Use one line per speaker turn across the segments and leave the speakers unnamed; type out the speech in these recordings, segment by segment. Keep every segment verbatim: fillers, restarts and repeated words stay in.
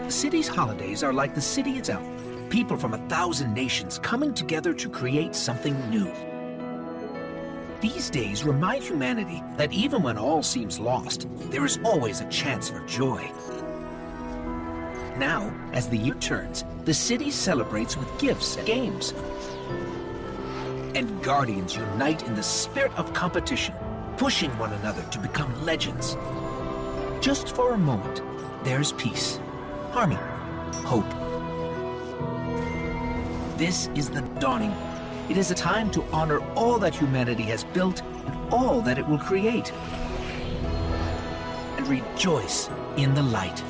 The city's holidays are like the city itself. People from a thousand nations coming together to create something new. These days remind humanity that even when all seems lost, there is always a chance for joy. Now, as the year turns, the city celebrates with gifts and games. And guardians unite in the spirit of competition, pushing one another to become legends. Just for a moment, there's peace, harmony, hope. This is the dawning. It is a time to honor all that humanity has built and all that it will create. And rejoice in the light.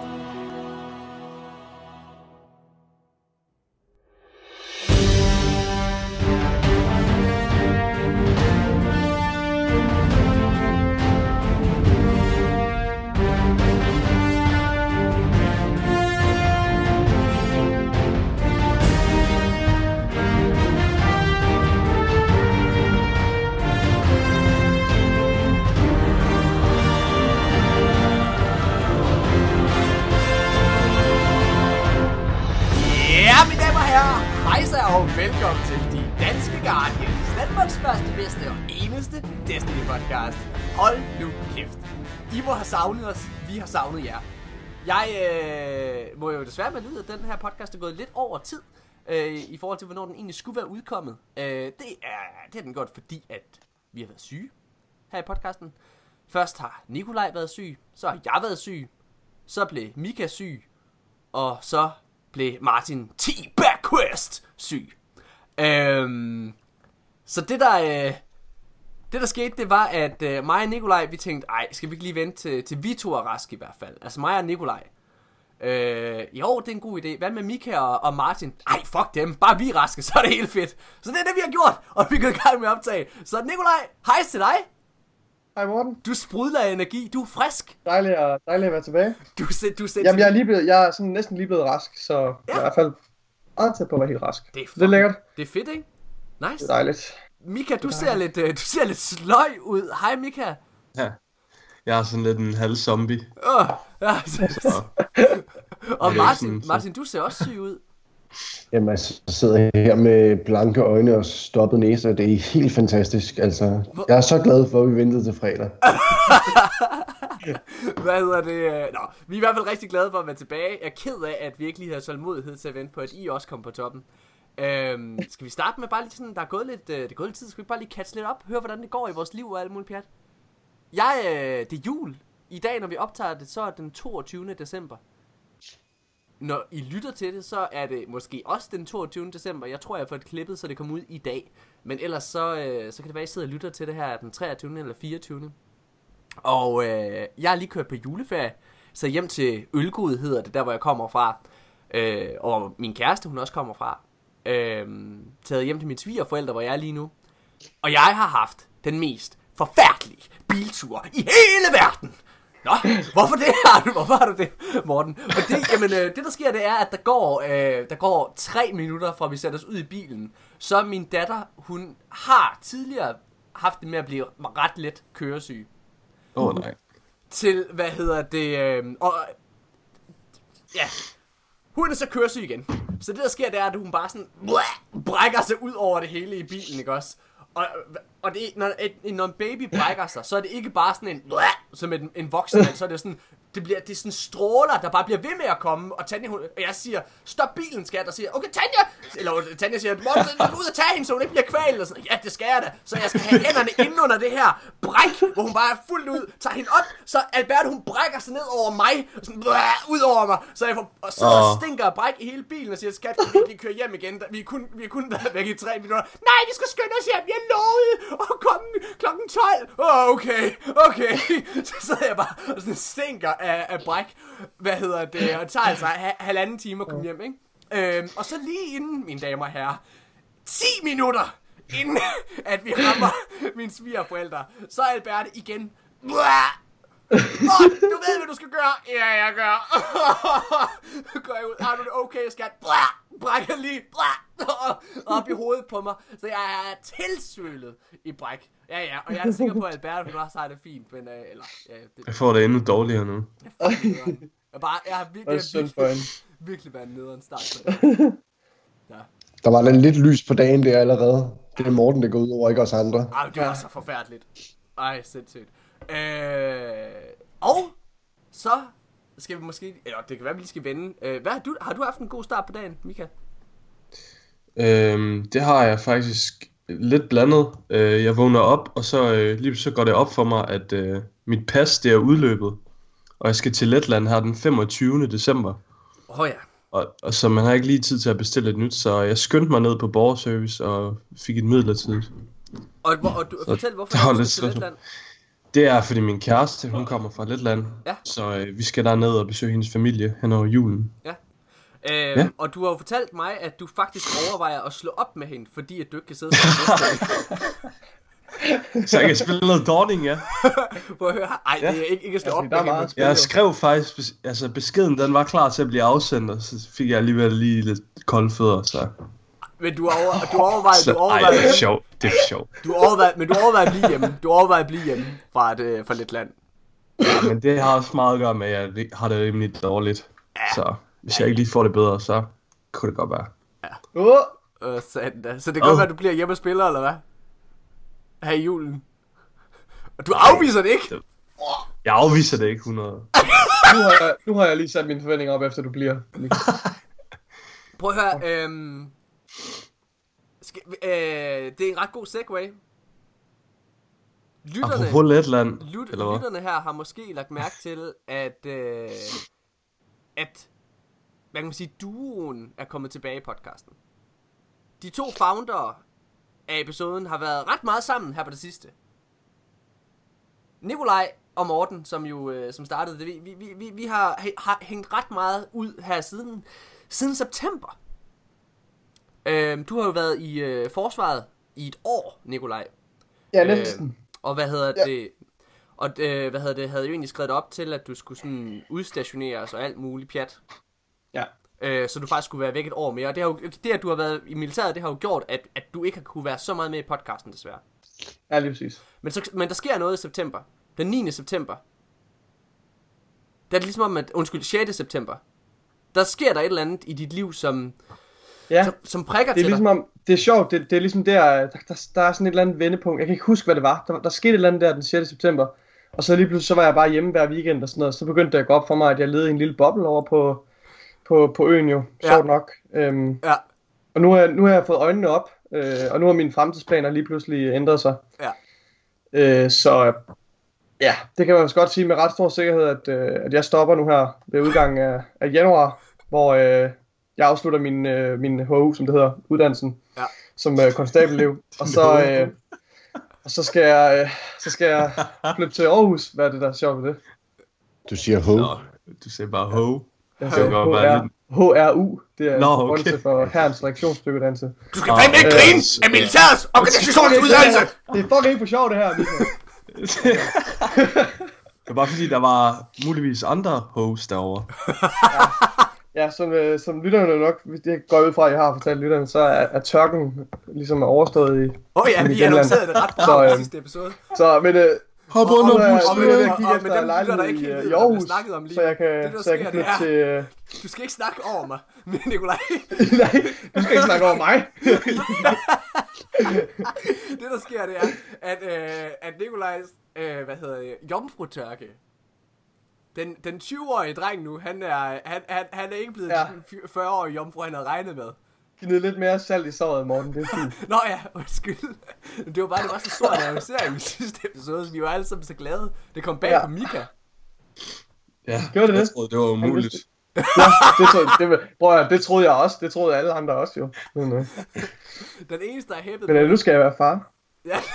Velkommen til De Danske Guardians, Danmarks første, bedste og eneste Destiny-podcast. Hold nu kæft. I må have savnet os, vi har savnet jer. Jeg øh, må jo desværre med lide, at den her podcast er gået lidt over tid, øh, i forhold til, hvornår den egentlig skulle være udkommet. Øh, det, er, det er den godt, fordi at vi har været syge her i podcasten. Først har Nikolaj været syg, så har jeg været syg, så blev Mika syg, og så blev Martin T-Backquest syg. Øhm, så det der, øh, det der skete, det var, at øh, mig og Nikolaj, vi tænkte, ej, skal vi ikke lige vente til, til vi to er raske i hvert fald. Altså mig og Nikolaj. Øh, jo, det er en god idé. Hvad med Mika og, og Martin? Ej, fuck dem. Bare vi er raske, så er det helt fedt. Så det er det, vi har gjort, og vi er gået i gang med at optage. Så Nikolaj, hej til dig.
Hej Morten.
Du sprudler af energi, du er frisk.
Dejligt at, dejligt at være tilbage.
Du, du
Jamen, jeg er, lige blevet, jeg er sådan næsten lige blevet rask, så ja. Jeg er i hvert fald meget tæt på at være helt rask.
Det er,
det er lækkert.
Det er fedt, ikke? Nice.
Det er dejligt.
Mika, du ser lidt, uh, du ser lidt sløj ud. Hej Mika.
Ja, jeg er sådan lidt en halv zombie.
Åh, oh, ja.
Så,
og Martin, Martin, du ser også syg ud.
Jamen, altså, jeg sidder her med blanke øjne og stoppet næse, og det er helt fantastisk. Altså, jeg er så glad for, at vi ventede til fredag.
Hvad hedder det? Nå, vi er i hvert fald rigtig glade for at være tilbage. Jeg er ked af, at vi ikke lige havde tålmodighed til at vente på, at I også kom på toppen. Øhm, skal vi starte med bare lige sådan, der er gået lidt, det er gået lidt tid, skal vi bare lige catch lidt op, høre hvordan det går i vores liv og alt muligt pjat. Jeg, øh, det er jul. I dag, når vi optager det, så er den toogtyvende december. Når I lytter til det, så er det måske også den toogtyvende december. Jeg tror, jeg har fået klippet, så det kommer ud i dag. Men ellers så, øh, så kan det være, at I sidder og lytter til det her den treogtyvende eller fireogtyvende Og øh, jeg har lige kørt på juleferie, så hjem til Ølgod hedder det, der hvor jeg kommer fra. Øh, og min kæreste, hun også kommer fra. Øh, taget hjem til mine svigerforældre, hvor jeg er lige nu. Og jeg har haft den mest forfærdelige biltur i hele verden. Nå, hvorfor det har du? Hvorfor har du det, Morten? For det, jamen, øh, det der sker, det er, at der går, øh, der går tre minutter fra vi sætter os ud i bilen. Så min datter, hun har tidligere haft det med at blive ret let køresyg.
Åh oh, nej.
Til, hvad hedder det, øh, og ja, hun er så køresyg igen. Så det der sker, det er, at hun bare sådan blæh, brækker sig ud over det hele i bilen, ikke også? Og, og det, når, et, når en baby brækker sig, så er det ikke bare sådan en blæh, som en, en voksen mand, så er det sådan, det bliver, det er sådan stråler, der bare bliver ved med at komme, og Tanja, hun, og jeg siger, stop bilen, skat, og siger, okay, Tanja, eller Tanja siger, Morten, gå ud og tage hende, så hun ikke bliver kvalt, og sådan, ja, det skal jeg da, så jeg skal have hænderne inde under det her bræk, hvor hun bare er fuldt ud, tager hende op, så Albert, hun brækker sig ned over mig, og sådan, blæh, ud over mig, så jeg får, og så oh. stinker af bræk i hele bilen, og siger, skat, kan vi ikke lige køre hjem igen, vi er kun, vi er kun været væk i tre minutter, nej, vi skal skynde os hjem, jeg lovede at komme klokken tolv, åh, oh, okay, okay, så sidder jeg bare og sådan stinker af, af bræk, hvad hedder det, og det tager altså ha- halvanden time at komme hjem, ikke? Øhm, og så lige inden, mine damer og herrer, ti minutter inden, at vi rammer mine svigerforældre, så er Albert igen, oh, du ved, hvad du skal gøre. Ja, jeg gør. Går jeg ud, har du det okay, skat? Brækker lige op i hovedet på mig, så jeg er tilsvølet i bræk. Ja, ja, og jeg er sikker på, at Albert, hun også har det fint, men, øh, eller, ja, det...
Jeg får det endnu dårligere nu.
Jeg, bare, jeg har virkelig,
Det er synd for
virkelig,
hende.
virkelig været nede en start på det. Ja.
Der var den lidt lys på dagen der allerede. Det er Morten, der går ud over, ikke os andre.
Ej, det var så forfærdeligt. Ej, sindssygt. Øh, og så skal vi måske... Eller det kan være, vi lige skal vende. Øh, hvad har du... Har du haft en god start på dagen, Mika?
Øhm, det har jeg faktisk lidt blandet. Øh, jeg vågner op, og så øh, lige så går det op for mig, at øh, mit pas det er udløbet. Og jeg skal til Letland her den femogtyvende december.
Åh oh, ja.
Og, og så man har ikke lige tid til at bestille et nyt, så jeg skyndte mig ned på borgerservice og fik et midlertidigt.
Og, og, og du, fortæl, hvorfor
det var
du
lidt
skal til
sådan.
Letland?
Det er fordi min kæreste, hun kommer fra Letland.
Ja.
Så øh, vi skal derned og besøge hendes familie hen over julen.
Ja. Øhm,
Ja.
Og du har jo fortalt mig, at du faktisk overvejer at slå op med hende, fordi at du ikke kan sidde sammen med
Så jeg kan spille noget Dawning, ja.
Prøv at høre. Ej, det er ikke, ikke at slå
Altså,
op
der er
med
meget
hende.
spil.
Jeg skrev faktisk, bes- altså beskeden den var klar til at blive afsendt, og så fik jeg alligevel lige lidt kolde fødder, så...
Men du, over, du overvejer,
så
du
ej,
overvejer,
det er sjovt, det er sjovt.
du overvejer, men du overvejer at blive hjemme. Du overvejer at blive hjemme fra, et, øh, fra Letland.
Ja, men det har også meget at gøre med, at jeg ri- har det rimelig dårligt. Så hvis jeg ikke lige får det bedre, så kunne det godt være.
Åh,
Øh, sådan da. Så det kan godt
Åh.
være, at du bliver hjemme og spiller, eller hvad? Her i julen. Og du afviser det ikke?
Jeg afviser det ikke hundrede.
nu, har jeg, nu har jeg lige sat mine forventninger op, efter du bliver.
Prøv at høre, øhm... Skal, øh, det er en ret god segue. Lytterne,
Apropos Letland,
lyt,
eller hvad?
lytterne her har måske lagt mærke til, at, øh, at hvad kan man sige, duoen er kommet tilbage i podcasten. De to foundere af episoden har været ret meget sammen her på det sidste. Nikolaj og Morten, som jo øh, som startede det, vi, vi, vi, vi har, har hængt ret meget ud her siden, siden september. Øh, du har jo været i øh, forsvaret i et år, Nikolaj.
Ja, næsten.
Øh, og hvad hedder
Ja.
det? Og øh, hvad hedder det? Havde jo egentlig skrevet op til, at du skulle sådan udstationeres og alt muligt pjat.
Ja.
Øh, så du faktisk skulle være væk et år mere. Og det, har jo, det, at du har været i militæret, det har jo gjort, at, at du ikke har kunne være så meget med i podcasten, desværre.
Ja, lige præcis.
Men, så, men der sker noget i september. Den niende september. Der er det ligesom om, at, undskyld, sjette september. Der sker der et eller andet i dit liv, som,
Ja,
som, som prikker
det er
til
ligesom
dig.
om, det er sjovt, det, det er ligesom der, der, der, der er sådan et eller andet vendepunkt. Jeg kan ikke huske, hvad det var. Der, der skete et eller andet der den sjette september. Og så lige pludselig, så var jeg bare hjemme hver weekend og sådan noget. Så begyndte det at gå op for mig, at jeg levede i en lille boble over på, på, på øen jo.
Ja.
Sjovt nok. Øhm,
Ja,
og nu har, jeg, nu har jeg fået øjnene op, øh, og nu har mine fremtidsplaner lige pludselig ændret sig.
ja.
Øh, så ja, det kan man også godt sige med ret stor sikkerhed, at, øh, at jeg stopper nu her ved udgangen af, af januar, hvor øh, jeg afslutter min, øh, min H U, som det hedder, uddannelsen,
Ja.
som øh, konstabelelev. Og så, øh, og så skal jeg, øh, så skal jeg flytte til Aarhus. Hvad er det, der er sjovt ved det?
Du siger ho.
Nå, du sagde bare ho.
Jeg
Det
siger
kan godt være lidt...
H R U. Det er
Nå, okay.
begrundelse for Herrens reaktionsstykkeddannelse.
Du skal fandme ikke grine af militærets organisationsuddannelse!
Det er fucking ikke for sjovt, det her, Michael.
Det var bare fordi, der var muligvis andre hoes derovre.
Ja, som, øh, som lytterne nok, hvis det går ud fra, at jeg har fortalt lytterne, så er, er tørken ligesom er overstået i...
Åh oh, ja,
i
vi
Finland.
annoncerede det ret
Så,
bra i
øh,
sidste episode.
Så, men... Øh,
Hop
og,
under
og, og,
bussen!
og, nu er jeg ved at kigge
Og med
efter
dem lytter, der
lejlighed
ikke
i,
helt ved,
øh, i
hvad vi
Aarhus,
snakkede om lige
så jeg
nu. Det,
kan,
der
så jeg
sker,
kan flytte
det
til...
er-
Øh,
Du skal ikke snakke over mig, men Nikolaj.
nej, du skal ikke snakke over mig.
Det der sker, det er, at, øh, at Nikolajs, øh, hvad hedder det, jomfrutørke, den, den tyve-årige dreng nu, han er, han, han, han er ikke blevet
Ja.
den fyrre-årige jomfru, han havde regnet med.
Giv lidt mere salt i såret, Morten, det er fint.
Nå ja, undskyld. Det var bare, det var så stor en annoncering i sidste episode, så vi var alle sammen så glade. Det kom bag
Ja.
på Mika.
Ja,
Gjorde det
jeg
det?
troede, det var umuligt.
Ja, det, troede, det, prøv at, det troede jeg også, det troede alle andre også jo. Men, øh,
Den eneste, der er hæppet
men øh, nu skal jeg være far.
Ja. Ej,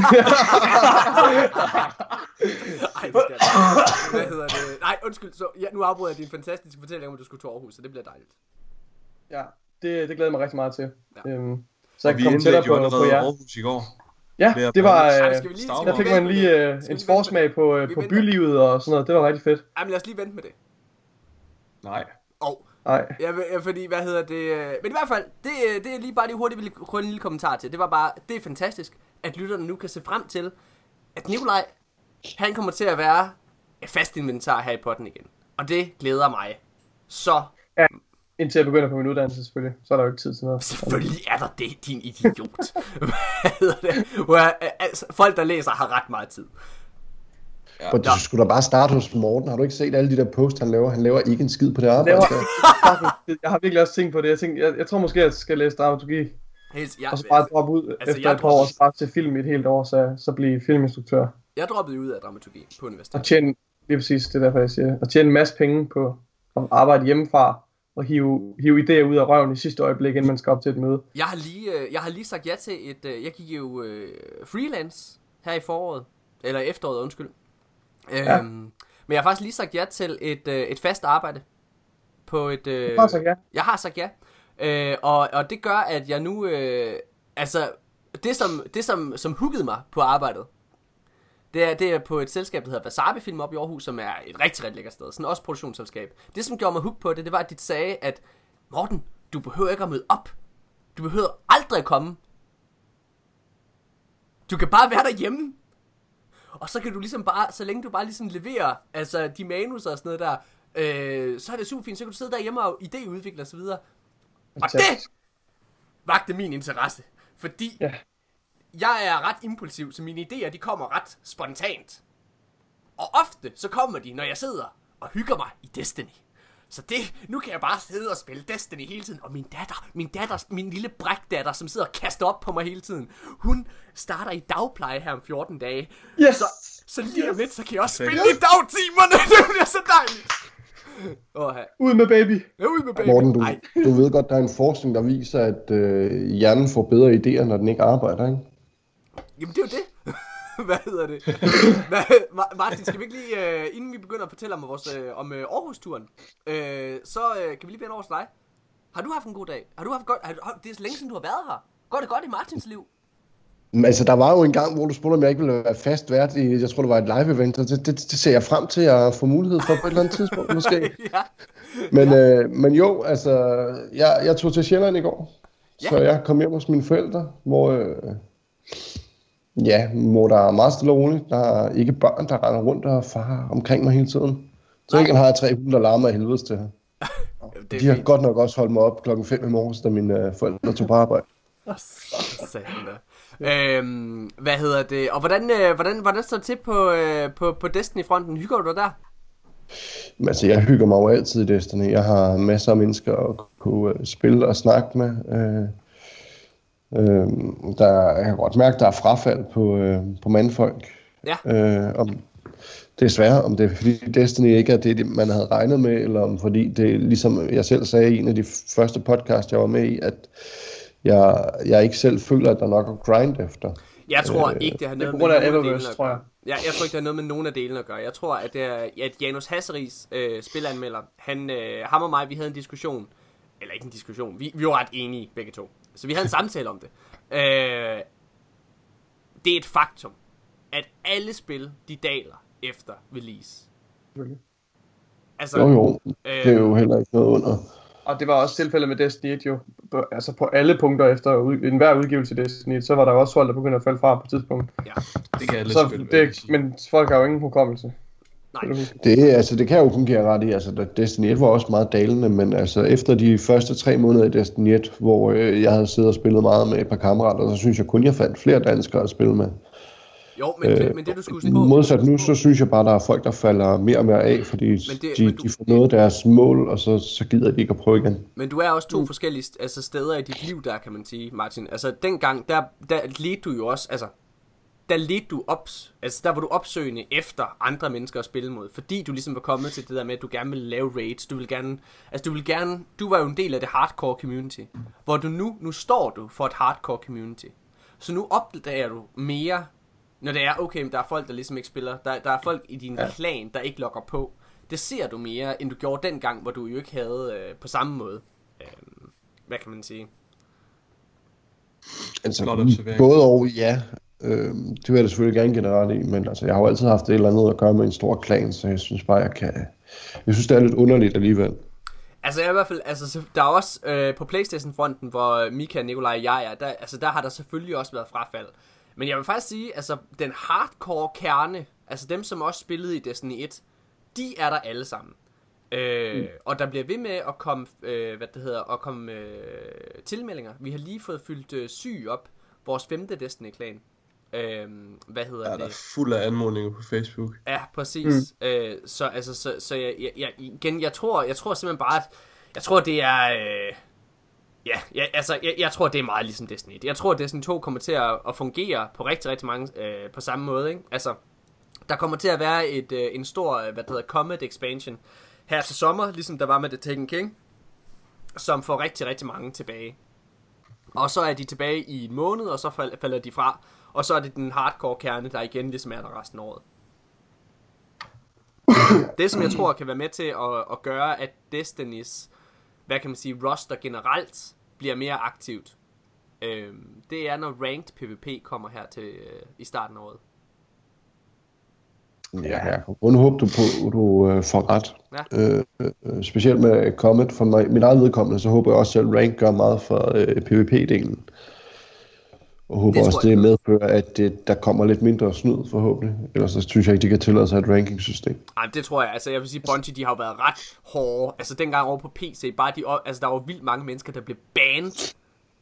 det skal jeg. Hvad hedder det? Nej, undskyld. Så, ja, nu afbryder jeg din fantastiske fortælling om, at du skulle til Aarhus, så det bliver dejligt.
Ja, det, det glæder jeg mig rigtig meget til.
Ja.
Øhm, så jeg
Og
kan
vi
komme tættere
indledte jo
på, på
allerede
jer.
Aarhus i går.
Ja,
Flere
det var...
points.
Ej,
Øh,
skal vi lige,
Star
skal
der
vi
fik
vente
man
med
lige
det?
øh,
Skal
en
vi vente
forsmag på, øh,
Vi
på
venter.
bylivet og sådan noget. Det var rigtig fedt.
Ej, men lad os lige vente med det.
Nej.
Oh.
Nej.
Ja, ja, fordi, hvad hedder det... øh, Men i hvert fald, det, øh, det er lige bare lige hurtigt, vil krølle en lille kommentar til. Det var bare, det er fantastisk, at lytterne nu kan se frem til, at Nikolaj, han kommer til at være et fast inventar her i potten igen. Og det glæder mig. Så...
Ja, indtil jeg begynder på min uddannelse selvfølgelig. Så er der jo ikke tid til noget.
Selvfølgelig er der det, din idiot. Hvad hedder det? Hvor, altså, folk, der læser, har ret meget tid.
Ja. Du skulle da bare starte hos Morten. Har du ikke set alle de der posts, han laver? Han laver ikke en skid på det arbejde.
Laver, jeg har virkelig også tænkt på det. Jeg, tænkte, jeg, jeg tror måske, jeg skal læse dramaturgi.
Helt, ja,
og så bare droppe ud altså, efter et par år, og så bare til film i et helt år, så, så blive filminstruktør.
Jeg droppede ud af dramaturgi på universitetet.
Og tjene, det er præcis det er derfor, jeg siger, og tjene en masse penge på at arbejde hjemmefra, og hive, hive idéer ud af røven i sidste øjeblik, inden man skal op til et møde.
Jeg har lige, jeg har lige sagt ja til et, jeg gik jo uh, freelance her i foråret, eller efteråret, undskyld. Ja. Øhm, men jeg har faktisk lige sagt ja til et, uh, et fast arbejde. På et, uh,
jeg har sagt ja.
Jeg har sagt ja. Uh, og, og det gør, at jeg nu, uh, altså, det som, det som, som huggede mig på arbejdet, det er, det er på et selskab, der hedder Wasabi Film op i Aarhus, som er et rigtig, rigtig lækkert sted. Sådan også produktionsselskab. Det, som gjorde mig hooked på det, det var, at de sagde, at Morten, du behøver ikke at møde op. Du behøver aldrig at komme. Du kan bare være derhjemme. Og så kan du ligesom bare, så længe du bare ligesom leverer, altså de manuser og sådan noget der, øh, så er det super fint. Så kan du sidde derhjemme og idéudvikle og så videre. Og det vagte min interesse. Fordi... Ja. Jeg er ret impulsiv, så mine idéer, de kommer ret spontant. Og ofte, så kommer de, når jeg sidder og hygger mig i Destiny. Så det, nu kan jeg bare sidde og spille Destiny hele tiden. Og min datter, min datter, min lille brækdatter, som sidder og kaster op på mig hele tiden. Hun starter i dagpleje her om fjorten dage.
Yes.
Så, så lige om lidt, så kan jeg også spille i dagtimerne. Det bliver så dejligt. Oh,
ud med baby.
Ja, ud med baby.
Morten, du, du ved godt, der er en forskning, der viser, at øh, hjernen får bedre idéer, når den ikke arbejder, ikke?
Jamen det er jo det. Hvad hedder det? Hvad, Martin, skal vi ikke lige, uh, inden vi begynder at fortælle om, vores, uh, om uh, Aarhus-turen, uh, så uh, kan vi lige vende over til dig. Har du haft en god dag? Har du haft godt? Har, har, det er så længe siden, du har været her. Går det godt i Martins liv?
Altså, der var jo en gang, hvor du spurgte, om jeg ikke ville være fast vært i, jeg tror, det var et live-event, og det, det, det ser jeg frem til at få mulighed for på et eller andet tidspunkt, måske. Ja. Men, ja. øh, men jo, altså, jeg, jeg tog til Sjælland i går, ja. Så jeg kom hjem hos mine forældre, hvor... Øh, Ja, hvor der er meget stille og roligt. Der er ikke børn, der render rundt og farer omkring mig hele tiden. Så ikke har jeg tre hunde, der larmer af helvedes til her. De har fint. Godt nok også holdt mig op klokken fem i morges, da mine øh, forældre tog på arbejde.
øhm, hvad hedder det? Og hvordan, øh, hvordan, hvordan står det til på, øh, på, på Destiny-fronten? Hygger du dig der?
Altså, jeg hygger mig jo altid i Destiny. Jeg har masser af mennesker at kunne øh, spille og snakke med. Øh, Øh, der, jeg kan godt mærke, at der er frafald på, øh, på mandfolk.
Ja.
Øh, om, det er svært, om det er fordi Destiny ikke er det, man havde regnet med, eller om fordi det, ligesom jeg selv sagde i en af de første podcasts, jeg var med i, at jeg, jeg ikke selv føler, at der er nok at grind efter.
Jeg tror øh, ikke, det har noget det med nogen af delene at gøre. Ja, jeg tror ikke, det har noget med nogen af delene at gøre. Jeg tror, at, det er, at Janus Hasseris øh, spilanmelder, han, øh, ham og mig, vi havde en diskussion, eller ikke en diskussion, vi, vi var ret enige begge to. Så vi havde en samtale om det. Øh, det er et faktum, at alle spil, de daler efter release.
Okay. Altså, jo jo, øh, det er jo heller ikke noget under.
Og det var også tilfældet med Destiny et jo. Altså på alle punkter efter ud, enhver udgivelse af Destiny et, så var der også folk, der begyndte at falde fra på et tidspunkt.
Ja,
det kan alle
så
spil.
Det, men folk har jo ingen hukommelse.
Nej.
Det, altså, det kan jeg jo kun give ret i. Altså, Destiny et var også meget dalende, men altså, efter de første tre måneder i Destiny et, hvor øh, jeg havde siddet og spillet meget med et par kammerater, så synes jeg kun, jeg fandt flere danskere at spille med.
Jo, men, øh, men det du skulle på...
Modsat nu, så synes jeg bare, der er folk, der falder mere og mere af, fordi det, de, du, de får noget af deres mål, og så, så gider de ikke at prøve igen.
Men du er også to mm. forskellige altså, steder i dit liv, der kan man sige, Martin. Altså, dengang, der, der ledte du jo også... Altså, der ledte du op, altså der var du opsøgende efter andre mennesker at spille mod, fordi du ligesom var kommet til det der med, at du gerne ville lave raids, du ville gerne, altså du ville gerne, du var jo en del af det hardcore community, hvor du nu, nu står du for et hardcore community, så nu opdager du mere, når det er, okay, men der er folk, der ligesom ikke spiller, der, der er folk i din ja. klan, der ikke logger på, det ser du mere, end du gjorde dengang, hvor du jo ikke havde øh, på samme måde, øh, hvad kan man sige?
Altså, både og ja. Øh, det vil jeg da selvfølgelig gerne generelt i, men altså, jeg har jo altid haft et eller andet at gøre med en stor klan, så jeg synes bare, jeg kan... Jeg synes, det er lidt underligt alligevel.
Altså, jeg i hvert fald, altså, der er også øh, på PlayStation-fronten, hvor Mika, Nikolaj og jeg er, der, altså, der har der selvfølgelig også været frafald. Men jeg vil faktisk sige, altså, den hardcore kerne, altså dem, som også spillede i Destiny et, de er der alle sammen. Øh, mm. Og der bliver ved med at komme, øh, hvad det hedder, at komme øh, tilmeldinger. Vi har lige fået fyldt øh, syg op, vores femte Destiny-klan. Øh, hvad hedder
ja,
det?
Der er fuld af anmodninger på Facebook.
Ja, præcis. Mm. Øh, så altså, så, så jeg, jeg, jeg, igen, jeg tror, jeg tror simpelthen bare, at jeg tror, det er, øh, ja, jeg, altså, jeg, jeg tror, det er meget ligesom Destiny. Jeg tror, at Destiny to kommer til at, at fungere på rigtig, rigtig mange, øh, på samme måde, ikke? Altså, der kommer til at være et, øh, en stor, hvad det hedder, Comet expansion her til sommer, ligesom der var med The Taken King, som får rigtig, rigtig mange tilbage. Og så er de tilbage i en måned, og så falder de fra. Og så er det den hardcore kerne, der igen ligesom er der resten af året. Det, som jeg tror kan være med til at, at gøre, at Destinys, hvad kan man sige, roster generelt bliver mere aktivt, øh, det er, når ranked PvP kommer her til øh, i starten af året.
Ja, jeg kan kun håbe, du, på, du øh, får ret. Ja. Øh, øh, specielt med Comet. For mig, mit eget vedkommende, så håber jeg også, at rank gør meget for øh, PvP-delen. Og håber det også, det medfører, at det, der kommer lidt mindre snyd forhåbentlig. Ellers så synes jeg ikke, de kan tillade sig et ranking-system.
Nej, det tror jeg. Altså, jeg vil sige, Bungie, de har jo været ret hårde. Altså, dengang over på P C, bare de, altså, der var vildt mange mennesker, der blev banned.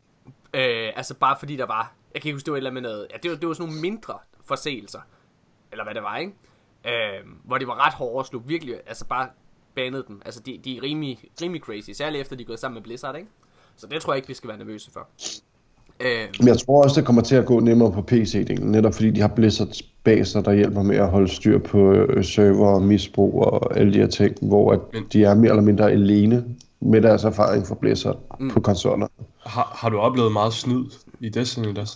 Øh, altså, bare fordi der var, jeg kan ikke huske, det var et eller andet med noget, ja, det var, det var sådan nogle mindre forseelser. Eller hvad det var, ikke? Øh, hvor de var ret hårde og slog virkelig, altså bare bannede dem. Altså, de, de er rimelig, rimelig crazy, særligt efter de er gået sammen med Blizzard, ikke? Så det tror jeg ikke, vi skal være nervøse for.
Men jeg tror også, det kommer til at gå nemmere på P C-delen, netop fordi de har Blizzards baser, der hjælper med at holde styr på server og misbrug og alle de her ting, hvor at de er mere eller mindre alene med deres erfaring fra Blizzard mm. på konsoller.
Har, har du oplevet meget snyd i Destiny der?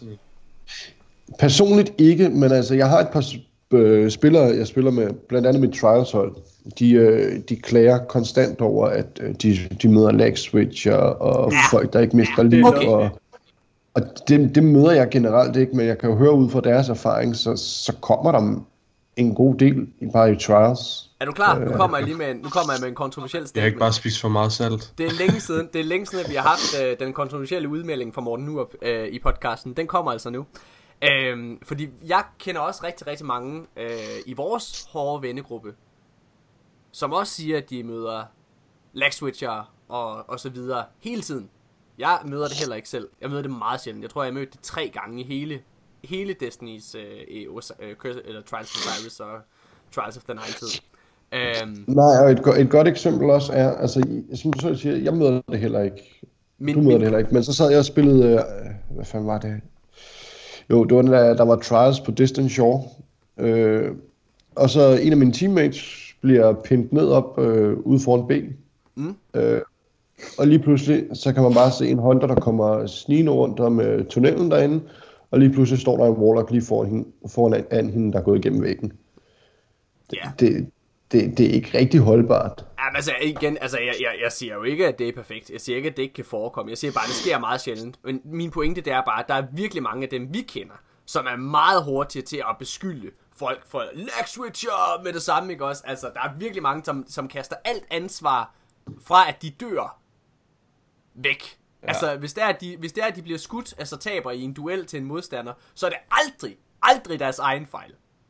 Personligt ikke, men altså jeg har et par øh, spillere, jeg spiller med, blandt andet mit Trials-hold. De, øh, de klager konstant over, at øh, de, de møder lag switcher og ja. folk, der ikke mister liv. Okay. Og, Og det, det møder jeg generelt ikke, men jeg kan jo høre ud fra deres erfaring, så, så kommer der en god del bare i Trials.
Er du klar? Nu kommer jeg lige med en, nu kommer jeg med en kontroversiel statement.
Jeg har ikke bare spist for meget salt.
Det er længe siden, det er længe siden at vi har haft øh, den kontroversielle udmelding fra Morten Nurup øh, i podcasten. Den kommer altså nu. Øh, fordi jeg kender også rigtig, rigtig mange øh, i vores hårde vennegruppe, som også siger, at de møder lag switcher og, og så videre hele tiden. Jeg møder det heller ikke selv. Jeg møder det meget sjældent. Jeg tror, jeg mødte det tre gange i hele, hele Destiny's uh, uh, eller Trials of Osiris og Trials of the Night. Um,
Nej, og et, go- et godt eksempel også er, altså, som du så siger, jeg møder det heller ikke. Min, du møder min... det heller ikke. Men så sad jeg og spillede, uh, hvad fanden var det? Jo, det var den der, der var Trials på Distant Shore. Uh, og så en af mine teammates bliver pindet ned op uh, ude foran B. Mm. Uh, Og lige pludselig, så kan man bare se en hunter, der kommer snigende rundt om uh, tunnelen derinde, og lige pludselig står der en warlock lige foran hende, foran an hende, der er gået igennem væggen.
Ja.
Det, det, det er ikke rigtig holdbart.
Jamen altså igen, altså jeg, jeg, jeg siger jo ikke, at det er perfekt. Jeg siger ikke, at det ikke kan forekomme. Jeg siger bare, at det sker meget sjældent. Men min pointe, det er bare, at der er virkelig mange af dem, vi kender, som er meget hurtige til at beskylde folk for lag switcher med det samme, ikke også? Altså, der er virkelig mange, som, som kaster alt ansvar fra, at de dør væk. Ja. Altså, hvis det, er, at de, hvis det er, at de bliver skudt, altså taber i en duel til en modstander, så er det aldrig, aldrig deres egen fejl.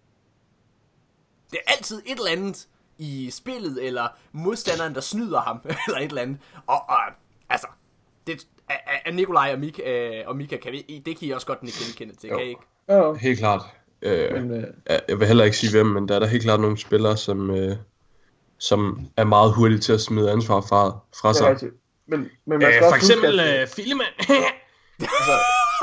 Det er altid et eller andet i spillet, eller modstanderen, der snyder ham, eller et eller andet. Og, og altså, det er Nikolaj og Mika, og Mika, kan vi, det kan I også godt genkende til, jo. Kan I ikke?
Jo. Helt klart. Øh, men, øh... Jeg vil heller ikke sige hvem, men der er der helt klart nogle spillere, som, øh, som er meget hurtige til at smide ansvar fra, fra sig. Ja,
Men, men man skal
øh, for eksempel øh, Filman.
altså,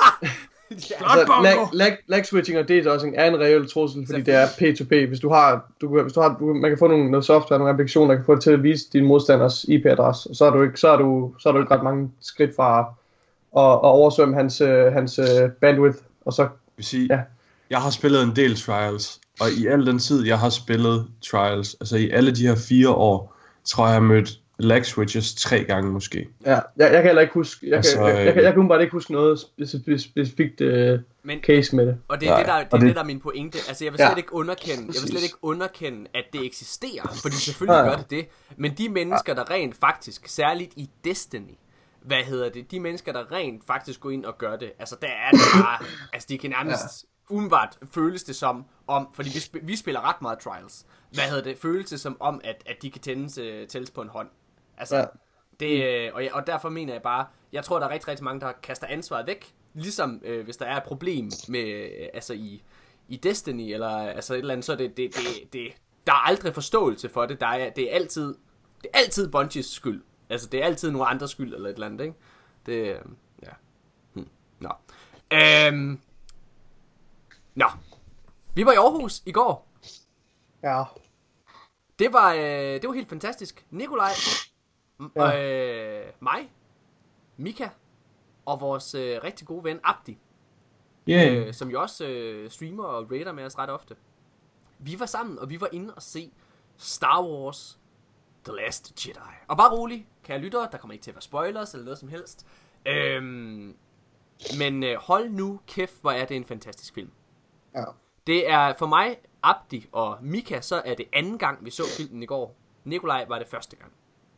altså lag, lag, lag switching og det er også en, er en reel trussel, fordi det er P to P. Hvis du har, du, hvis du har, du, man kan få nogle, noget software, nogle applikationer, der kan få det til at vise din modstanders I P-adresse, og så er du ikke, så er du, så er du ikke ret mange skridt fra at, at oversvømme hans, hans bandwidth, og så.
Vil sige, ja. Jeg har spillet en del Trials, og i al den tid jeg har spillet Trials, altså i alle de her fire år, tror jeg jeg har mødt lag switches tre gange måske.
Ja, jeg, jeg kan heller ikke huske, jeg, altså, kan, jeg, jeg, jeg, jeg kan bare ikke huske noget specifikt, specifikt uh, men, case med det.
Og det er, det, der, det, er det, det, der er min pointe. Altså jeg vil slet ja. ikke underkende, jeg vil slet ikke underkende, at det eksisterer, fordi selvfølgelig ja, ja. gør det det. Men de mennesker, der rent faktisk, særligt i Destiny, hvad hedder det, de mennesker, der rent faktisk går ind og gør det, altså der er det bare, altså de kan nærmest ja. umiddelbart føles det som om, fordi vi, sp- vi spiller ret meget Trials, hvad hedder det, føles det som om, at, at de kan tændes, uh, tælles på en hånd. Altså, ja. det, øh, og, jeg, og derfor mener jeg bare, jeg tror, der er rigtig, rigtig mange, der kaster ansvaret væk, ligesom øh, hvis der er et problem med, øh, altså i, i Destiny, eller altså et eller andet, så det, det, det, det, der er aldrig forståelse for det, der er, det er altid, det er altid Bungies skyld. Altså, det er altid nogle andres skyld, eller et eller andet, ikke? Det, øh, ja. Hm. Nå. Øhm. Nå. Vi var i Aarhus i går.
Ja.
Det var, øh, det var helt fantastisk. Nikolaj, ja. øh, mig, Mika og vores øh, rigtig gode ven Abdi,
Yeah.
øh, som jo også øh, streamer og raider med os ret ofte. Vi var sammen, og vi var inde og se Star Wars The Last Jedi. Og bare rolig, kære lyttere, der kommer ikke til at være spoilers eller noget som helst. Øhm, men øh, hold nu kæft, hvor er det en fantastisk film.
Ja.
Det er for mig, Abdi og Mika, så er det anden gang, vi så filmen i går. Nikolaj var det første gang.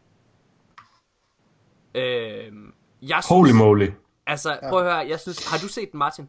Øhm, jeg synes,
Holy moly.
Altså, prøv at høre, jeg synes, har du set den, Martin?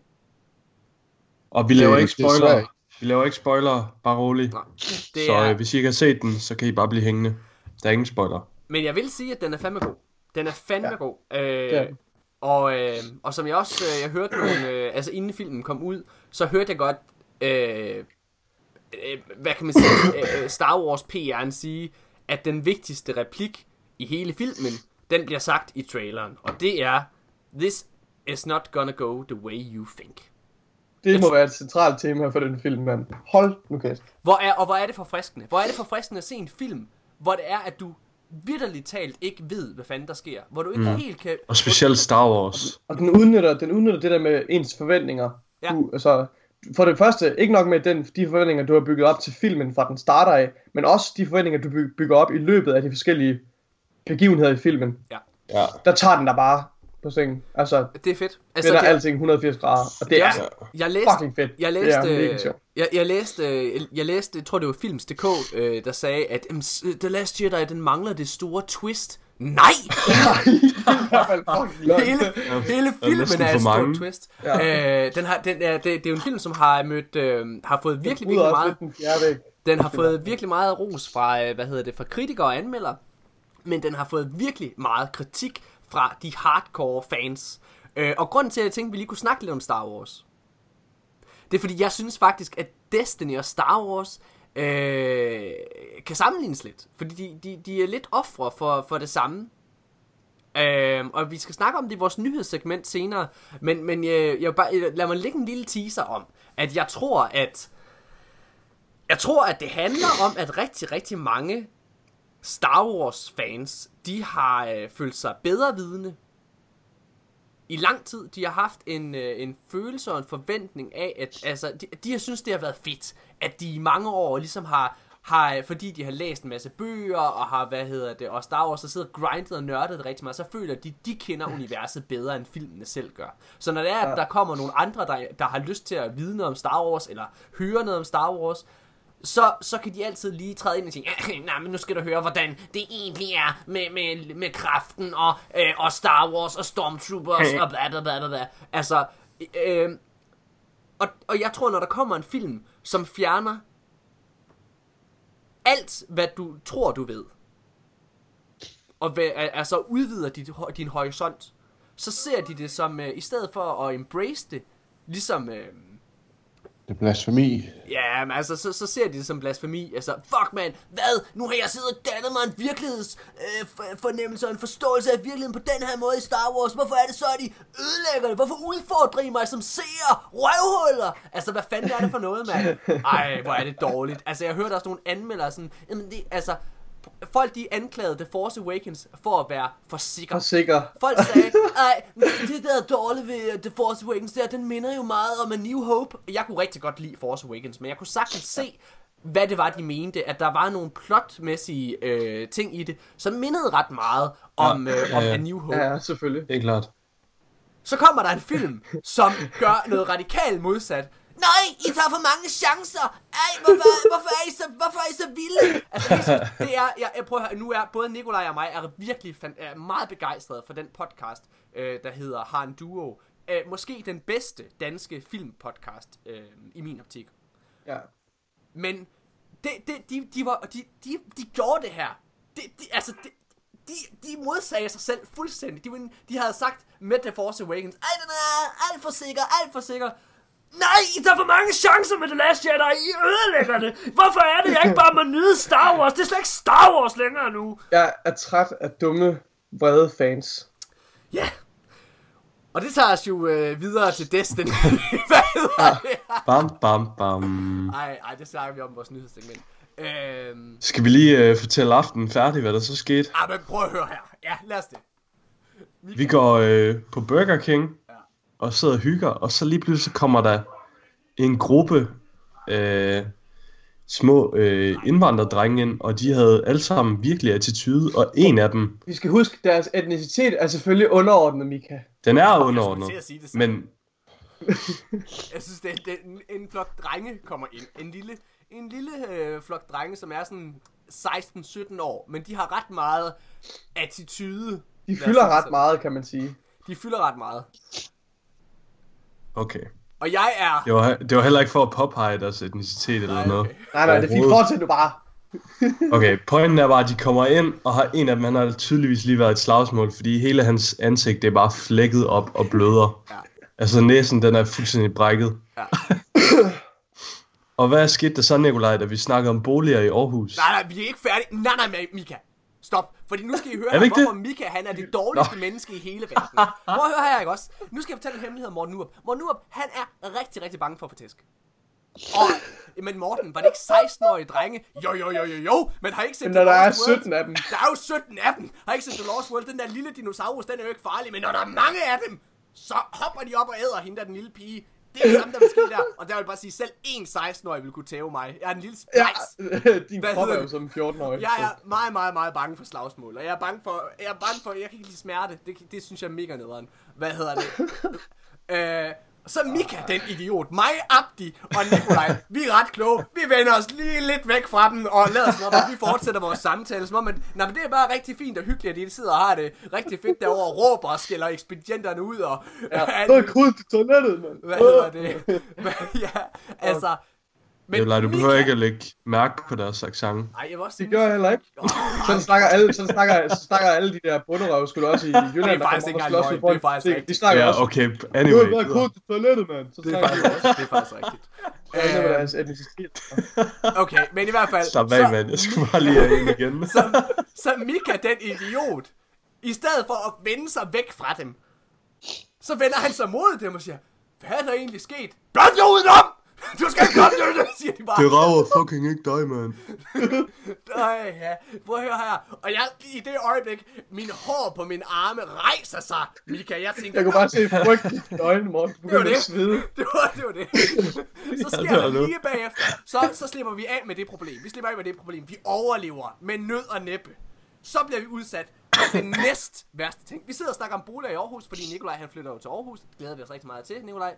Og vi laver
Det-
ikke
det er
spoiler.
svært.
Vi laver ikke spoiler, bare rolig.
Nej, det
Så
er,
øh, hvis I ikke har set den, så kan I bare blive hængende. Der er ingen spoiler.
men jeg vil sige, at den er fandme god. Den er fandme ja. god. Øh,
Det er den.
og, øh, og som jeg også, øh, jeg hørte nogle, øh, altså inden filmen kom ud, så hørte jeg godt, øh, øh, hvad kan man sige, øh, Star Wars P R'en sige, at den vigtigste replik i hele filmen, den bliver sagt i traileren. Og det er, this is not gonna go the way you think.
Det må være et centralt tema for den film, mand. Hold nu kæft.
Hvor er, og hvor er det forfriskende? Hvor er det forfriskende at se en film, hvor det er, at du vitterligt talt ikke ved, hvad fanden der sker. Hvor du ikke mm. helt kan...
Og specielt Star Wars.
Og den udnytter, den udnytter det der med ens forventninger.
Ja.
Du, altså, for det første, ikke nok med den, de forventninger, du har bygget op til filmen fra den starter af, men også de forventninger, du by- bygger op i løbet af de forskellige begivenheder i filmen.
Ja,
Ja.
Der tager den der bare på sengen. Altså,
det er fedt.
altså,
Altså,
den er
det,
alting et hundrede og firs grader, og det
Ja.
er
jeg læste,
fucking fedt.
jeg
Det
læste,
er mega sjovt.
jeg, jeg læste, øh, jeg læste, jeg tror det var Films punktum d k, øh, der sagde, at um, The Last Jedi, den mangler det store twist. Nej!
I hvert fald fucking løgn.
hele, hele
er
filmen
næsten
er
for
et stort
mange.
twist.
Ja.
Øh, den har, den er, det, det er jo en film, som har mødt, øh, har fået virkelig,
Bryder
virkelig
også
meget...
lidt den fjerde væg.
Den har fået virkelig meget ros fra, øh, hvad hedder det, fra kritikere og anmeldere, men den har fået virkelig meget kritik fra de hardcore fans. Øh, og grunden til, at jeg tænkte, at vi lige kunne snakke lidt om Star Wars, det er fordi, jeg synes faktisk, at Destiny og Star Wars øh, kan sammenlignes lidt. Fordi de, de, de er lidt ofre for, for det samme. Øh, og vi skal snakke om det i vores nyhedssegment senere. Men, men jeg, jeg vil bare, lad mig lægge en lille teaser om, at jeg tror, at Jeg tror, at det handler om, at rigtig, rigtig mange Star Wars fans, de har øh, følt sig bedre vidende i lang tid. De har haft en, øh, en følelse og en forventning af, at altså, de, de har synes, det har været fedt, at de i mange år ligesom har, har, fordi de har læst en masse bøger, og har, hvad hedder det, og Star Wars har siddet og grindet og nørdet det rigtig meget, så føler de, de kender universet bedre, end filmene selv gør. Så når det er, at der kommer nogle andre, der, der har lyst til at vide noget om Star Wars, eller høre noget om Star Wars, Så, så kan de altid lige træde ind og sige, nej, men nu skal du høre, hvordan det egentlig er med, med, med kraften, og, øh, og Star Wars, og Stormtroopers, og bla bla bla bla. Altså, øh, og, og jeg tror, når der kommer en film, som fjerner alt, hvad du tror, du ved, og hvad, altså udvider dit, din horisont, så ser de det som, øh, i stedet for at embrace det, ligesom... Øh,
Det er blasfemi.
Ja, men altså, så, så ser de det som blasfemi. Altså, fuck man, hvad? Nu har jeg siddet og dannet mig en virkeligheds øh, for, fornemmelse og en forståelse af virkeligheden på den her måde i Star Wars. Hvorfor er det så, at de ødelægger det? Hvorfor udfordrer I mig som seer? Røvhuller! Altså, hvad fanden er det for noget, mand? Ej, hvor er det dårligt. Altså, jeg hørte også nogle anmeldere sådan, jamen det, altså... Folk, de anklagede The Force Awakens for at være for sikker.
For sikker.
Folk sagde, ej, det der er dårligt ved The Force Awakens der, den minder jo meget om A New Hope. Jeg kunne rigtig godt lide Force Awakens, men jeg kunne sagtens se, hvad det var, de mente. At der var nogle plotmæssige øh, ting i det, som mindede ret meget om,
Ja,
øh,
ja,
om
ja.
A New Hope.
Ja, selvfølgelig.
Det er klart.
Så kommer der en film, som gør noget radikalt modsat. Nej, I tager for mange chancer. Ej, hvorfor, hvorfor, er, I så, hvorfor er I så vilde? Altså, det er, jeg, jeg prøver at høre, nu er både Nikolaj og mig er virkelig fan, er meget begejstrede for den podcast, øh, der hedder Har en Duo. øh, måske den bedste danske filmpodcast øh, i min optik.
Ja.
Men det, det, de, de, var, de, de, de gjorde det her. De, de, altså, de, de, de modsagde sig selv fuldstændig. De, de havde sagt med The Force Awakens, ej, den er alt for sikker, alt for sikker. Nej, der er for mange chancer med The Last Jedi. I ødelægger det. Hvorfor er det, jeg ikke bare må nyde Star Wars? Det er slet ikke Star Wars længere nu.
Jeg er træt af dumme, vrede fans.
Ja. Yeah. Og det tager os jo øh, videre til Destiny. Hvad hedder
ja.
det?
Bam, bam, bam.
Ej, ej, det snakker vi om i vores nyhedssegment. Øhm...
Skal vi lige øh, fortælle aftenen færdig, hvad der så skete?
Ej, men prøv at høre her. Ja, lad os det.
Vi, vi går øh, på Burger King.
Ja.
Og sidder og hygger, og så lige pludselig kommer der en gruppe øh, små øh, indvandrerdrenge ind, og de havde alle sammen virkelig attitude, og en af dem...
Vi skal huske, deres etnicitet er selvfølgelig underordnet, Mika.
Den er underordnet,
det
men...
Jeg synes, det er, det er en, en flok drenge kommer ind. En lille, en lille øh, flok drenge, som er sådan seksten sytten år, men de har ret meget attitude.
De fylder ret meget, kan man sige.
De fylder ret meget.
Okay.
Og jeg er...
Det var, det var heller ikke for at påpege deres etnicitet eller
nej,
noget.
okay.
Nej, nej, det er fint. Fortsæt du bare.
Okay, pointen er bare, at de kommer ind, og har en af dem, han har tydeligvis lige været et slagsmål, fordi hele hans ansigt, det er bare flækket op og bløder. Ja. Altså næsen, den er fuldstændig brækket. Ja. Og hvad skete der så, Nikolaj, da vi snakkede om boliger i Aarhus?
Nej, nej, vi er ikke færdige. Nej, nej, Mika. Stop, fordi nu skal I høre her, hvorfor det? Mika han er det dårligste Nå. menneske i hele verden. Prøv at høre her, ikke også? Nu skal jeg fortælle en hemmelighed om Morten Nurup. Morten Nurup, han er rigtig, rigtig bange for at få tæsk. Og, men Morten, var det ikke seksten-årige drenge? Jo, jo, jo, jo, jo, men har ikke set
men når der er sytten af dem.
Der er jo sytten af dem. Har ikke set The Lost World? Den der lille dinosaurus, den er jo ikke farlig, men når der er mange af dem, så hopper de op og æder hende der, den lille pige. Det er det samme, der vil ske der. Og der vil bare sige, selv en seksten-årig vil kunne tæve mig. Jeg er en lille splice.
Ja, din krop er jo som fjorten-årig.
Jeg er meget, meget, meget bange for slagsmål. Og jeg er bange for, jeg er bange for, jeg kan ikke lide smerte. Det, det synes jeg er mega nederen. Hvad hedder det? øh, så Mika, den idiot. Mig, Abdi og Nikolaj. Vi er ret kloge. Vi vender os lige lidt væk fra dem. Og lader os, når vi fortsætter vores samtale. Som om, at, nej, men det er bare rigtig fint og hyggeligt, at de sidder og har det rigtig fedt derovre. Og råber og skælder ekspedienterne ud. Og,
ja, det er kun til toilettet, mand.
Hvad hedder det? Ja, altså...
Men Nikolaj, du behøver ikke at lægge mærke på deres accent.
Nej, jeg vil også
det gør jeg heller ikke. Sådan snakker alle, sådan snakker, så snakker alle de der bunderøve skulle også i Jylland.
Det er faktisk ikke engang løgn, det er faktisk rigtigt.
De snakker
ja,
også.
Okay, anyway.
Du er bare kun til toilettet, mand.
Det er faktisk også, det er faktisk rigtigt.
Ja, det er deres etnicitet.
Okay, men i hvert fald...
Slap af, mand. Jeg skulle bare lige have en igen.
så, så Mika, den idiot, i stedet for at vende sig væk fra dem, så vender han sig mod dem og siger, hvad er der egentlig sket? Blot jo udenom! Du skal ikke komme det, siger de bare.
Det rager fucking ikke dig, mand.
Nej, ja. Prøv at høre her. Og jeg, i det øjeblik, min hår på min arme rejser sig, Mika. Jeg tænker...
Jeg kunne bare se frygten i øjnene, Morten. Du begynder at svide.
Det var det. Var det. Så sker ja, der lige bagefter. Så, så slipper vi af med det problem. Vi slipper af med det problem. Vi overlever med nød og næppe. Så bliver vi udsat for den næst værste ting. Vi sidder og snakker om boliger i Aarhus, fordi Nikolaj han flytter jo til Aarhus. Det glæder vi os rigtig meget til, Nikolaj.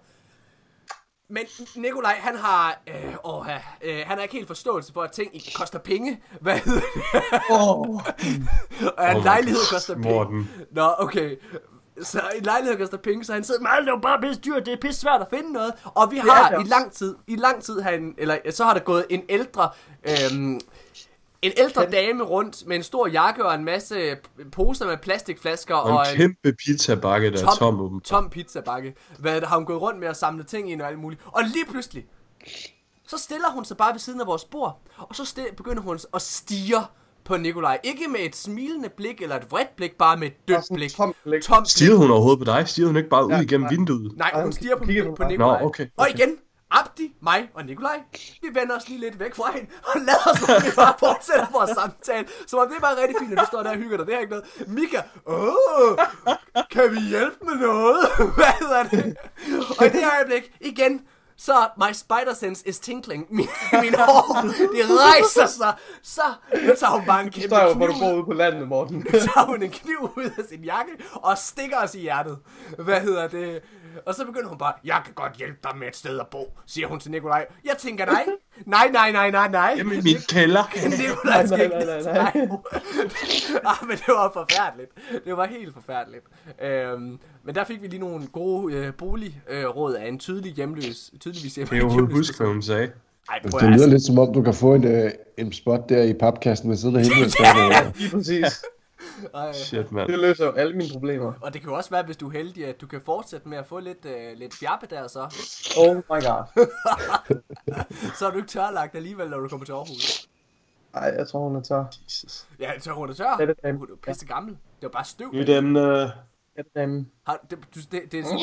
Men Nikolaj, han har, øh, åh, øh, han har ikke helt forståelse for, at ting ikke koster penge. Hvad hedder det?
Oh.
Og en
oh
lejlighed koster
Morten.
penge. Nå, okay. Så en lejlighed koster penge, så han sidder, men det er jo bare pisse dyrt, det er pisse svært at finde noget. Og vi har i lang tid, i lang tid, han, eller så har der gået en ældre, øhm, en ældre dame rundt med en stor jakke og en masse poser med plastikflasker.
Og en, og en kæmpe pizzabakke, der tom, er tom åben.
Tom pizzabakke. Hvad har hun gået rundt med at samle ting ind og alt muligt. Og lige pludselig, så stiller hun sig bare ved siden af vores bord. Og så stil- begynder hun at stirre på Nikolaj. Ikke med et smilende blik eller et vredt blik, bare med et dødt blik.
Tom blik.
Tom
stirrede hun overhovedet på dig? Stirrede hun ikke bare ud ja, igennem
nej.
vinduet?
Nej, hun stirrer på, på, på Nikolaj.
Nå, okay, okay.
Og igen, Abdi, mig og Nikolaj, vi vender os lige lidt væk fra hende, og lader os, at vi bare fortsætter vores samtale. Så det er bare rigtig fint, at du står der og hygger dig. Det er ikke noget. Mika, åh, kan vi hjælpe med noget? Hvad hedder det? Og i det øjeblik, igen, så my spider sense is tinkling. Min, min hår, det rejser sig. Så nu tager hun bare en kæmpe
kniv.
Hvor
du bor ude på landet, Morten.
Nu tager hun en kniv ud af sin jakke og stikker os i hjertet. Hvad hedder det? Og så begynder hun bare, jeg kan godt hjælpe dig med et sted at bo, siger hun til Nikolaj. Jeg tænker, nej, nej, nej, nej, nej, nej.
Jamen, min kælder.
Nikolaj skal
Nej,
ikke
nej, nej, nej.
Ah, men det var forfærdeligt. Det var helt forfærdeligt. Øhm, men der fik vi lige nogle gode øh, boligråd af en tydelig hjemløs. Tydeligvis
Jeg
hjemløs.
kan jo huske, hvad hun sagde.
Ej,
Altså,
prøv
det
at-
lyder
altså,
lidt som om, du kan få en, øh, en spot der i papkassen med siden af helvede.
Ja, lige præcis.
ej,
Shit, mand.
Det løser jo alle mine problemer.
og det kan jo også være, hvis du er heldig, at du kan fortsætte med at få lidt, øh, lidt fjerpe der, så.
Oh my god.
Så er du ikke tørlagt alligevel, når du kommer til Aarhus.
Ej, jeg tror hun er tør.
Jesus.
Ja, tør hun er tør.
Ja, det er-
Hun er jo pisse gammel. Det var bare støv.
Nyt emne.
Øhm,
Har, det, du, det, det er sådan,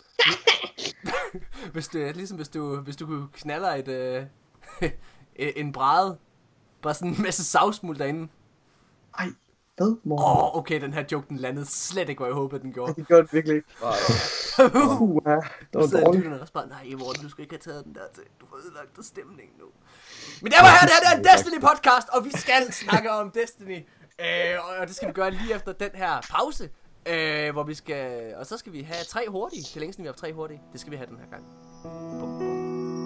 hvis det er ligesom hvis du hvis du knaller et øh, en bræde, bare sådan en masse savsmuld derinde.
ej, hvad, mor?
Åh, oh, okay, den her joke den landede slet ikke, hvor jeg håbede den gjorde.
Det gjorde det virkelig ikke. Uh, det var
Så er
dårligt.
lytterne også bare, nej Morten, du skal ikke have taget den der til. Du får ødelagt af stemningen nu. Men der var her, det her det er en Destiny podcast, og vi skal snakke om Destiny. Øh, og det skal vi gøre lige efter den her pause. Øh, hvor vi skal, og så skal vi have tre hurtige. Det er længe siden vi har haft tre hurtige. Det skal vi have den her gang. Bum, bum.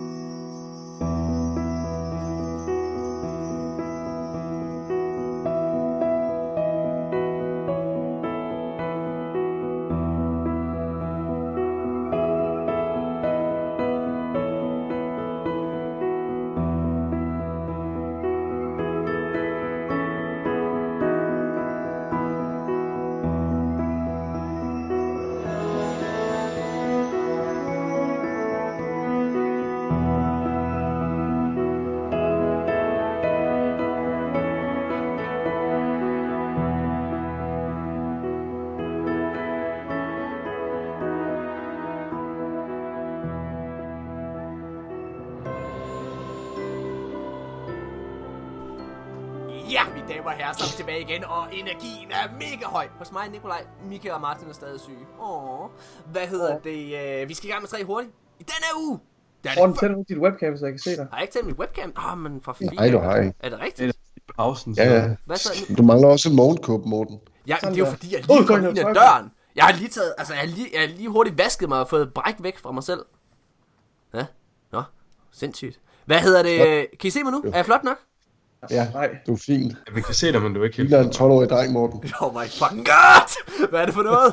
Ja, mine damer og herrer, så er vi tilbage igen, og energien er mega høj. Hos mig, Nikolaj, Mika og Martin er stadig syge. Åh, hvad hedder
Åh.
det? Øh, vi skal i gang med tre hurtigt. I den her uge! Der er
Morten,
det
tænd nu dit webcam, så jeg kan se dig.
Har jeg ikke tændt mit webcam? Åh, oh, men for fint.
Nej, du har ikke.
Er det rigtigt?
Pausen. Så.
Ja, ja.
Hvad så?
Du mangler også en morgenkåb, Morten.
Ja,
Sådan
det er jo
der.
fordi, jeg
Åh,
lige kom
gå
ind
ind
ad
og
døren. Jeg har lige taget, altså jeg har lige, jeg har lige hurtigt vasket mig og fået bræk væk fra mig selv. Ja, nå, sindssygt. Hvad hedder det? Kan I se mig nu? Er jeg flot nok?
Ja,
Nej.
du er fin.
Ja, vi kan se dig, men du er ikke
Du
helt...
er en tolv-årig dreng, Morten.
Oh my fucking god! Hvad er det for noget?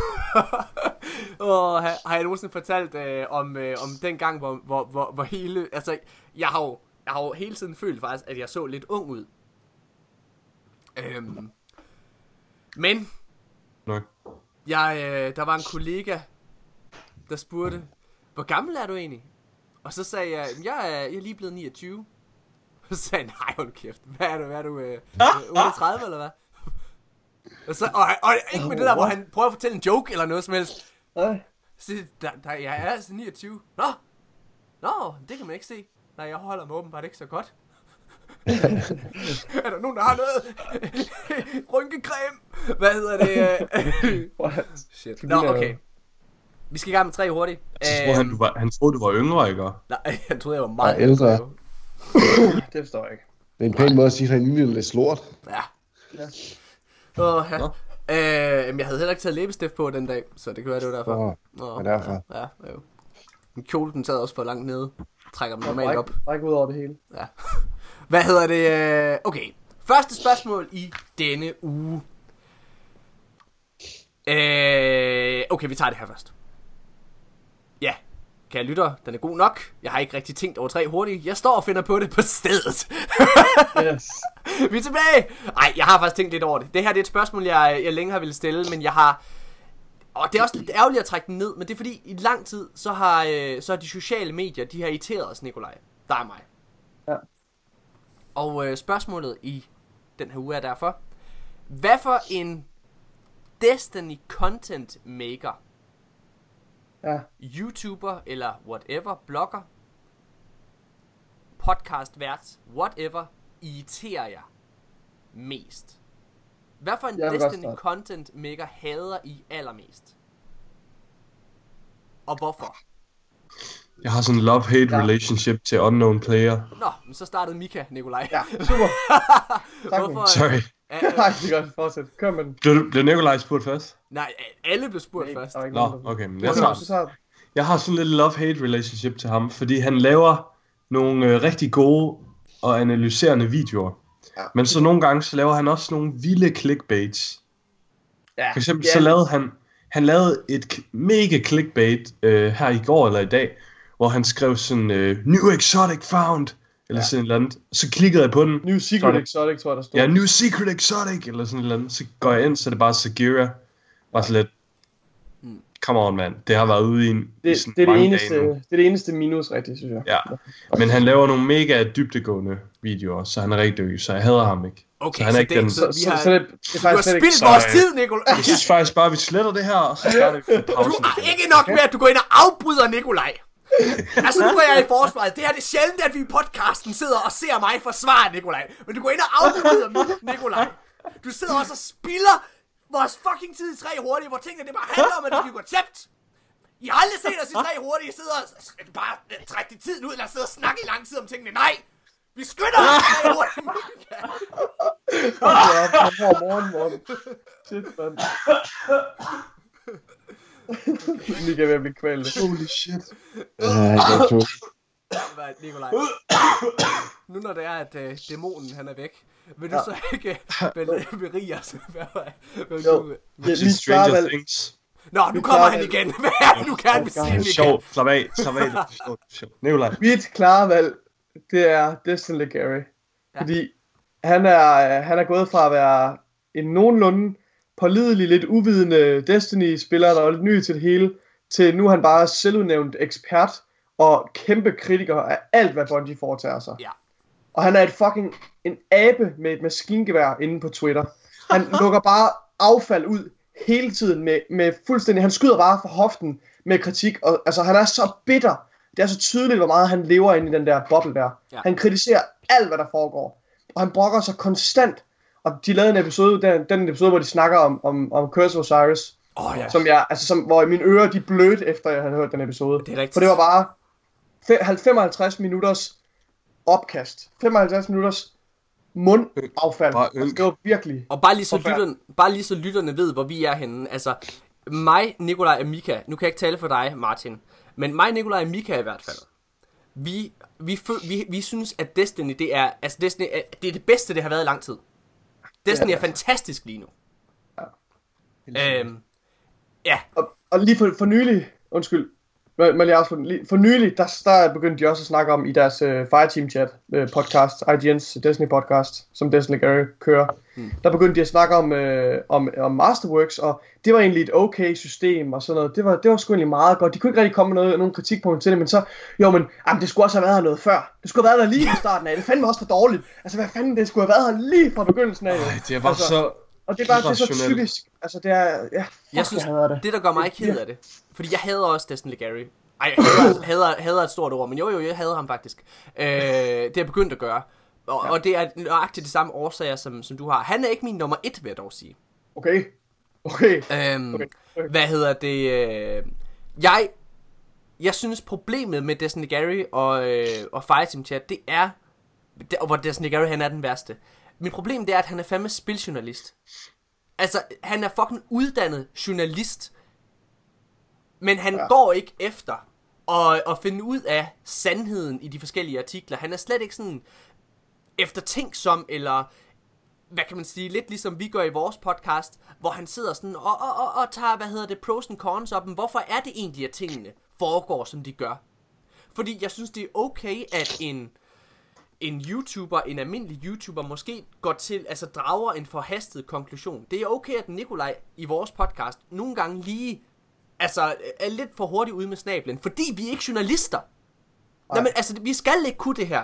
oh, har, har jeg nogensinde fortalt øh, om, øh, om den gang, hvor, hvor, hvor, hvor hele... Altså, jeg har, jo, jeg har jo hele tiden følt faktisk, at jeg så lidt ung ud. Øhm, men,
Nok.
jeg, øh, der var en kollega, der spurgte, hvor gammel er du egentlig? Og så sagde jeg, jeg er, jeg er lige blevet niogtyve. Og så sagde jeg, nej, hold kæft, hvad er du, hvad er du, øh, otteogtredive eller hvad? Og, så, og, og ikke med det der, hvor han prøver at fortælle en joke eller noget som helst.
Nej.
Så der, der, jeg er altså niogtyve. Nå, nå, det kan man ikke se. Nej, jeg holder mig åbenbart ikke så godt. Er der nogen, der har noget rynkecreme? Hvad hedder det?
What?
Shit. Nå, okay. Vi skal i gang med tre hurtigt.
Så troede han, du var, han troede, du var yngre, ikke?
Nej, han troede, jeg var meget
Nej, ældre.
Det forstår jeg ikke.
Det er en pæn måde at sige, at han ligner lidt slort.
Ja.
Ja.
Åh, ja.
Nå.
Øh, men jeg havde heller ikke taget læbestift på den dag, så det kan være, det var derfor.
Åh,
Nå,
det er derfor.
Ja, ja, jo. Min kjole, den sad også for langt nede. Trækker den normalt
Bræk,
op.
bræk ud over det hele.
Ja. Hvad hedder det? øh, Okay. Første spørgsmål i denne uge. Øh, okay, vi tager det her først. Ja, kære lytter, den er god nok. Jeg har ikke rigtig tænkt over tre hurtigt. Jeg står og finder på det på stedet.
Yes.
Vi er tilbage! Ej, jeg har faktisk tænkt lidt over det. Det her det er et spørgsmål, jeg, jeg længe har ville stille, men jeg har... Og det er også lidt ærgerligt at trække den ned, men det er fordi, i lang tid, så har, øh, så har de sociale medier, de har irriteret os, Nikolaj. Der er mig.
Ja.
Og øh, spørgsmålet i den her uge er derfor, hvad for en Destiny content maker,
Ja.
YouTuber eller whatever, blogger, podcast vært, whatever, irriterer jer mest? Hvad for en
Jeg vil godt
Destiny
starte.
content maker hader I allermest? Og hvorfor?
Jeg har sådan en love-hate
Ja.
relationship til unknown player.
Nå, men så startede Mika, Nikolaj.
Ja, super. Tak,
Hvorfor,
Sorry.
Nej, det er godt. Fortsæt. Kom med den.
Blev, blev Nikolaj spurgt først?
Nej, alle blev spurgt
Nej,
først.
der er ikke
Nå,
nogen, der-
okay. Men
Ja,
jeg,
så-
tager,
så tager-
jeg har sådan lidt love-hate relationship til ham, fordi han laver nogle øh, rigtig gode og analyserende videoer.
Ja.
Men så nogle gange, så laver han også nogle vilde clickbaits.
Ja,
For eksempel
ja.
så lavede han, han lavede et k- mega clickbait øh, her i går eller i dag, hvor han skrev sådan, øh, New Exotic Found, eller
Ja.
sådan et eller andet. Så klikkede jeg på den.
New
Så er
Secret
det-
Exotic, tror jeg, der står.
Ja, New Secret Exotic, eller sådan et eller andet. Så går jeg ind, så er det bare Sagira. Bare så lidt, come on, man. Det har været ude i en i
Det,
sådan
det, er det,
mange
eneste,
dage nu.
det er det eneste minus, rigtigt, synes jeg.
Ja, men han laver nogle mega dybdegående videoer, så han er rigtig dygtig, så jeg hader ham ikke.
Okay,
så han er
så
ikke
det-
den...
så-
Så,
Vi
så,
har-
så det, det er
Du har
faktisk slet ikke...
spildt vores
Så, øh,
tid, Nikolaj.
Jeg synes faktisk bare, at vi sletter det her, og så starter vi på pausen.
Du har ikke nok med, at du går ind og afbryder Nikolaj. Altså, nu går jeg i forsvaret. Det her det er sjældent, at vi i podcasten sidder og ser mig forsvare Nikolaj. Men du går ind og afbryder Nikolaj. Du sidder også og spilder vores fucking tid i tre hurtige, hvor tingene det bare handler om, at det går tæpt. I har aldrig set os i tre hurtige sidder og s- bare øh, trække det tiden ud, eller sidde og snakke i lang tid om tingene. Nej! Vi skynder os i tre hurtige.
Hold da op, man får morgen, morgen. Shit, man. Mika er ved at blive kvalt.
Holy shit.
Ja, jeg tror.
Hvad, Nikolaj? Nu når det er, at øh, dæmonen han er væk, vil du
Ja.
så ikke øh, berige os? Hvad, hvad,
Jo.
du,
Ja,
Til
mit
Stranger
fravalg,
Things.
Nå, nu
Vi
kommer
klarer
han
det.
igen. Hvad er det, du gerne vil
Ja,
sige,
Det er
Mika?
sjovt. Slap af. Slap af. Det er sjovt. Det er sjovt. Nikolaj.
mit klare valg, det er Destin Legary.
Ja.
Ja. Fordi han er, han er gået fra at være en nogenlunde pålidelig, lidt uvidende Destiny-spiller, der er lidt ny til det hele, til nu er han bare selvudnævnt ekspert og kæmpe kritiker af alt, hvad Bungie foretager sig.
Ja.
Og han er et fucking en abe med et maskingevær inde på Twitter. Han lukker bare affald ud hele tiden med, med fuldstændig... Han skyder bare fra hoften med kritik. Og, altså, han er så bitter. Det er så tydeligt, hvor meget han lever inde i den der boble der.
Ja.
Han kritiserer alt, hvad der foregår. Og han brokker sig konstant. Og de lavede en episode, den, den episode, hvor de snakker om, om, om Curse of Osiris.
Åh, ja.
Som jeg, altså, som, hvor mine ører, de blødte, efter jeg havde hørt den episode.
Det er rigtigt.
For det var bare fe- femoghalvtreds minutters opkast. femoghalvtreds minutters mundaffald.
Bare
Altså,
ynk.
det var virkelig...
Og bare lige, så
Forfærdeligt.
lytterne, bare lige så lytterne ved, hvor vi er henne. Altså, mig, Nikolaj og Mika, nu kan jeg ikke tale for dig, Martin, men mig, Nikolaj og Mika i hvert fald, vi, vi, fø- vi, vi synes, at Destiny, det er, altså Destiny, er, det er det bedste, det har været i lang tid. Destiny
Ja,
er fantastisk lige nu.
Ja.
Øhm, ja,
Og, og lige for, for nylig, undskyld, må, må jeg afslutte, lige, for nylig, der, der begyndte de også at snakke om i deres uh, Fireteam chat uh, podcast, I G N's Destiny podcast, som Destiny Gary kører. Mm. Der begyndte de at snakke om, uh, om, om Masterworks, og det var egentlig et okay system og sådan noget. Det var, det var sgu egentlig meget godt. De kunne ikke rigtig komme med noget, nogen kritikpunkter til det, men så, jo, men jamen, det skulle også have været her noget før. Det skulle have været der lige i starten af. Det fandme også for dårligt. Altså, hvad fanden, det skulle have været her lige fra begyndelsen af. Jo.
Ej, det var
Altså,
så...
Og det er bare det er så
irrationelt.
typisk. Altså, det er... Ja, fuck,
jeg synes,
jeg hader det.
det der gør mig ked af det, fordi jeg hader også Destiny Gary. Ej, jeg hader, hader, hader et stort ord, men jo, jo, jeg hader ham faktisk. Øh, det er jeg begyndt at gøre. Og, ja. og det er nøjagtigt de samme årsager, som, som du har. Han er ikke min nummer et, vil jeg dog sige.
Okay. Okay.
Øhm,
Okay, okay.
Hvad hedder det? Øh, jeg, jeg synes problemet med Destiny Gary og, øh, og Fireteam Chat, det er, det, hvor Destiny Gary han er den værste. Mit problem det er, at han er fandme spiljournalist. Altså, han er fucking uddannet journalist. Men han ja.
Ja.
går ikke efter at, at finde ud af sandheden i de forskellige artikler. Han er slet ikke sådan eftertænksom, eller hvad kan man sige, lidt ligesom vi gør i vores podcast, hvor han sidder sådan og, og, og, og tager, hvad hedder det, pros and cons op, men hvorfor er det egentlig, at tingene foregår, som de gør? Fordi jeg synes, det er okay, at en, en YouTuber, en almindelig YouTuber, måske går til, altså drager en forhastet konklusion. Det er okay, at Nikolaj i vores podcast nogle gange lige, altså er lidt for hurtigt ude med snablen, fordi vi er ikke journalister. Nej, men altså, vi skal ikke kunne det her.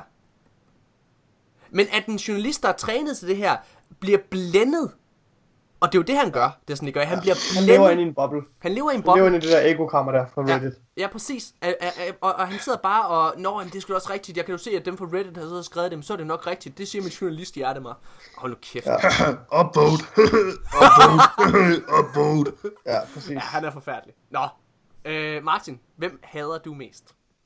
Men at en journalist, der er trænet til det her, bliver blændet. Og det er jo det, han gør. Det er sådan, det gør. Han bliver
Han lever inde
blændet.
i en boble.
Han lever i en
Han lever
boble.
inde i det der ego-kammer der fra
Ja,
Reddit.
ja, præcis. A- a- a- Og, og han sidder bare og, nå, jamen, det er sgu da også rigtigt. Jeg kan jo se, at dem fra Reddit har siddet og skrevet dem, så er det nok rigtigt. Det siger min journalist hjerte mig. Hold nu kæft. Ja.
Upvote. Upvote. Upvote.
Ja, præcis.
Ja, han er forfærdelig. Nå, øh, Martin, hvem hader du mest?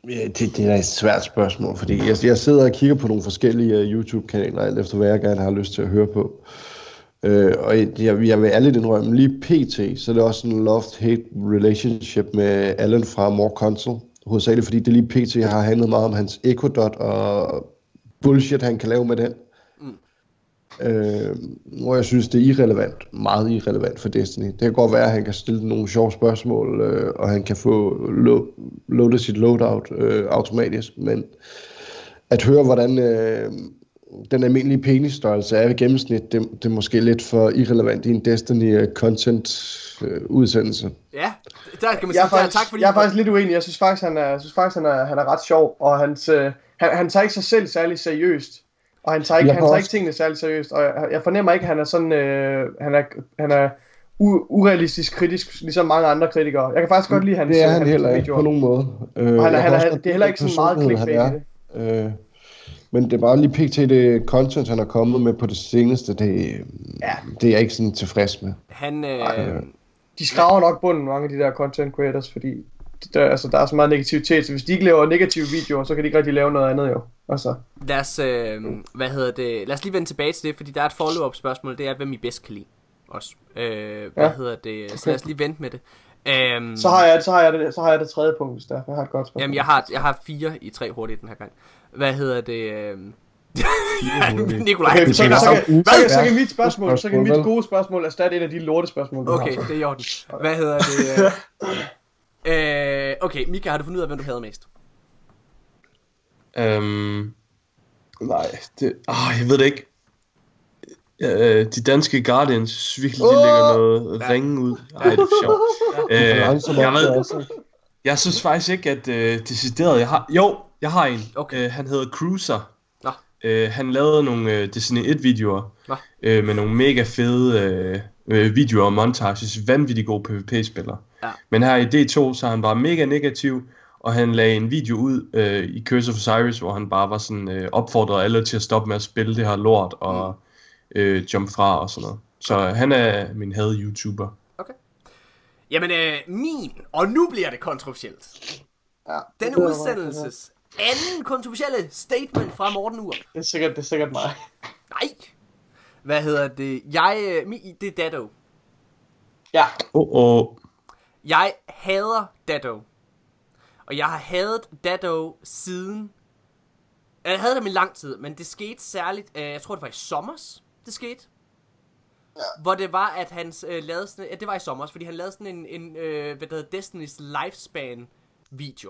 Ja, det, det er et svært spørgsmål, fordi jeg, jeg sidder og kigger på nogle forskellige uh, YouTube-kanaler, alt efter hvad jeg gerne har lyst til at høre på. Uh, og jeg, jeg vil ærligt indrømme, lige pt, så er det også en love-hate relationship med Allen fra More Console. Hovedsageligt fordi det lige pt har handlet meget om hans Ecodot og bullshit, han kan lave med den. Mm. Uh, hvor jeg synes, det er irrelevant, meget irrelevant for Destiny. Det kan godt være, at han kan stille nogle sjove spørgsmål, uh, og han kan få lo- loadet sit loadout uh, automatisk, men at høre, hvordan uh, den almindelige penisstørrelse er i gennemsnit, det, det er måske lidt for irrelevant i en Destiny-content-udsendelse. Uh,
ja, der kan man
sige,
faktisk, tak fordi...
Jeg er faktisk lidt uenig. Jeg synes faktisk, han er, jeg synes faktisk, han er, han er ret sjov, og hans, uh, han, han tager ikke sig selv særlig seriøst. Og han tager ikke, han tager også... ikke tingene særlig seriøst, og jeg, jeg fornemmer ikke, at han er sådan, øh, han er, han er u- urealistisk kritisk, ligesom mange andre kritikere. Jeg kan faktisk godt lide hans
videoer. Det er han
hans
heller ikke
videoer.
på nogen måde. Øh,
og han, han, han, det er heller ikke sådan meget clickbait i det.
Øh, men det er bare lige pt. Det content, han er kommet med på det seneste, det, ja. det er jeg ikke sådan tilfreds med.
Han, øh...
øh, de skraver nok bunden, mange af de der content creators, fordi der, altså, der er så meget negativitet, så hvis de ikke laver negative videoer, så kan de ikke rigtig lave noget andet jo. Altså.
Lad os, øh, hvad hedder det, lad os lige vende tilbage til det, fordi der er et follow-up spørgsmål, det er, hvem I bedst kan lide også. Øh, hvad ja. hedder det, så lad os lige vente med det. Um,
så, har jeg, så, har jeg det, så har jeg det tredje punkt, hvis der jeg har et godt spørgsmål.
Jamen, jeg har, jeg har fire i tre hurtigt den her gang. Hvad hedder det? Øh... Nikolaj,
okay, så, så, så, så, så kan mit spørgsmål, så kan mit gode spørgsmål erstatte et af de lorte spørgsmål.
Okay, det er i orden. Hvad hedder det? øh, okay, Mika, har du fundet ud af, hvem du havde mest?
Um, nej, det, oh, jeg ved det ikke. Uh, de danske Guardians synes virkelig, de lægger noget ja. ringe ud. Ej, det er for sjovt. Ja. Uh, jeg, ved, jeg synes faktisk ikke, at uh, decideret jeg har... Jo, jeg har en. Okay. Uh, han hedder Cruiser. Uh, han lavede nogle uh, Destiny et videoer uh, med nogle mega fede uh, videoer og montages, vanvittigt gode PvP-spillere. Ja. Men her i D to, så er han bare mega negativ, og han lagde en video ud uh, i Curse of Osiris, hvor han bare var sådan uh, opfordrede alle til at stoppe med at spille det her lort og mm. uh, jump fra og sådan noget. Så uh, han er min had-YouTuber. Okay.
Jamen øh, min, og nu bliver det kontroversielt. Ja. Denne udsendelses anden kontroversielle statement fra Morten Ur.
Det er sikkert, det er sikkert mig.
Nej. Hvad hedder det? Jeg, mi, det er Dado.
Ja.
Oh, oh.
Jeg hader Dado. Og jeg har hadet Dado siden... Jeg havde dem i lang tid, men det skete særligt... Øh, jeg tror, det var i sommers, det skete. Ja. Hvor det var, at han øh, lavede sådan... Ja, det var i sommers, fordi han lavede sådan en... en øh, hvad der hedder Destiny's Lifespan video.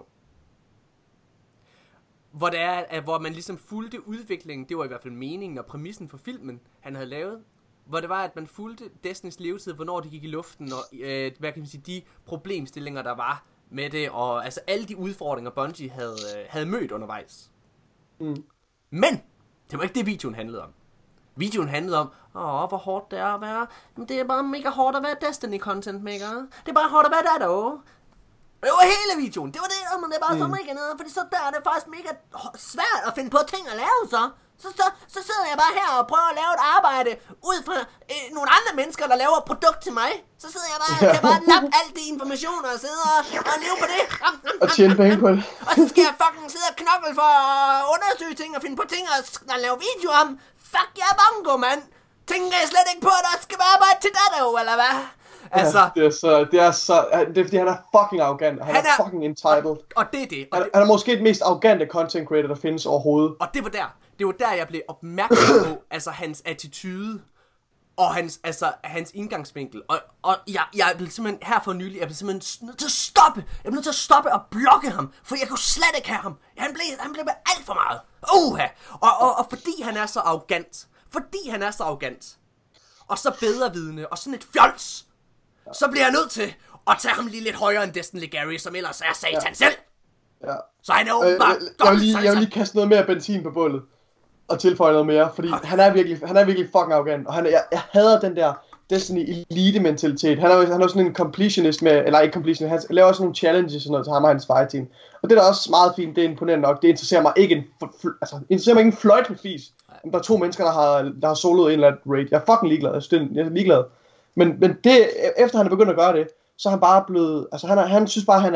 Hvor, det er, at, hvor man ligesom fulgte udviklingen, det var i hvert fald meningen og præmissen for filmen, han havde lavet. Hvor det var, at man fulgte Destinys levetid, hvornår det gik i luften, og øh, hvad kan man sige, de problemstillinger, der var med det, og altså alle de udfordringer, Bungie havde, øh, havde mødt undervejs. Mm. Men, det var ikke det, videoen handlede om. Videoen handlede om, åh, hvor hårdt det er at være, men det er bare mega hårdt at være Destiny-content maker. Det er bare hårdt at være der, dog. Det var hele videoen. Det var det, og det er bare mm. så mega nede, fordi så der er det faktisk mega svært at finde på ting at lave så. Så, så, så sidder jeg bare her og prøver at lave et arbejde ud fra øh, nogle andre mennesker, der laver et produkt til mig. Så sidder jeg bare og kan bare lappe alle de informationer og sidde og, og leve på det. Ram, ram,
og tjene penge på det.
Og så skal jeg fucking sidde og knokle for at undersøge ting og finde på ting og, og lave video om. Fuck ja, bongo, mand. Tænker jeg slet ikke på, at der skal være arbejde til dig, eller hvad? Altså,
ja, det er så, det er så, det er fordi han er fucking arrogant, han, han er, er fucking entitled.
Og, og det er det. Og
han,
det,
han er måske den mest arrogante content creator, der findes overhovedet.
Og det var der, det var der, jeg blev opmærksom på, altså hans attitude, og hans, altså, hans indgangsvinkel. Og, og jeg, jeg blev simpelthen, her for nylig, jeg blev simpelthen nødt til at stoppe. Jeg blev nødt til at stoppe og blokke ham, for jeg kunne slet ikke have ham. Han blev, han blev med alt for meget. Uha! Og, og, og fordi han er så arrogant, fordi han er så arrogant, og så bedrevidende, og sådan et fjols, så bliver jeg nødt til at tage ham lige lidt højere end Destiny Gary, som ellers er satan ja. selv. Ja. Så han er åbenbart... Øh,
jeg, jeg, vil lige, jeg vil lige kaste noget mere benzin på bålet. Og tilføje noget mere, fordi okay. han er virkelig, han er virkelig fucking arrogant. Og han, jeg, jeg hader den der Destiny elite mentalitet. Han er, han er sådan en completionist med... Eller ikke completionist, han laver også nogle challenges og sådan noget til ham og hans fireteam. Og det er da også meget fint, det er imponerende nok. Det interesserer mig ikke en... Altså, interesserer mig ikke en fløjt med fis. Der er to mennesker, der har, der har soloet en eller anden raid. Jeg er fucking ligeglad. Jeg er, jeg er ligeglad. Men, men det, efter han er begyndt at gøre det, så er han bare blevet, altså han, er, han synes bare, han er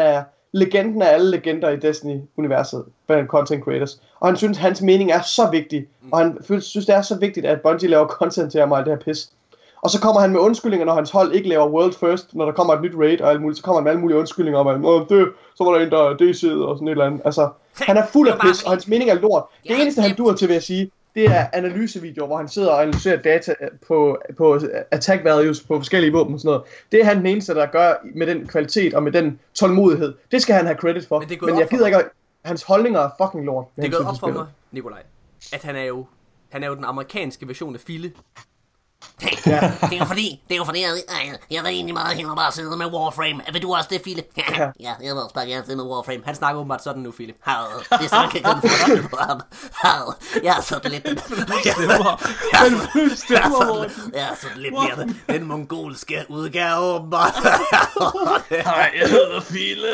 legenden af alle legender i Destiny-universet blandt content creators. Og han synes, hans mening er så vigtig, og han synes, det er så vigtigt, at Bungie laver content til ham og alt det her pis. Og så kommer han med undskyldninger, når hans hold ikke laver World First, når der kommer et nyt raid og alt muligt, så kommer han med alle mulige undskyldninger om, at det, så var der en, der D C'ede og sådan et eller andet. Altså, han er fuld af pis, og hans mening er lort. Det eneste, han dur til, vil jeg sige, det er analysevideoer, hvor han sidder og analyserer data på, på attack values på forskellige våben og sådan noget. Det er han den eneste, der gør med den kvalitet og med den tålmodighed. Det skal han have credit for. Men, Men jeg gider ikke, hans holdninger er fucking lort.
Det er gået op for mig, Nikolaj, at han er jo, han er jo den amerikanske version af Fille.
Ja. Det er jo fordi, det er jo fordi, jeg, jeg, jeg vil egentlig meget hellere bare sidde med Warframe. Vil du også det, Fille? Ja, ja, jeg vil også bare gerne sidde med Warframe.
Han snakker åbenbart sådan nu, Fille.
Hav, det er sådan, jeg kan få på ham. Hav, jeg er sådan lidt... Den
stemmer.
Den stemmer. Jeg er sådan lidt mere den, den mongolske udgave, åbenbart.
Hej, jeg hedder Fille.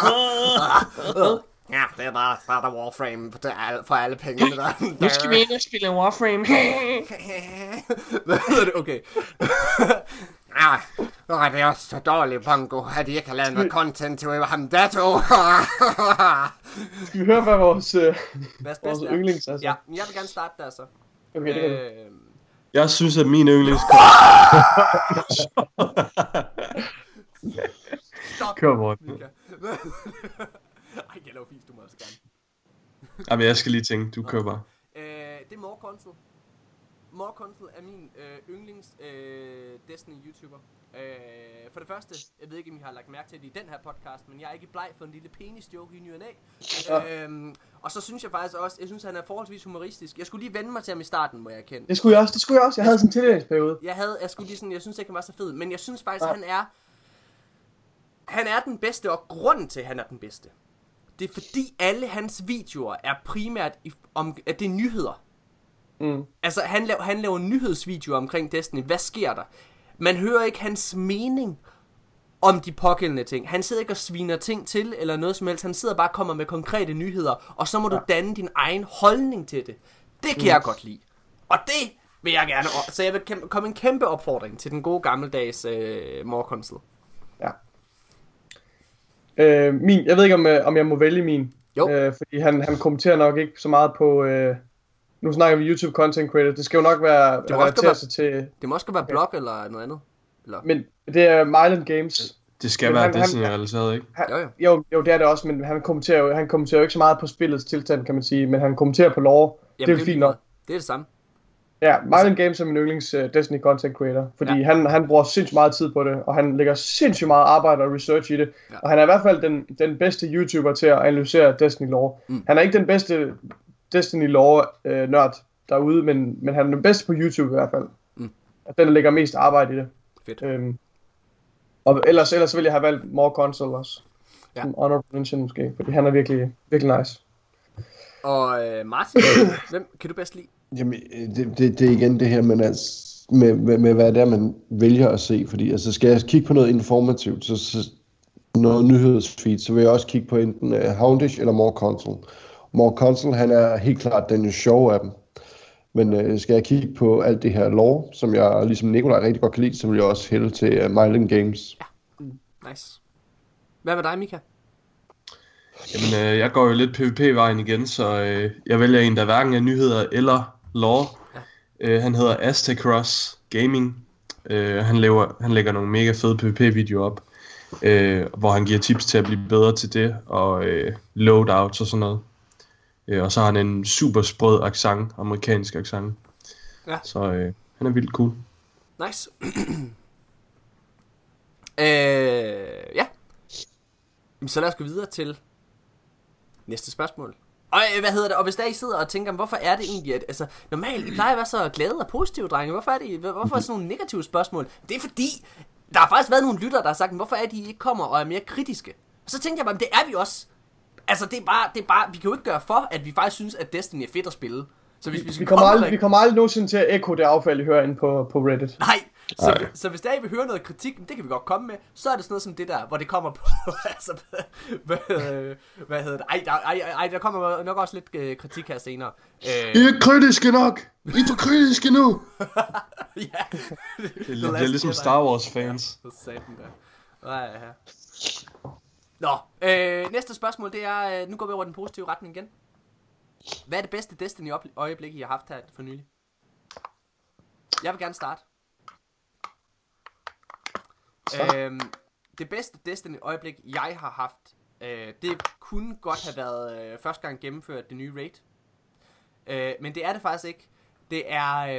Ja, det er bare fra der Warframe for alle pengene der.
Nu skal vi ind og spille Warframe.
Hvad hedder det? Okay.
Ah, det er også så dårligt, Pongo, at I ikke har lavet noget content til ham dato.
Skal vi høre, hvad vores, øh,
Hvad
vores yndlings er?
Ja, jeg vil gerne starte der så.
Okay, det kan du.
Øh,
Jeg synes, at min yndlings...
Stop.
Kør bort.
Ej, jeg laver fint, du må også gerne.
Jamen, jeg skal lige tænke, du kører bare.
Øh, det er More Console. More Console er min øh, yndlings øh, Destiny-YouTuber. Øh, for det første, jeg ved ikke, om I har lagt mærke til det i den her podcast, men jeg er ikke bleg for en lille penis-joke i ny og næ. Ja. Øhm, og så synes jeg faktisk også, jeg synes, han er forholdsvis humoristisk. Jeg skulle lige vende mig til ham i starten, må jeg erkende.
Det skulle jeg også, det skulle jeg også. Jeg havde sådan en tillægsperiode.
Jeg havde, jeg skulle lige sådan, jeg synes ikke, han var så fed, men jeg synes faktisk, ja. han er, han er den bedste, og grunden til, at han er den bedste, det er fordi alle hans videoer er primært i, om, at det er nyheder.
Mm.
Altså, han laver, han laver nyhedsvideoer omkring Destiny. Hvad sker der? Man hører ikke hans mening om de pågældende ting. Han sidder ikke og sviner ting til, eller noget som helst. Han sidder bare og kommer med konkrete nyheder, og så må ja. du danne din egen holdning til det. Det kan mm. jeg godt lide. Og det vil jeg gerne. Så jeg vil kæmpe, komme en kæmpe opfordring til den gode gammeldags øh, More Console.
Ja. Øh, min, jeg ved ikke, om, om jeg må vælge min.
Jo.
Øh, fordi han, han kommenterer nok ikke så meget på... Øh, nu snakker vi YouTube content creator. Det skal jo nok være...
Det må også være,
sig til,
det må også være blog okay. eller noget andet. Eller?
Men det er Myland Games.
Det skal men være Destiny-relateret, ikke?
Han,
jo, jo.
jo, jo, det er det også, men han kommenterer jo, han kommenterer jo ikke så meget på spillets tilstand, kan man sige. Men han kommenterer på lore.
Jamen,
det er jo fint nok.
Det er det samme.
Ja, Myland Games er min yndlings uh, Destiny content creator, fordi ja. han, han bruger sindssygt meget tid på det, og han lægger sindssygt meget arbejde og research i det, ja. og han er i hvert fald den, den bedste YouTuber til at analysere Destiny lore. Mm. Han er ikke den bedste Destiny lore øh, nørd derude, men, men han er den bedste på YouTube i hvert fald. Mm. Og den lægger mest arbejde i det.
Fedt.
Øhm, og ellers, ellers ville jeg have valgt More Console også.
Ja.
Som honorable mention måske, fordi han er virkelig, virkelig nice.
Og øh, Martin, hvem kan du bedst lide? Jamen,
det, det, det er igen det her med, altså, med, med, med hvad det er, man vælger at se. Fordi altså, skal jeg kigge på noget informativt, så, så noget nyhedsfeed, så vil jeg også kigge på enten uh, Houndish eller More Console. More Console, han er helt klart den sjove af dem. Men uh, skal jeg kigge på alt det her lore, som jeg ligesom Nikolaj rigtig godt kan lide, så vil jeg også hælde til uh, Myland Games.
Ja, mm, nice. Hvad med dig, Mika?
Jamen, øh, jeg går jo lidt PvP-vejen igen, så øh, jeg vælger en, der hverken er nyheder eller lore. Ja. Øh, han hedder Aztecross Gaming. Øh, han, laver, han lægger nogle mega fede PvP-videoer op, øh, hvor han giver tips til at blive bedre til det, og øh, loadouts og sådan noget. Øh, og så har han en super sprød accent, amerikansk accent. Ja. Så øh, han er vildt cool.
Nice. øh, ja. Så lad os gå videre til næste spørgsmål. Og hvad hedder det? Og hvis der I sidder og tænker, hvorfor er det egentlig, at altså, normalt I plejer at være så glade og positive, drenge. Hvorfor er det, hvorfor er det sådan nogle negative spørgsmål? Det er fordi, der har faktisk været nogle lyttere, der har sagt, hvorfor er det, I ikke kommer og er mere kritiske? Og så tænkte jeg bare, det er vi også. Altså, det er bare, det er bare, vi kan jo ikke gøre for, at vi faktisk synes, at Destiny er fedt at spille. Så hvis vi,
vi, kommer aldrig, vi kommer aldrig nogensinde til at ekko det affald, I hører inde på, på Reddit.
Nej. Så, så hvis der I vil høre noget kritik, det kan vi godt komme med, så er det sådan noget som det der, hvor det kommer på, altså, hvad, hvad hedder det, ej, ej, ej, ej, der kommer nok også lidt uh, kritik her senere.
Uh, I er kritiske nok! I er for kritiske nu!
Ja.
Det er, det er ligesom Star Wars fans.
Så satan der. Nej, ja. Nå, øh, næste spørgsmål, det er, øh, nu går vi over den positive retning igen. Hvad er det bedste Destiny-øjeblik, I har haft her for nylig? Jeg vil gerne starte. Øhm, det bedste Destiny-øjeblik, jeg har haft, øh, det kunne godt have været øh, første gang gennemført det nye raid. Øh, men det er det faktisk ikke. Det er, øh,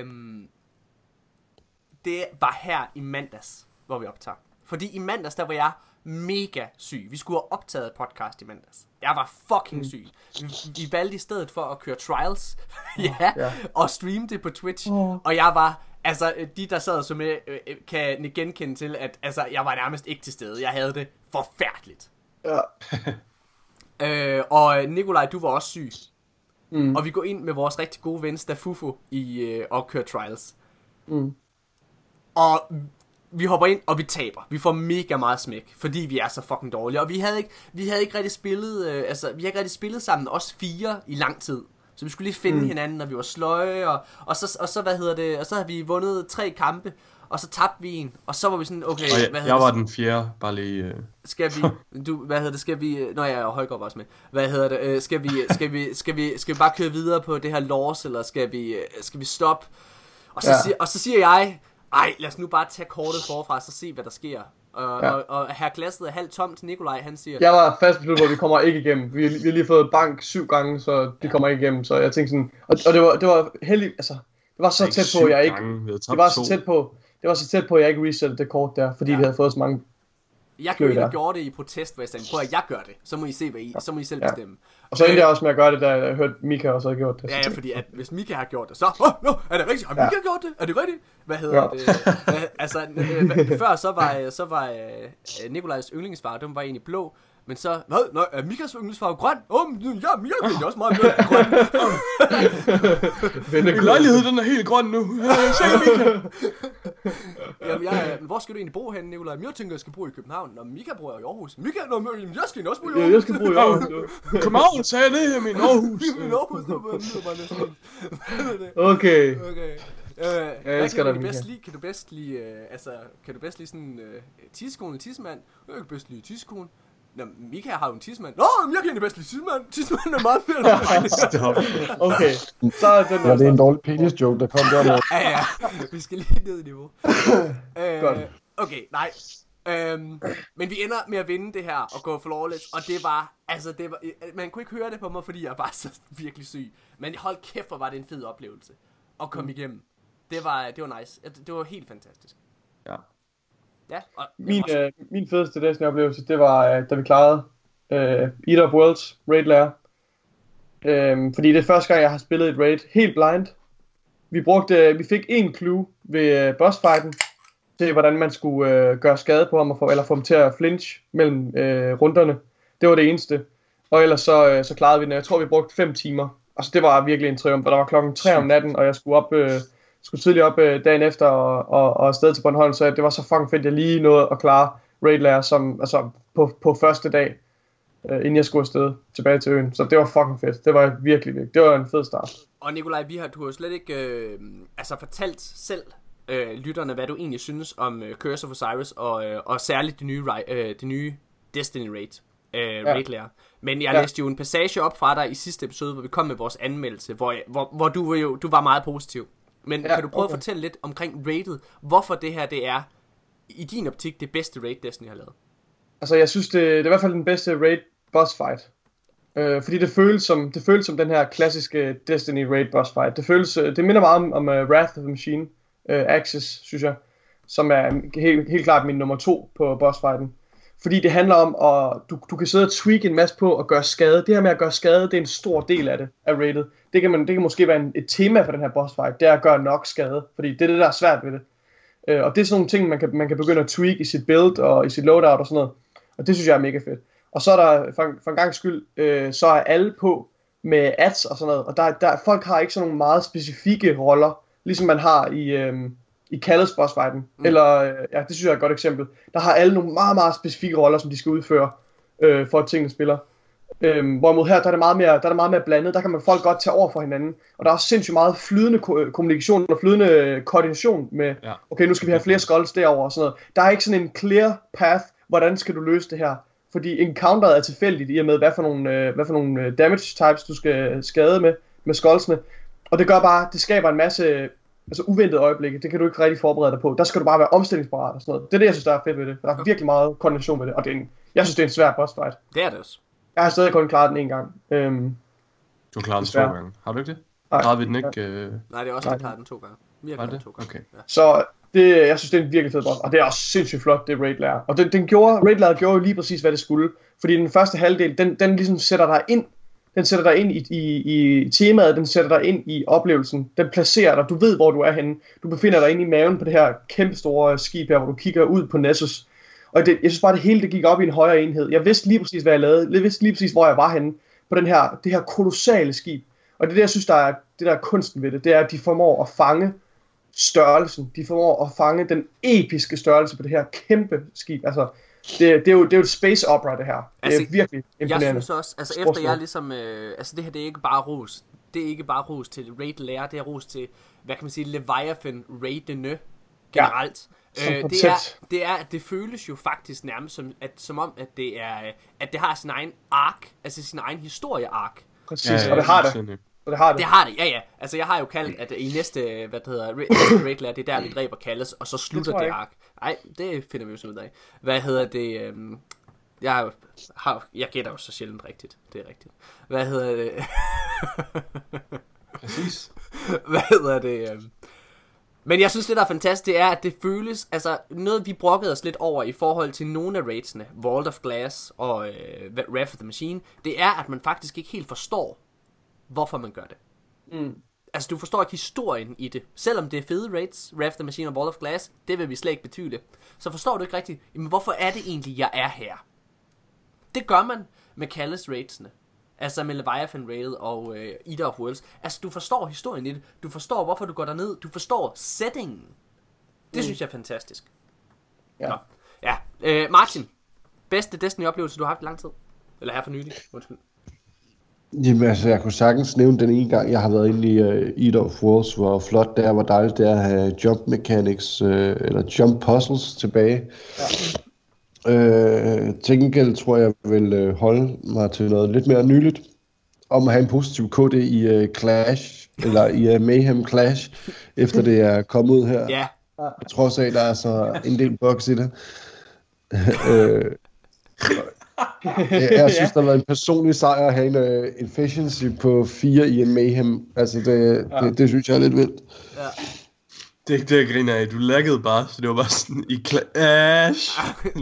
det var her i mandags, hvor vi optager. Fordi i mandags, der var jeg mega syg. Vi skulle have optaget et podcast i mandags. Jeg var fucking syg. Vi, vi valgte i stedet for at køre trials, ja, ja, og streame det på Twitch. Oh. Og jeg var, altså de der sad så med, øh, kan genkende til, at altså, jeg var nærmest ikke til stede. Jeg havde det forfærdeligt. Ja. øh, og Nikolaj, du var også syg. Mm. Og vi går ind med vores rigtig gode ven Stafufo i øh, og kører trials. Mm. Og vi hopper ind, og vi taber. Vi får mega meget smæk, fordi vi er så fucking dårlige. Og vi havde ikke, vi havde ikke rigtig spillet, øh, altså, vi havde ikke rigtig spillet sammen, os fire, i lang tid. Så vi skulle lige finde mm. hinanden, når vi var sløje, og, og, så, og så, hvad hedder det, og så havde vi vundet tre kampe, og så tabte vi en, og så var vi sådan, okay,
jeg,
hvad
jeg var det? den fjerde, bare lige... Uh...
Skal vi, du, hvad hedder det, skal vi, nå ja, og Højgaard var også med, hvad hedder det, øh, skal vi, skal vi, skal vi, skal vi bare køre videre på det her loss, eller skal vi, skal vi stoppe? Og så, ja. siger, og så siger jeg, ej, lad os nu bare tage kortet forfra, og så se, hvad der sker. Og, ja. og, og her glasset er halvt tomt. Nikolaj, han siger...
Jeg var fast besluttet, hvor vi kommer ikke igennem. Vi, vi har lige fået bank syv gange, så de ja. kommer ikke igennem. Så jeg tænkte sådan... Og, og det var, det var heldigt... Altså, det var så tæt på, at jeg ikke... Det var så tæt på... Det var så tæt på, at jeg ikke resettede det kort der, fordi ja. vi havde fået så mange...
Jeg gjorde, gjorde det i protest, hvor jeg sagde, prøv at jeg gør det. Så må I se, hvad I... Så må I selv ja. bestemme.
Og så endte jeg også med at gøre det, da jeg hørte Mika også havde gjort det.
Ja, ja, fordi at, hvis Mika har gjort det, så... Åh, oh, no, er det rigtigt? Har Mika ja. gjort det? Er det rigtigt? Hvad hedder ja. det? Hvad, altså, øh, før så var, så var øh, Nikolajs yndlingsfarve, den var egentlig blå. Men så... Hvad? Nå, er Mikas yndlingsfarve grøn? Åh, oh, ja, Mika er også meget mere grøn.
Min lejlighed, den er helt grøn nu. Se, Mika!
Jamen, jeg, hvor skal du egentlig bo henne, Nikolaj? Jeg tænker, jeg skal bo i København. Nå, Mika bor i Aarhus. Mika, nå, men jeg skal også bo i Aarhus.
Ja, jeg skal bo i Aarhus.
København, sagde jeg det her, min Aarhus.
Min Aarhus, det var bare næsten.
Okay.
Okay. Øh,
jeg elsker dig, Mika.
Lide, kan du bedst lide, øh, altså, kan du bedst lide sådan øh, tissekone eller tissemand? Jeg kan bedst lide tissekone. Nå, Mika har jo en tissemand. Nå, jeg kan egentlig bedst lide tissemand. Tissemand er meget mere.
Okay, så er den...
Ja, det er en dårlig penis joke, der kom der.
Ja, ja, vi skal lige ned i niveau. øh, Godt. Okay, nej. Øhm, men vi ender med at vinde det her og gå flawless, og det var, altså det var, man kunne ikke høre det på mig, fordi jeg var så virkelig syg. Men hold kæft, hvor var det en fed oplevelse at komme mm. igennem. Det var, det var nice. Det var helt fantastisk.
Ja.
Ja, og,
min, øh, min fedeste Destiny-oplevelse, det var, øh, da vi klarede øh, Eater of Worlds raid-lærer. Øh, fordi det er første gang, jeg har spillet et raid helt blind. Vi brugte, øh, vi fik en clue ved øh, bossfighten til, hvordan man skulle øh, gøre skade på ham, og få, eller få ham til at flinch mellem øh, runderne. Det var det eneste. Og ellers så, øh, så klarede vi den. Jeg tror, vi brugte fem timer. Altså, det var virkelig en triumf, for der var klokken tre om natten, og jeg skulle op... Øh, skulle tidligt op øh, dagen efter og, og, og afsted til Bornholm, så det var så fucking fedt, jeg lige nåede at klare raid-lærer som, altså, på, på første dag, øh, inden jeg skulle afsted tilbage til øen. Så det var fucking fedt. Det var virkelig, virkelig. Det var en fed start.
Og Nikolaj, vi har, du har jo slet ikke øh, altså fortalt selv øh, lytterne, hvad du egentlig synes om øh, Curse of Osiris, og, øh, og særligt det nye, øh, det nye Destiny raid. Øh, ja. Raid-lærer. Men jeg ja. læste jo en passage op fra dig i sidste episode, hvor vi kom med vores anmeldelse, hvor, jeg, hvor, hvor du, jo, du var meget positiv. Men ja, kan du prøve okay. at fortælle lidt omkring raidet, hvorfor det her det er, i din optik, det bedste raid Destiny har lavet?
Altså jeg synes, det, det er i hvert fald den bedste raid boss fight. Øh, fordi det føles, som, det føles som den her klassiske Destiny raid boss fight. Det, føles, det minder meget om, om uh, Wrath of the Machine, uh, Axis, synes jeg, som er helt, helt klart min nummer to på boss fighten. Fordi det handler om, at du, du kan sidde og tweak en masse på at gøre skade. Det her med at gøre skade, det er en stor del af det, af raidet. Det kan, man, det kan måske være en, et tema for den her boss fight, det er at gøre nok skade. Fordi det er det, der er svært ved det. Øh, og det er sådan nogle ting, man kan, man kan begynde at tweak i sit build og i sit loadout og sådan noget. Og det synes jeg er mega fedt. Og så er der, for, for en gang skyld, øh, så er alle på med ads og sådan noget. Og der, der, folk har ikke sådan nogle meget specifikke roller, ligesom man har i... Øh, i Kallets bossfighten, mm. eller, ja, det synes jeg er et godt eksempel. Der har alle nogle meget, meget specifikke roller, som de skal udføre, øh, for at tingene spiller. Øhm, hvorimod her, der er, det meget mere, der er det meget mere blandet, der kan man folk godt tage over for hinanden, og der er også sindssygt meget flydende ko- kommunikation og flydende koordination med, okay, nu skal vi have flere skulls derover og sådan noget. Der er ikke sådan en clear path, hvordan skal du løse det her. fordi encounteret er tilfældigt i og med, hvad for nogle, øh, hvad for nogle øh, damage types, du skal skade med, med skoldsene. Og det gør bare, det skaber en masse altså uventede øjeblikke. Det kan du ikke rigtig forberede dig på. Der skal du bare være omstillingsparat og sådan noget. Det er det, jeg synes, der er fedt ved det. Der er virkelig meget koordination med det, og det er en, jeg synes, det er en svær boss fight.
Det er det også.
Jeg har stadig kun klaret den en gang. Øhm,
du har klaret den to gange. Har du ikke det?
Nej.
Klarede vi den ikke? Øh...
Nej, det er også, at jeg klaret den to gange. Vi har klaret den to gange.
Okay.
Ja.
Så det, jeg synes, det er en virkelig fed boss, og det er også sindssygt flot, det Raid-lærer. Og den, den gjorde, Raid-lærer gjorde jo lige præcis, hvad det skulle. Fordi den første halvdel, den, den ligesom sætter dig ind, den sætter dig ind i, i, i temaet, den sætter dig ind i oplevelsen, den placerer dig, du ved, hvor du er henne. Du befinder dig inde i maven på det her kæmpe store skib her, hvor du kigger ud på Nessus. Og det, jeg synes bare, det hele det gik op i en højere enhed. Jeg vidste lige præcis, hvad jeg lavede. Jeg vidste lige præcis, hvor jeg var henne på den her, det her kolossale skib. Og det er det, jeg synes, der er, det der er kunsten ved det, det er, at de formår at fange størrelsen. De formår at fange den episke størrelse på det her kæmpe skib. Altså, det, det, er, jo, det er jo et space opera, det her. Det
altså,
er virkelig imponerende.
Jeg synes også, altså efter jeg ligesom, øh, altså det her, det er ikke bare ros. Det er ikke bare ros til Raid-lærer, det er ros til, hvad kan man sige, Leviathan Raidene generelt. Ja, øh, det, er, det er, at det føles jo faktisk nærmest som, at, som om, at det er, at det har sin egen ark, altså sin egen historie-ark.
Præcis, ja, ja, og det har det. Og det har det.
Det har det, ja ja. Altså jeg har jo kaldt, at i næste, hvad det hedder, Raid-lærer, det er der, vi dræber Kalles, og så slutter det, det ark. Nej, det finder vi jo så ud af. Hvad hedder det, øhm, jeg har, jeg gætter jo så sjældent rigtigt, det er rigtigt. Hvad hedder det?
Præcis.
Hvad hedder det, øhm, men jeg synes, det der er fantastisk, det er, at det føles, altså noget vi brokkede os lidt over i forhold til nogle af raidsene, Vault of Glass og øh, Wrath of the Machine, det er, at man faktisk ikke helt forstår, hvorfor man gør det.
Mm.
Altså, du forstår ikke historien i det. Selvom det er fede raids, Wrath of the Machine og Vault of Glass, det vil vi slet ikke betvivle. Så forstår du ikke rigtigt, jamen hvorfor er det egentlig, jeg er her? Det gør man med Callis raidsene. Altså med Leviathan Raid og øh, Eater of Worlds. Altså, du forstår historien i det. Du forstår, hvorfor du går derned. Du forstår settingen. Det mm. synes jeg er fantastisk.
Ja.
Nå. Ja. Øh, Martin, bedste Destiny-oplevelse, du har haft i lang tid? Eller her for nylig, undskyld.
Jamen altså, jeg kunne sagtens nævne den ene gang, jeg har været inde i uh, Eater of Worlds, hvor flot det er, hvor dejligt det er at have jump mechanics, uh, eller jump puzzles tilbage. Ja. Uh, til gengæld tror jeg vil uh, holde mig til noget lidt mere nyligt, om at have en positiv K D i uh, Clash, eller i uh, Mayhem Clash, efter det er kommet ud her.
Ja.
Jeg tror også, at der er så en del bugs i det. uh, jeg synes, der har været en personlig sejr at have en uh, efficiency på fire i en Mayhem. Altså, det, ja. det, det synes jeg er lidt vildt.
Ja.
Det er ikke det, jeg griner af. Du laggede bare, så det var bare sådan i Clash.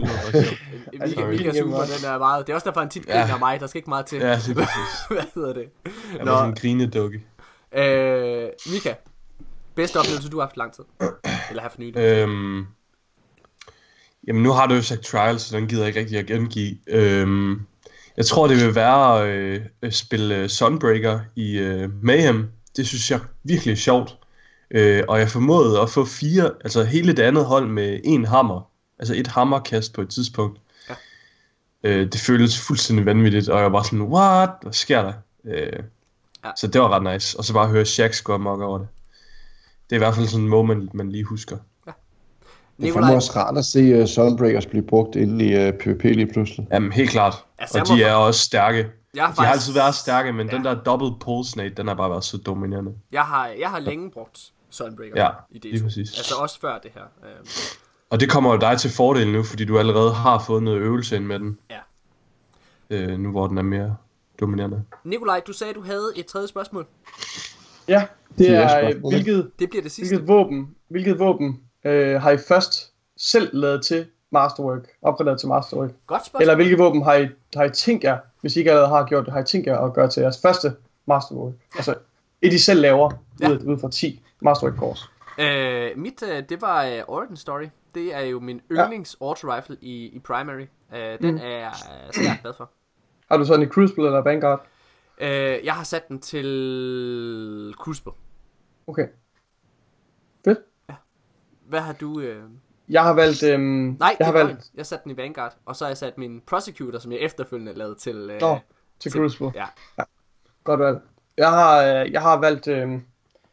Mika Super, den er meget... Det er også derfor, han tit griner af mig. Der skal ikke meget til.
Ja, det er præcis.
Hvad hedder det?
Jeg var sådan en grinedukke.
Øh, Mika, bedste oplevelse, du har haft lang tid? Eller her for nylig?
Øhm... Jamen nu har du jo sagt Trials, så den gider jeg ikke rigtig at gengive. Øhm, jeg tror det vil være øh, at spille Sunbreaker i øh, Mayhem. Det synes jeg virkelig er sjovt. Øh, og jeg formåede at få fire, altså hele det andet hold med en hammer. Altså et hammerkast på et tidspunkt. Ja. Øh, det føltes fuldstændig vanvittigt, og jeg var sådan, what? Hvad sker der? Øh, ja. Så det var ret nice. Og så bare høre Shaq gå amok over det. Det er i hvert fald sådan en moment, man lige husker.
Det er fandme også rart at se uh, Sunbreakers blive brugt inde i uh, PvP lige pludselig.
Jamen helt klart. Altså, og de er også stærke. De
faktisk...
har altid været stærke, men ja. Den der double pulse nade, den har bare været så dominerende.
Jeg har, jeg har længe brugt Sunbreaker
ja,
i D to.
Lige præcis.
Altså også før det her. Um...
Og det kommer jo dig til fordel nu, fordi du allerede har fået noget øvelse ind med den.
Ja.
Øh, nu hvor den er mere dominerende.
Nikolaj, du sagde, du havde et tredje spørgsmål.
Ja, det er, øh, hvilket,
det bliver det sidste.
Hvilket våben, hvilket våben øh, har I først selv lavet til Masterwork, opgraderet til Masterwork?
Godt spørgsmål.
Eller hvilke våben har I, har I tænkt jer, hvis I ikke allerede har gjort det, har I tænkt jer at gøre til jeres første Masterwork? Altså, et I selv laver, ja. ud, ud fra ti Masterwork Course.
Øh, mit, øh, det var øh, Origin Story. Det er jo min yndlings ja. auto rifle i, i Primary. Øh, den mm. er jeg svært glad for.
Har du sådan en Crucible eller Vanguard?
Øh, jeg har sat den til Crucible.
Okay. Fedt.
Ja. Hvad har du... Øh...
Jeg har valgt... Øhm,
Nej,
jeg har valgt...
Jeg satte den i Vanguard, og så har jeg sat min Prosecutor, som jeg efterfølgende lavede til... Øh,
Nå, til, til Crucible.
Ja.
ja. Godt valgt. Jeg har, øh, jeg har valgt øh,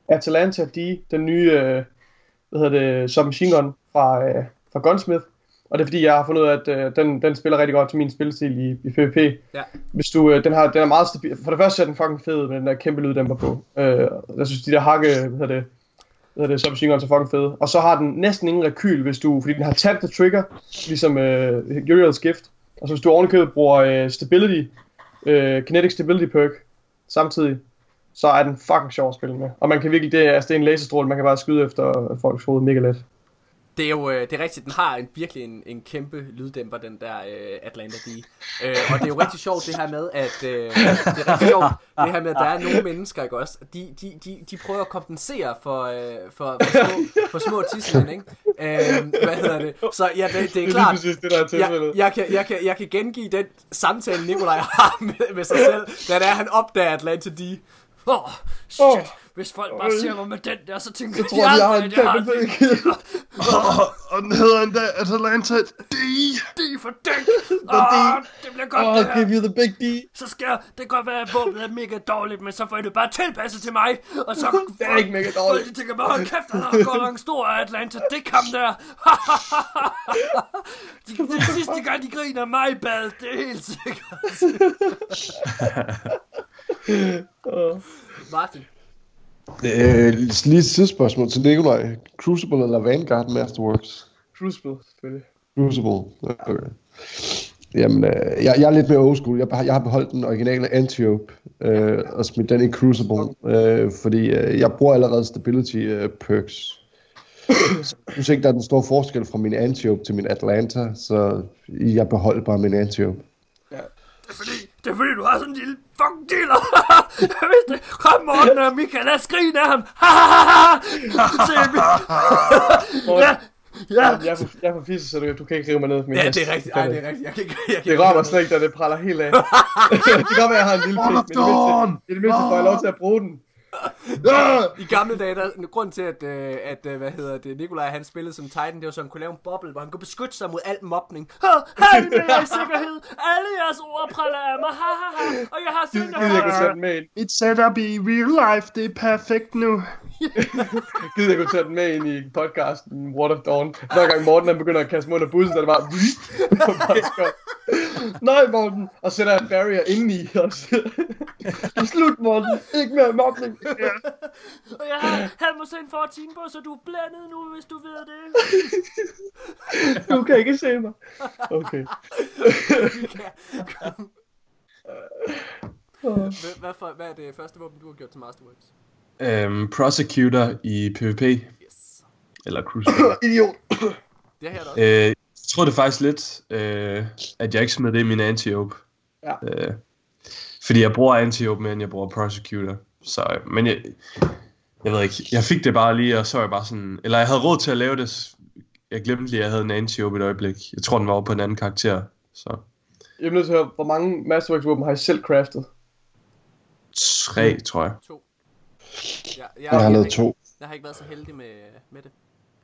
Atalanta D, den nye, øh, hvad hedder det, submachine gun fra, øh, fra Gunsmith. Og det er fordi, jeg har fundet ud af, at øh, den, den spiller rigtig godt til min spilstil i, i PvP.
Ja.
Hvis du, øh, den, har, den er meget stabil. For det første er den fucking fed med den der kæmpe lyddæmper på. Øh, jeg synes, de der hakke, hvad hedder det, hvad hedder det, submachine guns er fucking fede. Og så har den næsten ingen rekyl, hvis du, fordi den har tapped the trigger, ligesom øh, Uriel's Gift. Og så hvis du ovenikøbet bruger øh, stability, øh, kinetic stability perk samtidig, så er den fucking sjov at spille med. Og man kan virkelig, det er, altså, det er en laserstråle, man kan bare skyde efter folks hoved mega let.
Det er jo det er rigtigt, den har en, virkelig en, en kæmpe lyddæmper, den der uh, Atlanta D. Uh, og det er jo rigtig sjovt det her med, at uh, det er rigtig sjovt det her med, at der er nogle mennesker, ikke også? De, de, de, de prøver at kompensere for, uh, for, for små, for små tidsmænd, ikke? Uh, hvad hedder det? Så ja, det, det er klart,
det er det, der er
jeg, jeg, kan, jeg, kan, jeg kan gengive den samtale, Nikolaj har med, med sig selv, da det er, han opdager Atlanta D. Åh, oh, shit. Oh. Hvis folk bare ser mig med den der, så tænker
jeg, jeg tror, de, de har en kæmpe
og den hedder endda Atlanta D.
D for dæk. Åh, det bliver godt
oh,
det her.
give you the big D.
Så skal jeg, det kan godt være, at våbnet er mega dårligt, men så får jeg det bare tilpasset til mig. Og så
det er ikke mega dårligt.
Jeg tænker bare, hold kæft, der går nok en stor Atlanta D-kamp der. de, det er sidste gang, de griner mig i bad, det er helt sikkert. Martin.
Øh, lige et sidste spørgsmål til Nikolaj. Crucible eller Vanguard Masterworks?
Crucible, selvfølgelig.
Crucible, okay. Jamen, øh, jeg, jeg er lidt mere old school. Jeg, jeg har beholdt den originale Antiope øh, og smidt den i Crucible, øh, fordi øh, jeg bruger allerede stability øh, perks. Jeg synes ikke, der er den store forskel fra min Antiope til min Atlanta, så jeg beholder bare min Antiope.
Ja.
Det er fordi, det er fordi, du har sådan en lille fucking dealer. Jeg vidste det. Kom, Morten og Michael, lad os skrine af ham. Ja, ja.
Jeg er for, jeg er for fisse, så du, du kan ikke rive mig ned.
Ja, det er rigtigt. Ej, det er rigtigt. Jeg kan ikke, jeg kan
det rører mig slet ikke, da det praller helt af. Det kan godt være, at jeg har en lille pik, men i det mindste får jeg lov til at bruge den.
I gamle dage, der grund til at, øh, at øh, hvad hedder det, Nikolaj han spillede som Titan, det var så han kunne lave en boble, hvor han kunne beskytte sig mod al mobning. Hej, nu er jeg i sikkerhed. Alle jeres ord praller af mig. Ha, ha, ha. Og jeg har sendt
Gider jeg kunne tage den med ind.
Mit setup i real life, det er perfekt nu.
Gider jeg kunne tage den med ind i podcasten What of Dawn. Hver gang Morten han begynder at kaste mig under bussen, så er det bare nej, Morten. Og sætter en barrier indeni. Slut, Morten. Ikke mere mobning.
Ja. Og jeg har halv procent fourteen på, så du er blandet nu, hvis du ved det.
Du kan ikke se mig. Okay.
hvad, for, hvad er det første våben, du har gjort til Masterworks?
Um, Prosecutor i PvP.
Yes.
Eller Crucible.
Idiot.
Det her er også.
Uh, jeg tror det faktisk lidt, uh, at jeg ikke smed det i min Antiope.
Ja.
Uh, fordi jeg bruger Antiope mere, end jeg bruger Prosecutor. Så, men jeg, jeg ved ikke, jeg fik det bare lige, og så var jeg bare sådan, eller jeg havde råd til at lave det, jeg glemte lige, at jeg havde en Antiope et øjeblik. Jeg tror, den var over på en anden karakter, så.
Jeg er nødt til at høre, hvor mange Masterworks-våben har I selv craftet?
Tre, tror jeg.
To. Ja, jeg,
Jeg har lavet to.
Jeg har ikke været så heldig med, med det.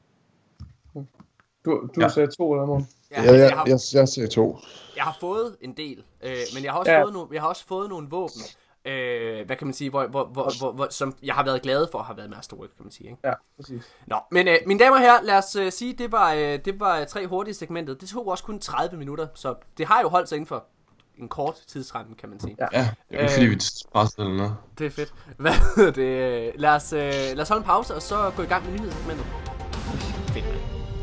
Du, du
Ja.
sagde to, eller noget?
Ja,
Ja,
jeg,
jeg,
har,
jeg, jeg siger to.
jeg har fået en del, øh, men jeg har også
Ja.
fået nogle, jeg har også fået nogle våben. Øh, hvad kan man sige, hvor, hvor, hvor, hvor, hvor, som jeg har været glad for at have været Masterwork, kan man sige, ikke?
Ja, præcis.
Nå, men øh, mine damer og herrer, lad os øh, sige, det var, øh, det var tre hurtige segmentet. Det tog også kun tredive minutter, så det har jo holdt sig inden for en kort tidsramme, kan man sige.
Ja.
Ja, det er ikke fordi, vi presser eller noget.
Det er fedt. Hvad hedder det? Lad os, øh, lad os holde en pause, og så gå i gang med nyhedssegmentet. Fedt, mand.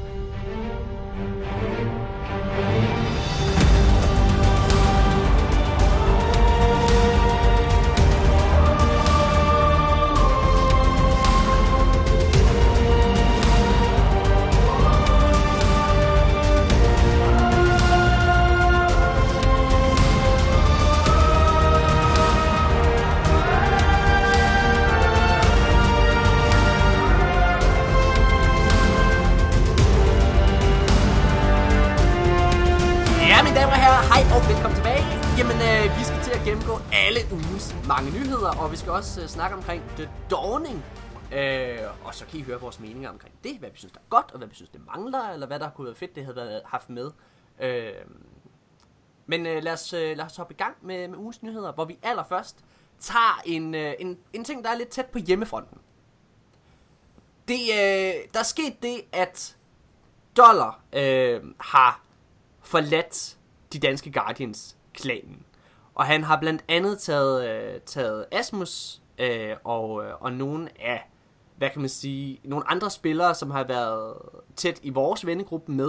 Hej og velkommen tilbage. Jamen, øh, vi skal til at gennemgå alle ugens mange nyheder, og vi skal også øh, snakke omkring The Dawning. Øh, og så kan I høre vores meninger omkring det, hvad vi synes der er godt, og hvad vi synes det mangler, eller hvad der kunne være fedt, det havde været haft med. Øh, men øh, lad, os, øh, lad os hoppe i gang med, med ugens nyheder, hvor vi allerførst tager en, øh, en, en ting, der er lidt tæt på hjemmefronten. Det, øh, der er sket det, at Dollar øh, har forladt de danske Guardians-klanen. Og han har blandt andet taget, øh, taget Asmus øh, og, øh, og nogle af, hvad kan man sige, nogle andre spillere, som har været tæt i vores vennegruppe med.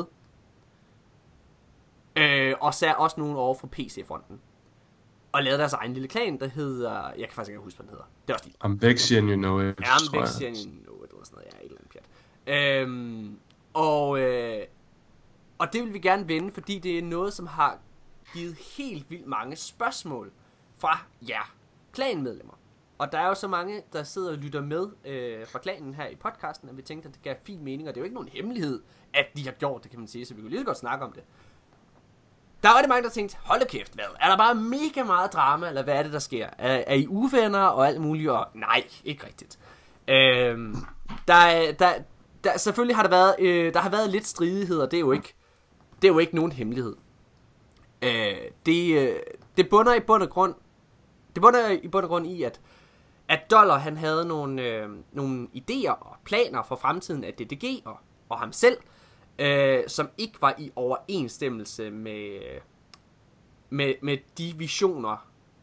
Øh, og så også nogle over fra P C-fronten. Og lavet deres egen lille klan, der hedder... Jeg kan faktisk ikke huske, hvad den hedder. Det er også lige.
Amvexian, you know it.
Ja, Amvexian, you know it, eller sådan noget. Ja, et eller andet pjat. Øhm, og, øh, og det vil vi gerne vende, fordi det er noget, som har givet helt vildt mange spørgsmål fra jer klanmedlemmer. Og der er jo så mange, der sidder og lytter med øh, fra klanen her i podcasten, at vi tænkte, at det gav fin mening, og det er jo ikke nogen hemmelighed, at de har gjort det, kan man sige, så vi kan lige godt snakke om det. Der var det mange, der tænkte, hold da kæft, hvad? Er der bare mega meget drama, eller hvad er det, der sker? Er, er I uvenner og alt muligt? Og nej, ikke rigtigt. Øhm, der, der, der, selvfølgelig har der været, øh, der har været lidt stridigheder, det er jo ikke, det er jo ikke nogen hemmelighed. Øh, det, øh, det bunder i bund og grund, det bunder i bund og grund i, at, at Dollar, han havde nogle, øh, nogle idéer og planer for fremtiden af D D G og, og ham selv, Øh, som ikke var i overensstemmelse med, med, med de visioner,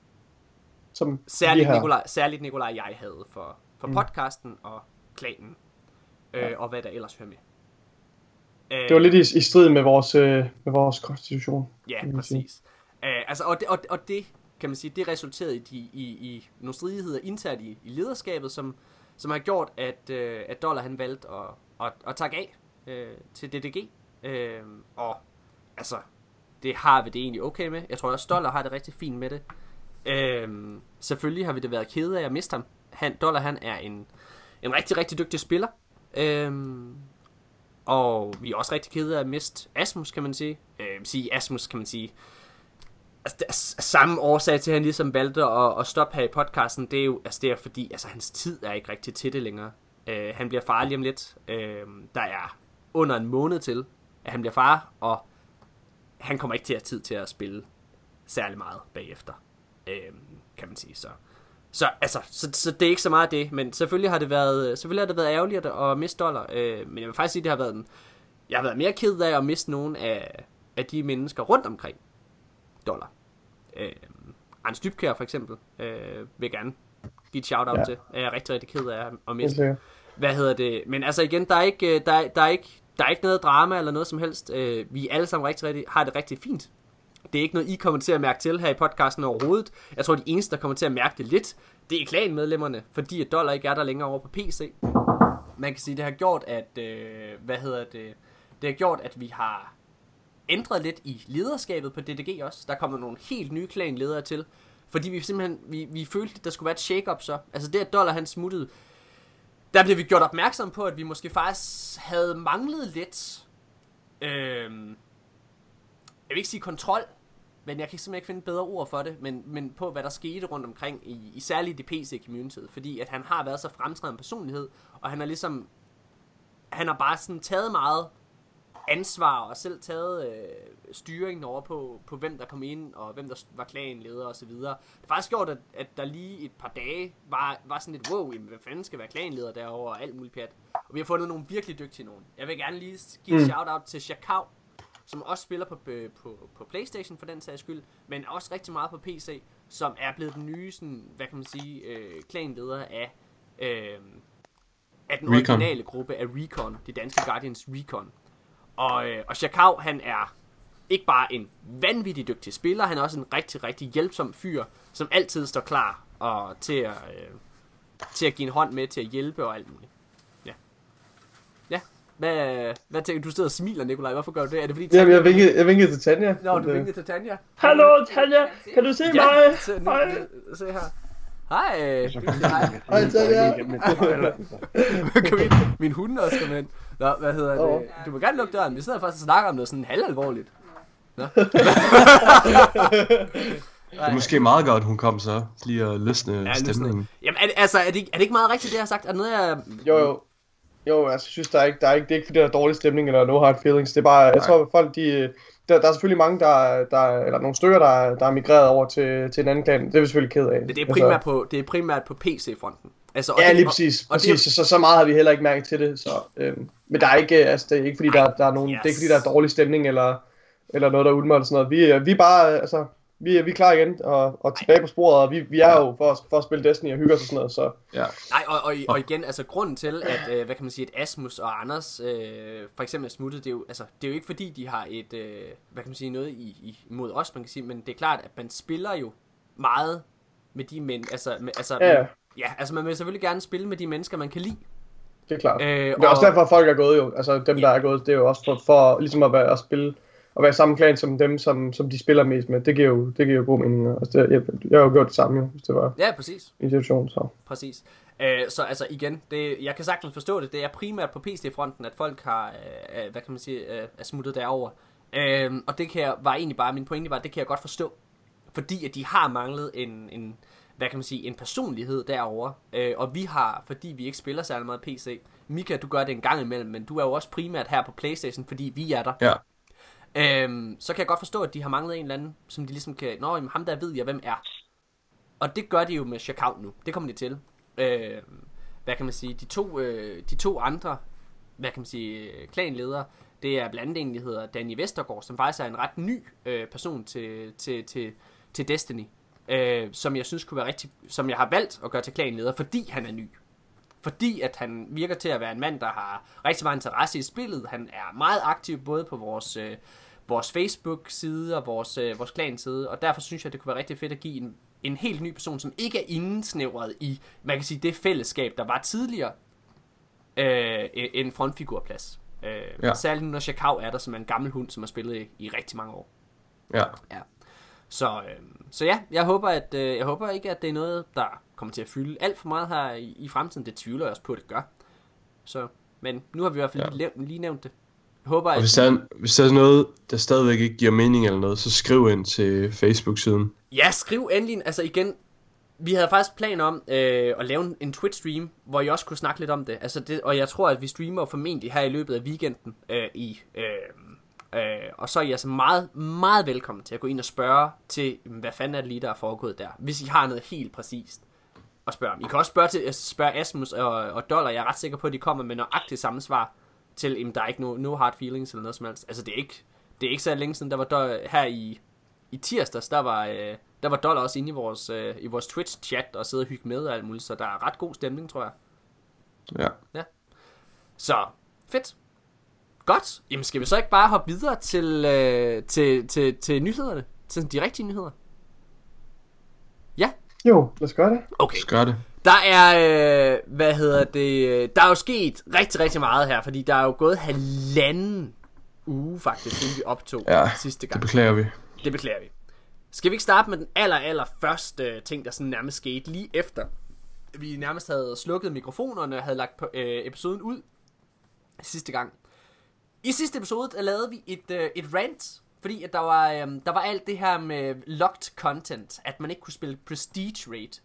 som
særligt Nikolaj, særligt Nikolaj og jeg havde for, for mm. podcasten og klanen, øh, ja. Og hvad der ellers hører med. Øh,
det var lidt i, i strid med vores, øh, med vores konstitution.
Ja, præcis. Øh, altså, og, det, og, og det, kan man sige, det resulterede i, de, i, i nogle stridigheder internt i, i lederskabet, som, som har gjort, at, øh, at Dollar han valgte at, at, at takke af Øh, til D D G, øh, og altså det har vi det egentlig okay med. Jeg tror også Dollar har det rigtig fint med det. øh, Selvfølgelig har vi det været kede af at miste ham. han, Dollar han er en, en rigtig rigtig dygtig spiller, øh, og vi er også rigtig kede af at miste Asmus, kan man sige. øh, sige Asmus kan man sige altså, det er samme årsag til at han ligesom valgte at, at stoppe her i podcasten. Det er jo altså, det er fordi altså, hans tid er ikke rigtig til det længere. øh, Han bliver far lige om lidt. øh, Der er under en måned til, at han bliver far, og han kommer ikke til at have tid til at spille særlig meget bagefter, øhm, kan man sige. Så, så, altså, så, så det er ikke så meget det, men selvfølgelig har det været, selvfølgelig har det været ærgerligt at miste Dollar, øh, men jeg vil faktisk sige, at det har været en, jeg har været mere ked af at miste nogle af, af de mennesker rundt omkring Dollar. Øh, Arne Stybkjær for eksempel, øh, vil jeg gerne give et shout-out ja. til. Jeg er rigtig, rigtig ked af at miste. Hvad hedder det? Men altså igen, der er ikke, der, der er ikke, der er ikke noget drama eller noget som helst. Øh, vi alle sammen rigtig, rigtig, har det rigtig fint. Det er ikke noget, I kommer til at mærke til her i podcasten overhovedet. Jeg tror, de eneste, der kommer til at mærke det lidt, det er klanmedlemmerne, fordi at Dollar ikke er der længere over på P C. Man kan sige, det har gjort, at, øh, hvad hedder det? Det har gjort, at vi har ændret lidt i lederskabet på D D G også. Der kommer nogle helt nye klanledere til, fordi vi simpelthen, vi, vi følte, at der skulle være et shake-up så. Altså det, at Dollar han smuttede, der blev vi gjort opmærksom på, at vi måske faktisk havde manglet lidt, øh, jeg vil ikke sige kontrol, men jeg kan simpelthen ikke finde bedre ord for det, men, men på hvad der skete rundt omkring, i, i særligt i P C-communityet, fordi at han har været så fremtrædende personlighed, og han har ligesom, han har bare sådan taget meget ansvar, og selv taget øh, styringen over på, på hvem der kom ind, og hvem der var klanleder og så videre. Det har faktisk gjort, at, at der lige et par dage var, var sådan lidt, wow, jamen, hvad fanden skal være klanleder derovre, og alt muligt pjat. Og vi har fundet nogle virkelig dygtige nogen. Jeg vil gerne lige give et shout-out til Shakao, som også spiller på, på, på PlayStation for den sags skyld, men også rigtig meget på P C, som er blevet den nye, sådan, hvad kan man sige, øh, klanleder af, øh, af den
Recon.
originale gruppe af Recon, de danske Guardians Recon. Og, øh, og Shakao, han er ikke bare en vanvittig dygtig spiller, han er også en rigtig, rigtig hjælpsom fyr, som altid står klar og til at, øh, til at give en hånd med, til at hjælpe og alt muligt. Ja. Ja. Hvad, hvad tænker du? Du sidder og smiler, Nikolaj. Hvorfor gør du det? Er det fordi...
Tanja... Ja, jeg vinkede, jeg vinkede til Tanja.
Nå, du vinkede til Tanja.
Hallo, Tanja. Kan du se
ja,
mig?
Se,
Hej.
Se her. Hej.
Hej, Tanja.
Kan min, min hunde også komme ind? Nå, hvad hedder det? Du må gerne lukke døren. Vi sidder faktisk og snakker om noget sådan halvalvorligt. Nå.
Det er måske meget godt, hun kom så lige at løsne ja, stemningen.
Jamen, er det, altså, er det, er det ikke meget rigtigt, det jeg har sagt? Er det noget, jeg...
Jo, jo. Jo, altså, jeg synes, der er ikke, der er ikke, det er ikke fordi, der er dårlig stemning eller no hard feelings. Det er bare, jeg tror, folk, de... Der, der er selvfølgelig mange, der, der eller nogle stykker, der, der er migreret over til, til en anden klan. Det er vi selvfølgelig ked af.
Det er primært, altså. på, det er primært på P C-fronten. Altså,
ja,
det,
lige præcis.
Og, og
præcis.
det,
så, så meget har vi heller ikke mærket til det. Så, øhm, men der er ikke, altså, det er ikke fordi, der, der er nogen, yes. det er ikke fordi, der er dårlig stemning, eller, eller noget, der ulmer, eller sådan noget. Vi, vi er bare, altså, vi, vi er klar igen, og, og tilbage på sporet, og vi, vi er jo for, for at spille Destiny og hygge os og sådan noget, så...
Ja.
Nej, og, og, og igen, altså grunden til, at, øh, hvad kan man sige, at Asmus og Anders øh, for eksempel er smuttet, det er, jo, altså, det er jo ikke fordi, de har et, øh, hvad kan man sige, noget i, i, imod os, man kan sige, men det er klart, at man spiller jo meget med de mænd, altså, med, altså,
ja.
Men, ja, altså man vil selvfølgelig gerne spille med de mennesker, man kan lide.
Det er klart.
Øh,
det er og, også derfor, at folk er gået jo, altså dem, ja. der er gået, det er jo også for, for ligesom at, være, at spille, at være samme klan som dem, som, som de spiller mest med. Det giver jo, det giver jo god mening. Altså, det, jeg, jeg har jo gjort det samme, jo, hvis det var
ja, præcis.
en situation, så.
Præcis. Øh, så altså igen, det, jeg kan sagtens forstå det. Det er primært på P C-fronten, at folk har, øh, hvad kan man sige, øh, er smuttet derover. Øh, og det kan jeg, var egentlig bare, min pointe var, det kan jeg godt forstå. Fordi at de har manglet en, en hvad kan man sige, en personlighed derovre. Øh, og vi har, fordi vi ikke spiller særlig meget P C. Mika, du gør det en gang imellem, men du er jo også primært her på PlayStation, fordi vi er der.
Ja.
Øhm, så kan jeg godt forstå, at de har manglet en eller anden, som de ligesom kan, nå, jamen, ham der ved jeg, hvem er. Og det gør de jo med Checkout nu. Det kommer de til. Øh, hvad kan man sige, de to, øh, de to andre, hvad kan man sige, klanledere, det er blandt andet en, der hedder Danny Vestergaard, som faktisk er en ret ny øh, person til, til, til, til Destiny. Øh, som jeg synes kunne være rigtig, som jeg har valgt at gøre til klanleder, fordi han er ny. Fordi at han virker til at være en mand, der har rigtig meget interesse i spillet. Han er meget aktiv både på vores, øh, vores Facebook-side og vores, øh, vores klan-side. Og derfor synes jeg, det kunne være rigtig fedt at give en, en helt ny person, som ikke er indsnævret i, man kan sige, det fællesskab, der var tidligere, øh, en frontfigurplads. Øh, ja. Særligt når Chakao er der, som er en gammel hund, som har spillet i, i rigtig mange år.
Ja.
Ja. Så, øh, så ja, jeg håber, at, øh, jeg håber ikke, at det er noget, der kommer til at fylde alt for meget her i, i fremtiden. Det tvivler jeg også på, at det gør. Så, men nu har vi i hvert fald ja. lige, lige nævnt det. Jeg håber,
og
at...
hvis der, er, hvis der er noget, der stadigvæk ikke giver mening eller noget, så skriv ind til Facebook-siden.
Ja, skriv endelig. Altså igen, vi havde faktisk planer om øh, at lave en Twitch-stream, hvor I også kunne snakke lidt om det. Altså det. Og jeg tror, at vi streamer formentlig her i løbet af weekenden øh, i... Øh, Øh, og så er I altså meget, meget velkommen til at gå ind og spørge til, hvad fanden er det lige, der er foregået der, hvis I har noget helt præcist at spørge om. I kan også spørge, til, spørge Asmus og, og Dollar. Jeg er ret sikker på, at de kommer med nøjagtigt samme svar til, jamen, der er ikke no, no hard feelings eller noget som helst. Altså det er ikke, det er ikke så længe siden, der var der, her i, i tirsdags, der var, øh, der var Dollar også inde i vores, øh, i vores Twitch-chat og sidde og hygge med og alt muligt, så der er ret god stemning, tror jeg.
Ja.
Ja. Så, fedt. Godt. Jamen skal vi så ikke bare hoppe videre til, øh, til, til, til nyhederne? Til de rigtige nyheder? Ja?
Jo, lad os gøre det.
Okay.
Lad os gøre det.
Der er, øh, hvad hedder det, der er jo sket rigtig, rigtig meget her, fordi der er jo gået halvanden uge faktisk, siden vi optog
ja,
sidste gang.
det beklager vi.
Det beklager vi. Skal vi ikke starte med den aller, aller første ting, der sådan nærmest skete lige efter, vi nærmest havde slukket mikrofonerne og havde lagt på, øh, episoden ud sidste gang. I sidste episode, der lavede vi et, øh, et rant, fordi at der var, øh, der var alt det her med locked content, at man ikke kunne spille Prestige Raid,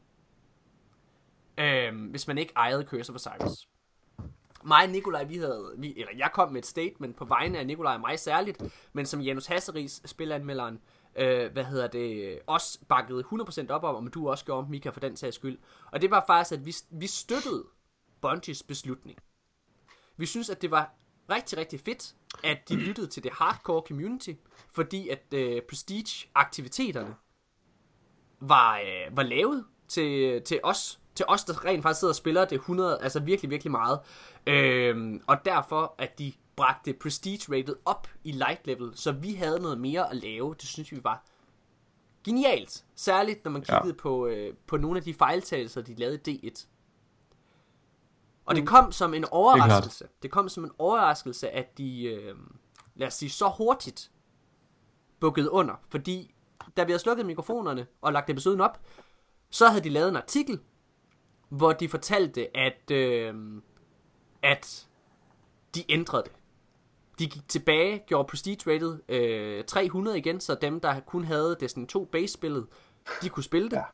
øh, hvis man ikke ejede Curse of Osiris. Mig og Nikolaj, vi havde, vi, eller jeg kom med et statement på vegne af Nikolaj og mig særligt, men som Janus Hasseris, spilanmelderen, øh, hvad hedder det, også bakkede hundrede procent op om, og du også gjorde, Mika, for den sags skyld. Og det var faktisk, at vi, vi støttede Bungies beslutning. Vi synes, at det var rigtig, rigtig fedt, at de lyttede til det hardcore community, fordi at øh, Prestige-aktiviteterne var, øh, var lavet til, til os, til os, der rent faktisk sidder og spiller det hundrede, altså virkelig, virkelig meget. Øhm, og derfor, at de bragte Prestige-rated op i light level, så vi havde noget mere at lave. Det synes vi var genialt. Særligt, når man kiggede ja. på, øh, på nogle af de fejltagelser, de lavede i D et. Og det kom som en overraskelse. Det, det kom som en overraskelse, at de, øh, lad os sige, så hurtigt bukkede under. Fordi, da vi havde slukket mikrofonerne og lagt episoden op, så havde de lavet en artikel, hvor de fortalte, at, øh, at de ændrede det. De gik tilbage, gjorde Prestige rated øh, tre hundrede igen, så dem, der kun havde Destiny to base-spillet, de kunne spille det. Ja.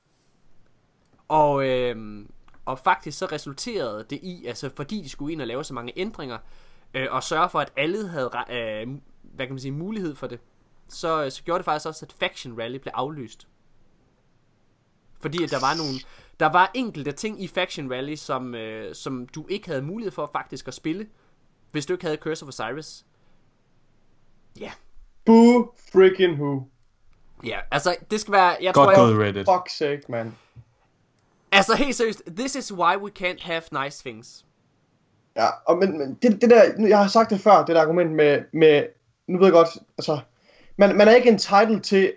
Og... Øh, Og faktisk så resulterede det i, altså fordi de skulle ind og lave så mange ændringer, øh, og sørge for, at alle havde øh, hvad kan man sige, mulighed for det, så, så gjorde det faktisk også, at Faction Rally blev aflyst. Fordi at der var nogle, Der var enkelte ting i Faction Rally, som, øh, som du ikke havde mulighed for faktisk at spille, hvis du ikke havde Curse of Osiris. Ja. Yeah.
Boo freaking who.
Ja, yeah, altså det skal være... Jeg
Godt
tror,
gået,
jeg...
Reddit.
Fuck sake, man.
Altså helt seriøst, this is why we can't have nice things.
Ja, og men, men det, det der, jeg har sagt det før, det der argument med, med nu ved jeg godt, altså, man, man er ikke entitled til,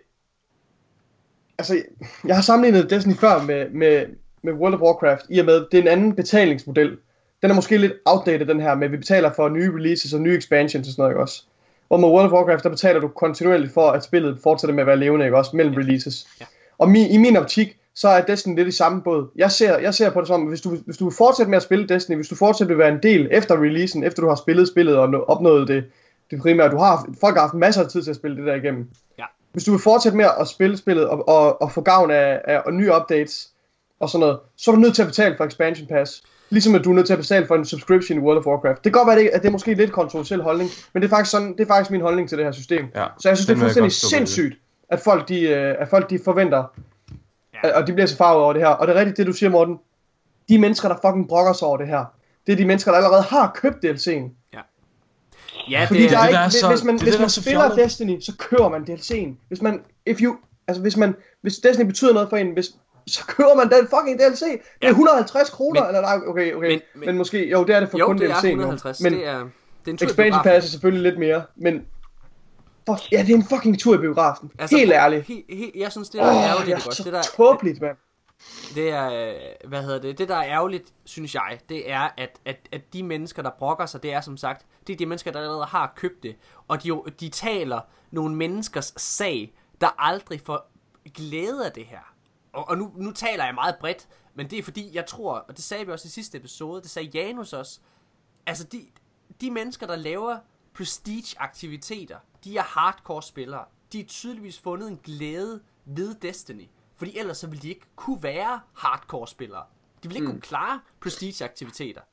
altså, jeg har sammenlignet Destiny før med, med, med World of Warcraft, i og med, det er en anden betalingsmodel. Den er måske lidt outdated, den her, med at vi betaler for nye releases og nye expansions og sådan noget, ikke også? Og med World of Warcraft, der betaler du kontinuerligt for, at spillet fortsætter med at være levende, ikke også, mellem releases. Ja. Og mi, i min optik, så er Destiny lidt i samme båd. Jeg ser, jeg ser på det som, hvis du, hvis du vil fortsætte med at spille Destiny, hvis du fortsætter vil være en del efter releasen, efter du har spillet spillet og opnået det, det primære, du har, folk har haft masser af tid til at spille det der igennem. Ja. Hvis du vil fortsætte med at spille spillet og, og, og få gavn af, af og nye updates og sådan noget, så er du nødt til at betale for Expansion Pass. Ligesom at du er nødt til at betale for en subscription i World of Warcraft. Det kan godt være, at det er måske en lidt kontroversiel holdning, men det er faktisk sådan, det er faktisk min holdning til det her system. Ja, så jeg synes, det er fuldstændig sindssygt, at folk de, at folk de forventer, ja. Og de bliver så farvet over det her. Og det er rigtigt det du siger, Morten. De mennesker der fucking brokker sig over det her, det er de mennesker der allerede har købt D L C'en. Ja. Ja, fordi det er, der er ikke, det, hvis man, det, hvis man det, spiller fjollet. Destiny, så køber man D L C'en. Hvis man if you altså hvis man hvis Destiny betyder noget for en, hvis så køber man den fucking D L C. Det er et hundrede og halvtreds kroner, eller nej, okay, okay. Men, men, men måske, jo, det er det for jo, kun D L C'en. Jo, det er et hundrede og halvtreds. Men det er, det er en tur Expansion Pass er selvfølgelig lidt mere, men fuck, ja, det er en fucking tur i biografen. Altså, helt ærligt. He, he, jeg synes, det der oh, er ærgerligt, det er så det der, tåbeligt, mand. Det er, hvad hedder det, det der er ærgerligt, synes jeg, det er, at, at, at de mennesker, der brokker sig, det er som sagt, det er de mennesker, der allerede har købt det, og de, de taler nogle menneskers sag, der aldrig får glæde af det her. Og, og nu, nu taler jeg meget bredt, men det er fordi, jeg tror, og det sagde vi også i sidste episode, det sagde Janus også, altså de, de mennesker, der laver prestige-aktiviteter, de er hardcore spillere. De har tydeligvis fundet en glæde ved Destiny, fordi ellers så ville de ikke kunne være hardcore spillere. De ville ikke mm. kunne klare prestige-aktiviteter.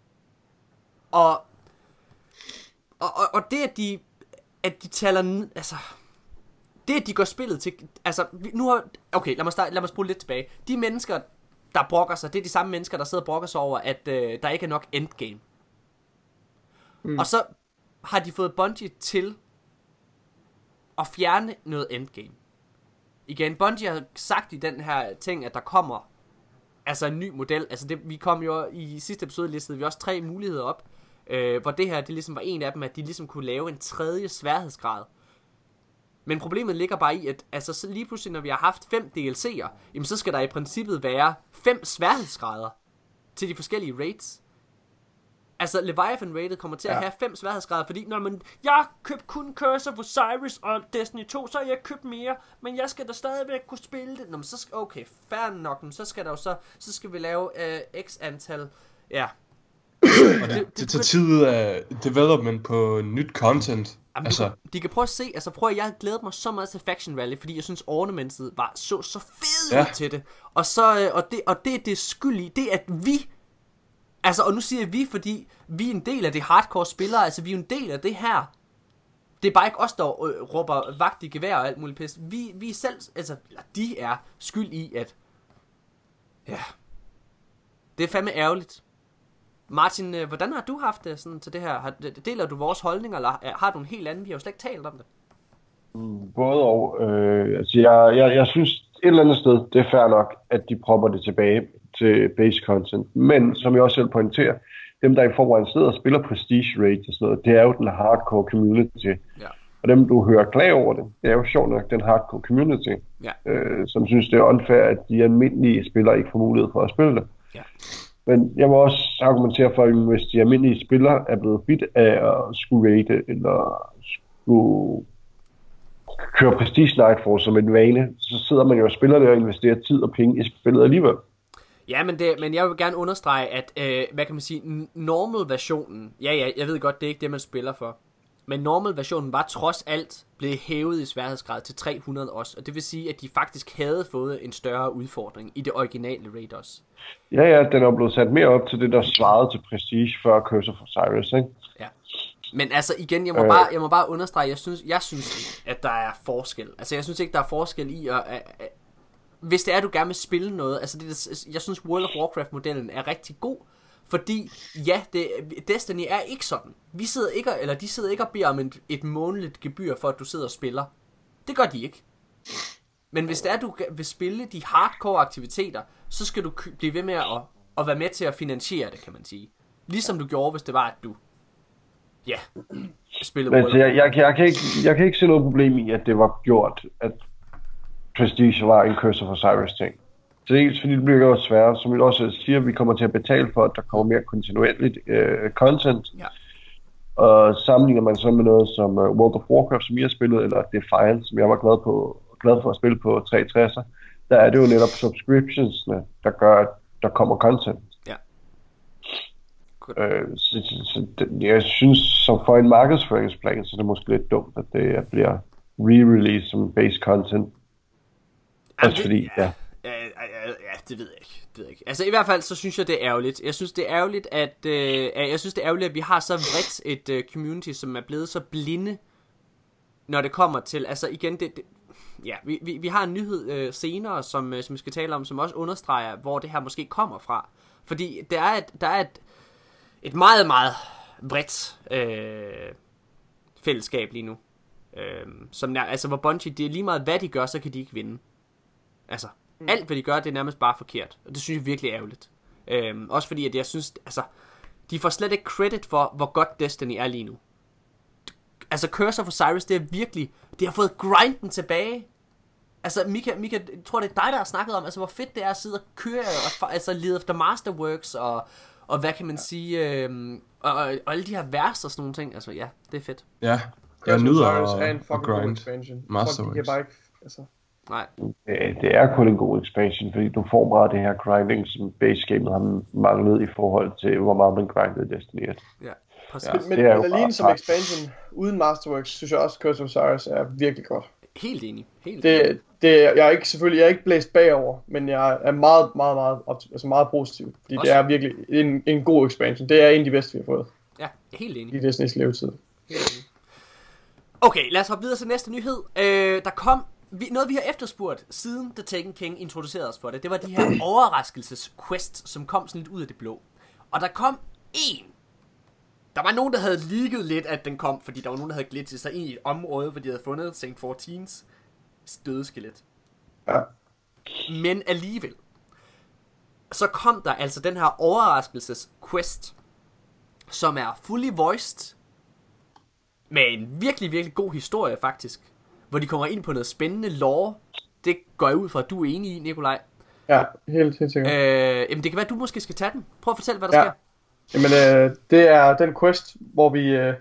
Og, og, og, og det, at de, at de taler, altså... Det, at de går spillet til... Altså, nu har... Okay, lad mig, starte, lad mig spole lidt tilbage. De mennesker, der brokker sig, det er de samme mennesker, der sidder og brokker sig over, at øh, der ikke er nok endgame. Mm. Og så har de fået Bungie til at fjerne noget endgame. Igen, Bungie har sagt i den her ting, at der kommer altså en ny model. Altså, det, vi kom jo i sidste episode, listede vi også tre muligheder op, øh, hvor det her, det ligesom var en af dem, at de ligesom kunne lave en tredje sværhedsgrad. Men problemet ligger bare i, at altså, så lige pludselig, når vi har haft fem D L C'er, jamen, så skal der i princippet være fem sværhedsgrader til de forskellige raids. Altså, Leviathan raidet kommer til ja. at have fem sværhedsgrader, fordi når man, jeg har købt kun Curse of Osiris og Destiny to, så har jeg købt mere, men jeg skal da stadigvæk kunne spille det. Nå, men så skal, okay, fair nok, men så skal der jo så, så skal vi lave uh, x antal, ja.
Og det, det, det tager tid af development på nyt content.
Jamen, altså. de, de kan prøve at se, altså prøv at jeg glædet mig så meget til Faction Rally, fordi jeg synes ornamentet var så så fedt ja. til det. Og så og det og det det er skyld i, det at vi altså og nu siger jeg vi, fordi vi er en del af det hardcore spillere, altså vi er en del af det her. Det er bare ikke os der øh, råber vagt i gevær og alt muligt pis. Vi vi selv altså eller de er skyld i at ja. Det er fandme ærgerligt. Martin, hvordan har du haft det sådan til det her? Deler du vores holdninger, eller har du en helt anden? Vi har jo slet ikke talt om det.
Både og. Øh, altså jeg, jeg, jeg synes et eller andet sted, det er fair nok, at de propper det tilbage til base content. Men som jeg også selv pointerer, dem der i forvejen sidder og spiller prestige raids og sådan noget, det er jo den hardcore community. Ja. Og dem du hører klage over det, det er jo sjovt nok den hardcore community, ja. øh, som synes det er unfair, at de almindelige spillere ikke får mulighed for at spille det. Ja. Men jeg må også argumentere for, at hvis de almindelige spillere er blevet bit af at skulle rate eller skulle køre Prestige Nightfall som en vane, så sidder man jo og spiller det og investerer tid og penge i spillet alligevel.
Ja, men, det, men jeg vil gerne understrege, at øh, hvad kan man sige, normal-versionen, ja ja, jeg ved godt, det er ikke det, man spiller for, men normal-versionen var trods alt blevet hævet i sværhedsgrad til tre hundrede også, og det vil sige, at de faktisk havde fået en større udfordring i det originale raid også.
Ja, ja, den er blevet sat mere op til det, der svarede til Prestige før Curse of Osiris, ikke?
Ja. Men altså igen, jeg må, øh. bare, jeg må bare understrege, jeg synes, jeg synes ikke, at der er forskel. Altså jeg synes ikke, der er forskel i at, at, hvis det er, du gerne vil spille noget, altså det, jeg synes World of Warcraft-modellen er rigtig god, fordi, ja, det, Destiny er ikke sådan. Vi sidder ikke, eller de sidder ikke og beder om et, et månedligt gebyr for, at du sidder og spiller. Det gør de ikke. Men hvis det er, du vil spille de hardcore aktiviteter, så skal du blive ved med at, at være med til at finansiere det, kan man sige. Ligesom du gjorde, hvis det var, at du, ja, spillede
World of Warcraft. Jeg, jeg, jeg, kan ikke, jeg kan ikke se noget problem i, at det var gjort, at Prestige var en Curse of Osiris ting. Så det er ikke, fordi det bliver gjort sværere, som vi også siger, at vi kommer til at betale for, at der kommer mere kontinuerligt øh, content.
Ja.
Og sammenligner man så med noget som uh, World of Warcraft, som jeg har spillet, eller Defiance, som jeg var glad, på, glad for at spille på tre tres, der er det jo netop subscriptionsne, der gør, at der kommer content.
Ja.
Øh, så, så, så det, jeg synes, som for en markedsføringsplan, så er det måske lidt dumt, at det bliver re-release som base content.
Jamen,
også fordi, ja.
Ja, ja, ja, ja, det ved jeg ikke. Det ved jeg ikke. Altså i hvert fald så synes jeg det er ærgerligt. Jeg synes det er ærgerligt at øh, jeg synes det er ærgerligt at vi har så bredt et øh, community, som er blevet så blinde, når det kommer til altså igen det, det ja, vi, vi vi har en nyhed øh, senere som øh, som vi skal tale om, som også understreger hvor det her måske kommer fra. Fordi der er et, der er et et meget meget bredt øh, fællesskab lige nu. Øh, som altså hvor Bungie, det er lige meget hvad de gør, så kan de ikke vinde. Altså, mm. alt hvad de gør, det er nærmest bare forkert. Og det synes jeg virkelig er ærgerligt. Øhm, også fordi, at jeg synes, altså, de får slet ikke credit for, hvor godt Destiny er lige nu. Altså, Curse of Osiris, det er virkelig, det har fået grinden tilbage. Altså, Mika, Mika, jeg tror, det er dig, der har snakket om, altså, hvor fedt det er at sidde og køre, og, altså, lede efter masterworks, og, og hvad kan man sige, øhm, og, og, og alle de her vers og sådan nogle ting. Altså, ja, det er fedt.
Ja, jeg nyder
at, at grind
expansion.
Masterworks. Bare ikke, altså.
Nej.
Det er kun en god expansion, fordi du får meget af det her grinding, som base-gamet har manglet i forhold til, hvor meget man grindede Destiny et.
Ja, præcis.
Ja, men men alene som expansion, uden Masterworks, synes jeg også, Curse of Osiris er virkelig godt.
Helt enig. Helt
det,
enig.
Det, jeg er ikke, selvfølgelig, jeg er ikke blæst bagover, men jeg er meget, meget, meget, altså meget positiv. Fordi også. Det er virkelig en, en god expansion. Det er en af de bedste, vi har fået.
Ja, helt enig.
I Disneys levetid.
Helt enig. Okay, lad os hoppe videre til næste nyhed. Øh, der kom Vi, noget vi har efterspurgt siden The Taken King introducerede os for det, det var de her overraskelses-quest, som kom sådan lidt ud af det blå. Og der kom en. Der var nogen, der havde leaget lidt, at den kom, fordi der var nogen, der havde glitchet sig ind i et område, hvor de havde fundet Saint fjortens dødeskelet.
Ja.
Men alligevel, så kom der altså den her overraskelses-quest, som er fully voiced, med en virkelig, virkelig god historie faktisk. Hvor de kommer ind på noget spændende lore. Det går jeg ud fra, at du er enig i, Nikolaj.
Ja, helt, helt sikkert.
Øh, jamen det kan være, at du måske skal tage den. Prøv at fortælle, hvad der
ja.
sker.
Jamen, øh, det er den quest, hvor vi, øh,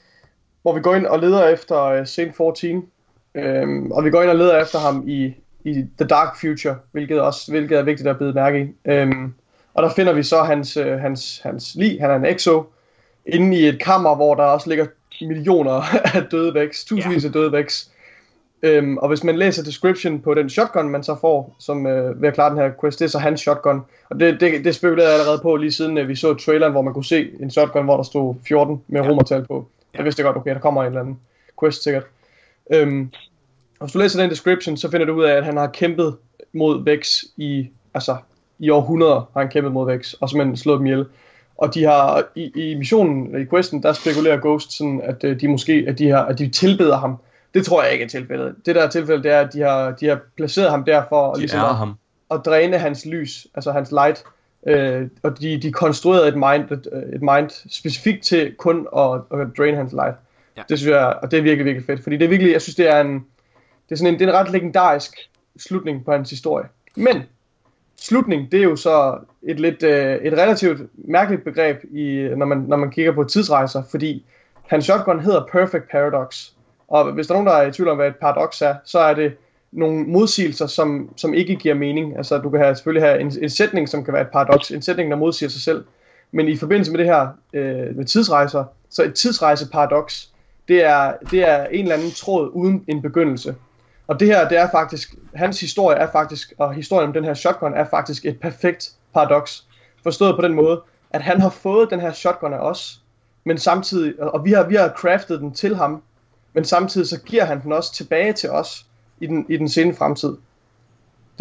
hvor vi går ind og leder efter øh, Saint fjorten. Øh, og vi går ind og leder efter ham i, i The Dark Future, hvilket, også, hvilket er vigtigt at bide mærke i. Øh, og der finder vi så hans, øh, hans, hans lig, han er en exo, inde i et kammer, hvor der også ligger millioner af dødevæks, tusindvis ja. af dødevæks. Øhm, og hvis man læser description på den shotgun, man så får, som øh, ved at klare den her quest, det er så hans shotgun. Og det, det, det spekulerede jeg allerede på lige siden øh, vi så traileren, hvor man kunne se en shotgun, hvor der stod fjorten med ja. romertal på. Ja. Jeg vidste godt, okay, der kommer en eller anden quest sikkert. Øhm, og hvis du læser den description, så finder du ud af, at han har kæmpet mod Vex i, altså, i århundreder har han kæmpet mod Vex, og simpelthen slået dem ihjel. Og de har, i, i missionen, i questen, der spekulerer Ghost sådan, at øh, de måske, at de, har, at de tilbeder ham. Det tror jeg ikke er tilfældet. Det der er tilfældet, det er, at de har, de har placeret ham der for
de
ligesom at,
ham.
at dræne hans lys, altså hans light. Øh, og de, de konstruerede et mind, et, et mind specifikt til kun at, at drain hans light. Ja. Det synes jeg, og det er virkelig, virkelig fedt. Fordi det er virkelig, jeg synes, det er en, det er sådan en, det er en ret legendarisk slutning på hans historie. Men slutning, det er jo så et lidt, øh, et relativt mærkeligt begreb, i, når, man, når man kigger på tidsrejser, fordi hans shotgun hedder Perfect Paradox. Og hvis der er nogen, der er i tvivl om, hvad et paradoks er, så er det nogle modsigelser, som, som ikke giver mening. Altså, du kan have, selvfølgelig have en, en sætning, som kan være et paradoks, en sætning, der modsiger sig selv. Men i forbindelse med det her øh, med tidsrejser, så et tidsrejseparadoks, det er, det er en eller anden tråd uden en begyndelse. Og det her, det er faktisk, hans historie er faktisk, og historien om den her shotgun er faktisk et perfekt paradoks. Forstået på den måde, at han har fået den her shotgun af os, men samtidig, og vi har, vi har craftet den til ham, men samtidig så giver han den også tilbage til os i den, i den sene fremtid. Det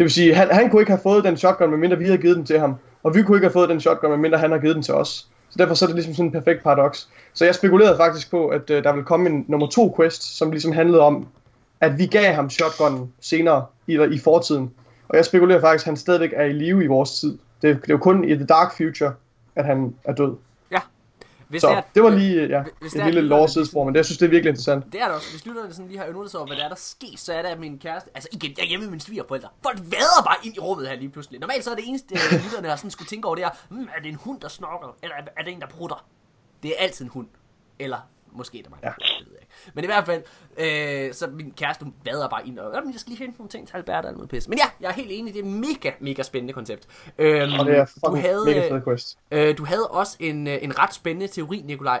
vil sige, han, han kunne ikke have fået den shotgun, medmindre vi havde givet den til ham. Og vi kunne ikke have fået den shotgun, medmindre han har givet den til os. Så derfor så er det ligesom sådan en perfekt paradoks. Så jeg spekulerede faktisk på, at øh, der ville komme en nummer to quest, som ligesom handlede om, at vi gav ham shotgunnen senere i, i fortiden. Og jeg spekulerer faktisk, at han stadigvæk er i live i vores tid. Det, det er jo kun i The Dark Future, at han er død.
Ja. Hvis
så
det, er,
det var lige ja,
hvis
et lille lore-sidespor, men det, jeg synes, det er virkelig interessant.
Det er det også. Hvis lytterne sådan lige har øvet sig over, hvad der er, der sker, så er det, at min kæreste... Altså igen, jeg er hjemme med mine svigerforældre. Folk vader bare ind i rummet her lige pludselig. Normalt så er det eneste, lytterne har sådan skulle tænke over, det er, hmm, er det en hund, der snorker? Eller er det en, der prutter? Det er altid en hund. Eller måske der mig. Ja. Det ved jeg ikke. Men i hvert fald, øh, så min kæreste vader bare ind og... Jeg skal lige finde nogle ting til Albert og noget pisse. Men ja, jeg er helt enig. Det er mega, mega spændende koncept. Øhm,
og det er
du havde,
mega fed quest.
Øh, du havde også en, en ret spændende teori, Nikolaj,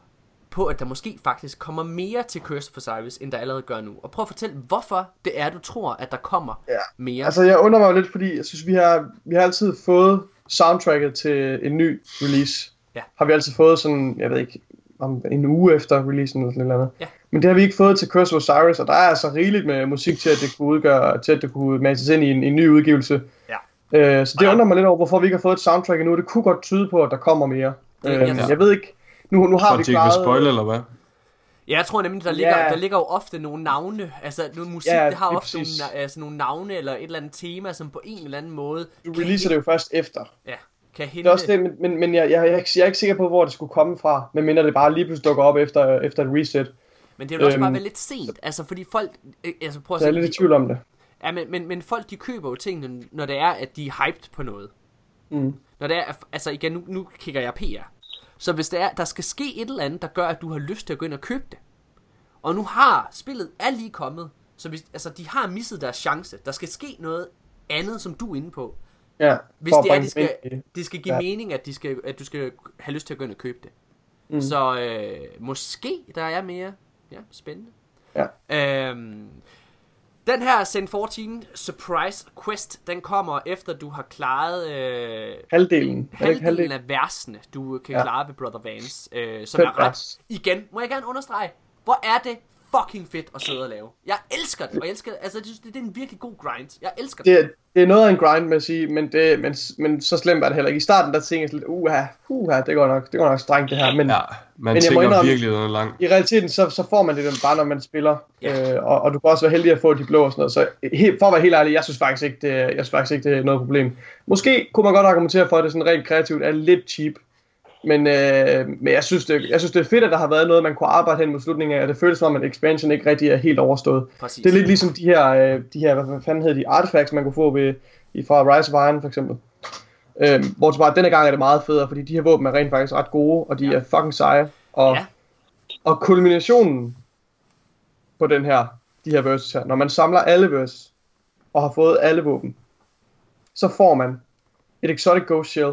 på at der måske faktisk kommer mere til Curse of Osiris, end der allerede gør nu. Og prøv at fortælle, hvorfor det er, du tror, at der kommer ja. mere.
Altså, jeg undrer mig jo lidt, fordi jeg synes, vi har, vi har altid fået soundtracket til en ny release.
Ja.
Har vi altid fået sådan, jeg ved ikke, om en uge efter releasen eller sådan noget andet.
Ja.
Men det har vi ikke fået til Curse of Osiris, og der er altså rigeligt med musik til, at det kunne udgøre, til at det kunne matches ind i en, en ny udgivelse.
Ja.
Øh, så det undrer mig lidt over, hvorfor vi ikke har fået et soundtrack endnu. Det kunne godt tyde på, at der kommer mere.
Det,
øh, jeg, jeg ved ikke. Nu, nu har
for
vi
klaret... For spoil, eller hvad?
Ja, jeg tror nemlig, der ligger,
ja.
der ligger jo ofte nogle navne. Altså, nogle musik,
ja,
det har ofte nogle,
præcis.
altså, nogle navne, eller et eller andet tema, som på en eller anden måde...
Du releaser det jo først efter.
Ja, kan hente...
Det er også det, men, men, men jeg, jeg, jeg, jeg er ikke sikker på, hvor det skulle komme fra, medmindre det bare lige pludselig dukker op efter, efter et reset.
Men det er jo også
øhm,
bare være lidt sent, altså fordi folk... Altså, prøv at
så jeg er lidt i tvivl om det.
Ja, men, men, men folk, de køber jo tingene, når det er, at de er hyped på noget.
Mm.
Når det er, altså igen, nu, nu kigger jeg P R. Så hvis det er, der skal ske et eller andet, der gør, at du har lyst til at gå ind og købe det. Og nu har spillet er lige kommet, så hvis, altså, de har misset deres chance. Der skal ske noget andet, som du er inde på.
Ja,
hvis det er, de skal, det skal give ja. mening, at, de skal, at du skal have lyst til at gå ind og købe det. Mm. Så øh, måske der er mere. Ja, spændende.
Ja.
Øhm, den her Zen fjorten Surprise Quest, den kommer efter du har klaret øh,
halvdelen,
halvdelen
halvdelen
af versene, du kan ja. klare ved Brother Vance, øh, som
Fedt
er ret. Igen, må jeg gerne understrege, hvor er det fucking fedt at sidde og lave. Jeg elsker det, og jeg elsker det. Altså, det, det er en virkelig god grind. Jeg elsker det.
Det, det er noget af en grind, med at sige, men, det, men, men så slemt er det heller ikke. I starten, der tænker jeg lidt, uha, uha, det går nok, det går nok strengt det her. Men,
ja, man
men
tænker
indrømme,
virkelig, den er lang.
I realiteten, så, så får man det bare, når man spiller.
Ja.
Øh, og, og du kan også være heldig at få de blå og sådan noget. Så he, for at være helt ærlig, jeg synes faktisk ikke, det, jeg synes faktisk ikke, det er noget problem. Måske kunne man godt argumentere for, at det sådan rent kreativt er lidt cheap. Men, øh, men jeg, synes det, jeg synes det er fedt, at der har været noget, man kunne arbejde hen mod slutningen af, og det føles som om, at expansion ikke rigtig er helt overstået.
Præcis.
Det er lidt ligesom de her, øh, de her hvad fanden hedder de, artifacts, man kunne få ved, fra Rise of Iron for eksempel. Øh, hvor bare denne gang er det meget federe, fordi de her våben er rent faktisk ret gode, og de ja. er fucking seje. Og,
ja.
og kulminationen på den her, de her verses her, når man samler alle verses, og har fået alle våben, så får man et Exotic Ghost Shell,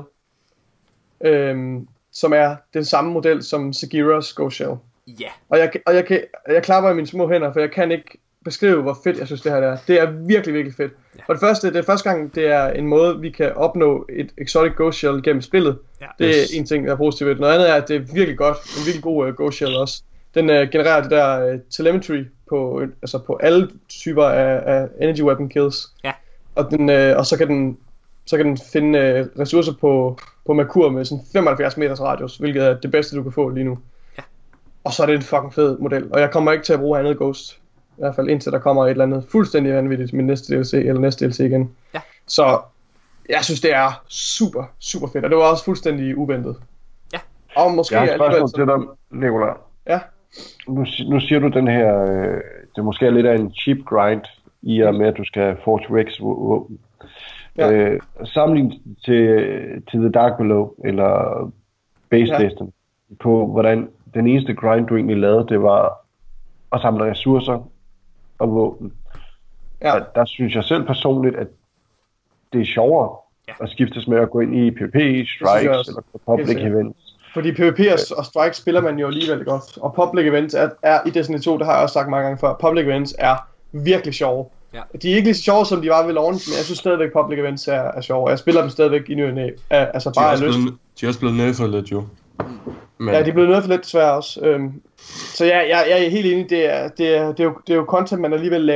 øhm, som er den samme model som Segiras Ghost Shell.
Ja.
Og jeg, og jeg, kan, jeg klapper i mine små hænder, for jeg kan ikke beskrive, hvor fedt jeg synes det her er. Det er virkelig, virkelig fedt. Ja. For det første, det er første gang, det er en måde, vi kan opnå et Exotic Ghost Shell gennem spillet. Ja. Det er yes. en ting, der er positivt ved det. Noget andet er, at det er virkelig godt. En virkelig god uh, Ghost Shell også. Den uh, genererer det der uh, telemetry på, uh, altså på alle typer af, af energy weapon kills.
Ja.
Og, den, uh, og så kan den så kan den finde uh, ressourcer på, på Merkur med sådan femoghalvfjerds meters radius, hvilket er det bedste, du kan få lige nu. Ja. Og så er det en fucking fed model, og jeg kommer ikke til at bruge andet Ghost. I hvert fald indtil der kommer et eller andet fuldstændig vanvittigt min næste D L C, eller næste D L C igen. Ja. Så jeg synes, det er super, super fedt, og det var også fuldstændig uventet.
Ja.
Og måske
jeg har et spørgsmål til dig, Nikolaj.
Ja.
Nu, nu siger du den her, øh, det måske er lidt af en cheap grind, i og med, at du skal have Force Rex våben. Ja. Øh, sammenlignet til, til The Dark Below, eller Base ja. System, på hvordan den eneste grind, du egentlig lavede, det var at samle ressourcer og våben. Ja. Der, der synes jeg selv personligt, at det er sjovere ja. at skiftes med at gå ind i PvP, strikes eller public events.
Fordi PvP og strikes spiller man jo alligevel godt. Og public events er, er i Destiny to, det har jeg også sagt mange gange før, public events er virkelig sjove. Ja. De er ikke lige så sjove, som de var ved launch, men jeg synes stadigvæk, public events er, er sjove. Jeg spiller dem stadigvæk i ny og næ. Altså bare af lyst.
De er også blevet nerfed lidt, jo.
Men... Ja, de er blevet nerfed lidt desværre også. Øhm, så ja, jeg, jeg er helt enig, det er, det, er, det, er jo, det er jo content, man alligevel laver.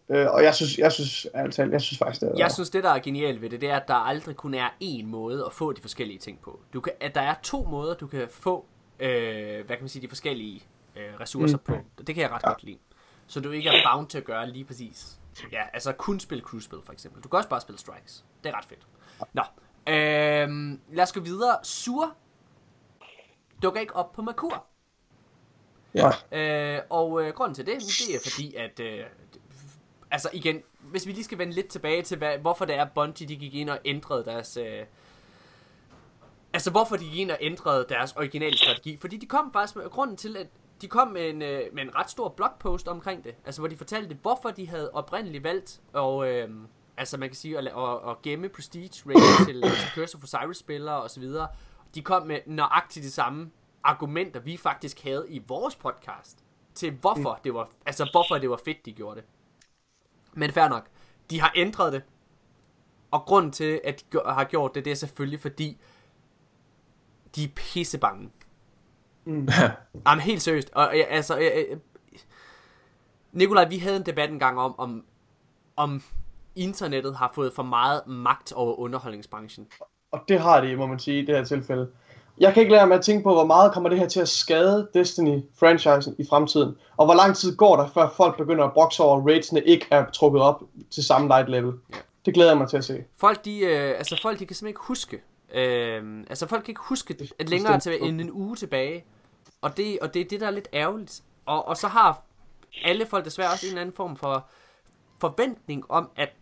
Øh, og jeg synes, jeg synes, altså, jeg synes faktisk, det er...
Jeg synes, det der er genialt ved det, det er, at der aldrig kun er én måde at få de forskellige ting på. Du kan, at der er to måder, du kan få, øh, hvad kan man sige, de forskellige øh, ressourcer mm. på. Det kan jeg ret ja. godt lide. Så du ikke er bound til at gøre lige præcis. Ja, altså kun spille cruise-spil, for eksempel. Du kan også bare spille strikes. Det er ret fedt. Nå, øh, lad os gå videre. Sur dukker ikke op på Merkur.
Ja.
Øh, og øh, grunden til det, det er fordi, at... Øh, altså igen, hvis vi lige skal vende lidt tilbage til, hvad, hvorfor det er, Bungie de gik ind og ændrede deres... Øh, altså hvorfor de gik ind og ændrede deres originale strategi. Fordi de kom faktisk med grunden til, at de kom med en, øh, med en ret stor blogpost omkring det. Altså hvor de fortalte, hvorfor de havde oprindeligt valgt og, øh, altså man kan sige, at, at, at gemme Prestige rating til, til Curse of Osiris spillere osv. De kom med nøjagtigt de samme argumenter, vi faktisk havde i vores podcast, til hvorfor mm. det var, altså hvorfor det var fedt, de gjorde det. Men fair nok, de har ændret det, og grunden til, at de har gjort det, det er selvfølgelig fordi, de er pissebange. Mm. Jamen helt seriøst, og altså, jeg, jeg, Nikolaj, vi havde en debat engang om, om, om internettet har fået for meget magt over underholdningsbranchen.
Og det har det, må man sige, i det her tilfælde. Jeg kan ikke lade med at tænke på, hvor meget kommer det her til at skade Destiny-franchisen i fremtiden. Og hvor lang tid går der, før folk begynder at brokse over, at ratesene ikke er trukket op til samme light level. Ja. Det glæder jeg mig til at se.
Folk, de, øh, altså folk, de kan simpelthen ikke huske. Øh, altså folk kan ikke huske det, at længere til end en uge tilbage. Og det, og det er det, der er lidt ærgerligt. Og, og så har alle folk desværre også en eller anden form for forventning om, at,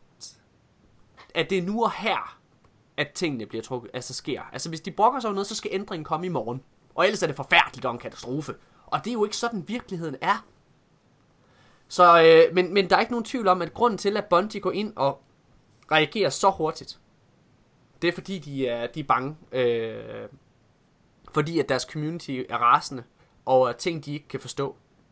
at det er nu og her, at tingene bliver trukket, altså sker. Altså hvis de brokker sig over noget, så skal ændringen komme i morgen. Og ellers er det forfærdeligt og en katastrofe. Og det er jo ikke sådan virkeligheden er. Så, øh, men, men der er ikke nogen tvivl om, at grunden til, at Bungie går ind og reagerer så hurtigt, det er fordi, de er, de er bange. Øh, fordi at deres community er rasende over ting, de ikke kan forstå.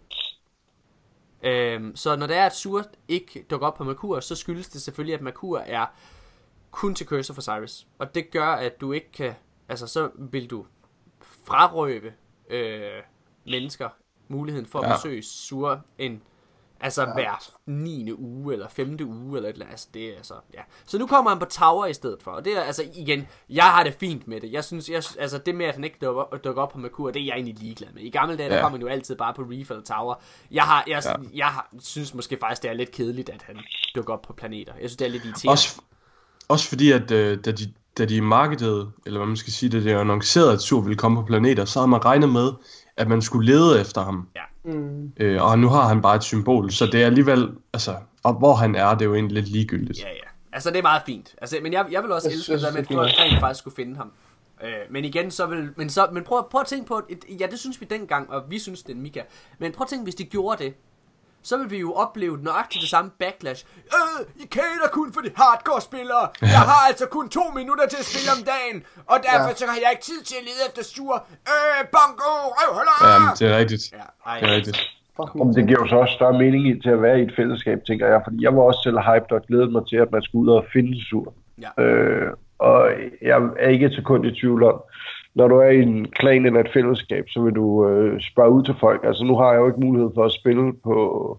Øh, så når det er, at Sur ikke dukker op på Merkur, så skyldes det selvfølgelig, at Merkur er kun til Curse of Osiris. Og det gør, at du ikke kan... Altså, så vil du frarøve øh, mennesker muligheden for at ja. besøge Sur en... Altså ja. hver niende uge, eller femte uge, eller et eller andet. Altså, det er altså... Ja. Så nu kommer han på Tower i stedet for. Og det er altså, igen... Jeg har det fint med det. Jeg synes... Jeg, altså, det med, at han ikke dukker, dukker op på Merkur, det er jeg egentlig ligeglad med. I gamle dage, ja. der kom han jo altid bare på Reef eller Tower. Jeg har... Jeg, ja. jeg har, synes måske faktisk, det er lidt kedeligt, at han dukker op på planeter. Jeg synes, det er lidt irriterende. Også
Også fordi, at øh, da, de, da de markedede, eller hvad man skal sige, da de annoncerede, at Sur ville komme på planeter, så havde man regnet med, at man skulle lede efter ham.
Ja.
Mm.
Øh, og nu har han bare et symbol, så det er alligevel, altså, og hvor han er, det er jo egentlig lidt ligegyldigt.
Ja, ja. Altså, det er meget fint. Altså, men jeg, jeg vil også jeg elske, at man rent faktisk skulle finde ham. Øh, men igen, så vil... Men, så, men prøv, prøv at tænke på... Et, ja, det synes vi dengang, og vi synes, det er Mika. Men prøv at tænke, hvis de gjorde det, så vil vi jo opleve nøjagtigt det samme backlash. Øh, I cater kun for de hardcore-spillere. Jeg har altså kun to minutter til at spille om dagen, og derfor ja. så har jeg ikke tid til at lede efter Sur. Øh, bongo, røvhuller!
Ja, det er rigtigt. Ja, ej, det er rigtigt.
Om det giver jo så også større mening i til at være i et fællesskab, tænker jeg. Fordi jeg var også selv hyped og glædet mig til, at man skulle ud og finde Sur.
Ja.
Øh, og jeg er ikke et sekund i tvivl om, når du er i en klan eller et fællesskab, så vil du øh, spørge ud til folk. Altså nu har jeg jo ikke mulighed for at spille på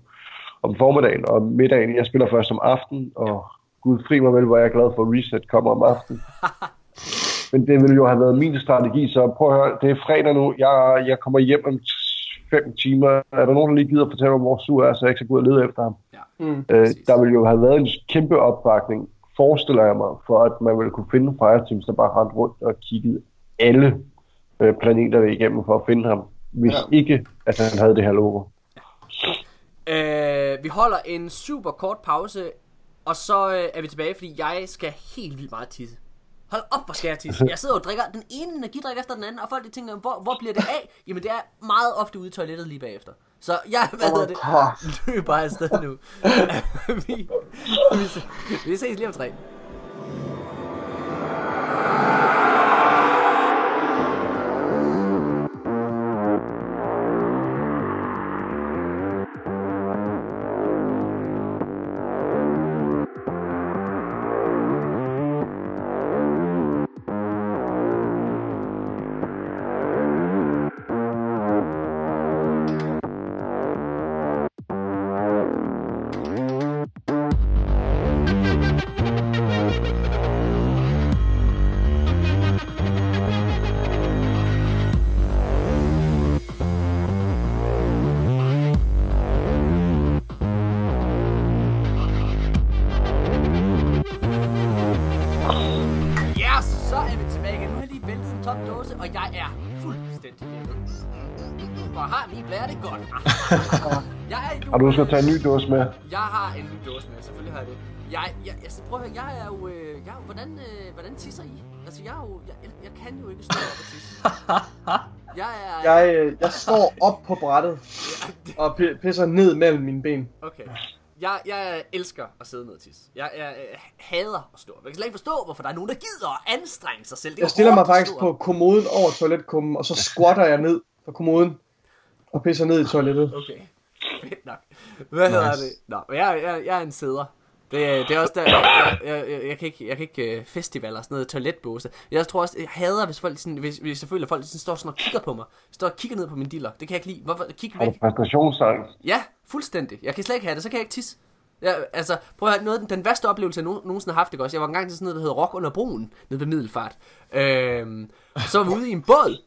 om formiddagen og middagen. Jeg spiller først om aftenen, og gud fri mig vel, hvor jeg er glad for, at Reset kommer om aftenen. Men det ville jo have været min strategi, så prøv at høre, det er fredag nu. Jeg, jeg kommer hjem om fem timer. Er der nogen, der lige gider at fortælle mig, hvor Sur er, så jeg ikke skal gå ud og lede efter ham?
Ja. Mm,
øh, der ville jo have været en kæmpe opbakning, forestiller jeg mig, for at man ville kunne finde Fireteams, der bare rendte rundt og kiggede alle øh, planeterne igennem for at finde ham, hvis ja. ikke, at han havde det her logo.
Øh, vi holder en super kort pause, og så øh, er vi tilbage, fordi jeg skal helt vildt meget tisse. Hold op, hvor skal jeg tisse. Jeg sidder og drikker den ene energidrik efter den anden, og folk de tænker, hvor, hvor bliver det af? Jamen det er meget ofte ude i toilettet lige bagefter. Så jeg, hvad hedder det, løber afsted nu. vi, vi, vi ses lige om tre. og jeg er fuldstændig lettet. Hvor har min blære det godt? Jeg er jo...
Og du skal tage en ny dåse med.
Jeg har en ny dåse med, selvfølgelig har jeg det. Jeg, jeg, jeg, prøv at høre, jeg er jo, øh, jeg er jo hvordan, øh, hvordan tisser I? Altså, jeg er jo, jeg, jeg kan jo ikke stå op og tisse. Jeg er...
Jeg, øh, jeg står op på brættet og p- pisser ned mellem mine ben.
Okay. Jeg, jeg elsker at sidde ned og tisse. Jeg, jeg, jeg hader at stå op. Jeg kan slet ikke forstå, hvorfor der er nogen, der gider at anstrenge sig selv. Det
jeg stiller mig faktisk på kommoden over toiletkummen, og så squatter jeg ned på kommoden og pisser ned i toilettet.
Okay. Fedt nok. Hvad nice. hedder det? Nå, jeg, jeg, jeg er en sæder. Det, det er også der, jeg, jeg, jeg, jeg kan ikke, jeg kan ikke festivaler, sådan noget toiletbåse. Jeg tror også, jeg hader, hvis folk sådan, hvis, hvis jeg føler, at folk sådan står sådan og kigger på mig. Står og kigger ned på min diller. Det kan jeg ikke lide. Hvorfor? Kig væk.
Har du præstationsangst?
Ja, fuldstændig. Jeg kan slet ikke have det, så kan jeg ikke tisse. Jeg, altså, prøv at høre, noget, den værste oplevelse, jeg no, nogensinde har haft, det også. Jeg var engang til sådan noget, der hedder Rock under broen, nede ved Middelfart. Øhm, så var vi ude i en båd.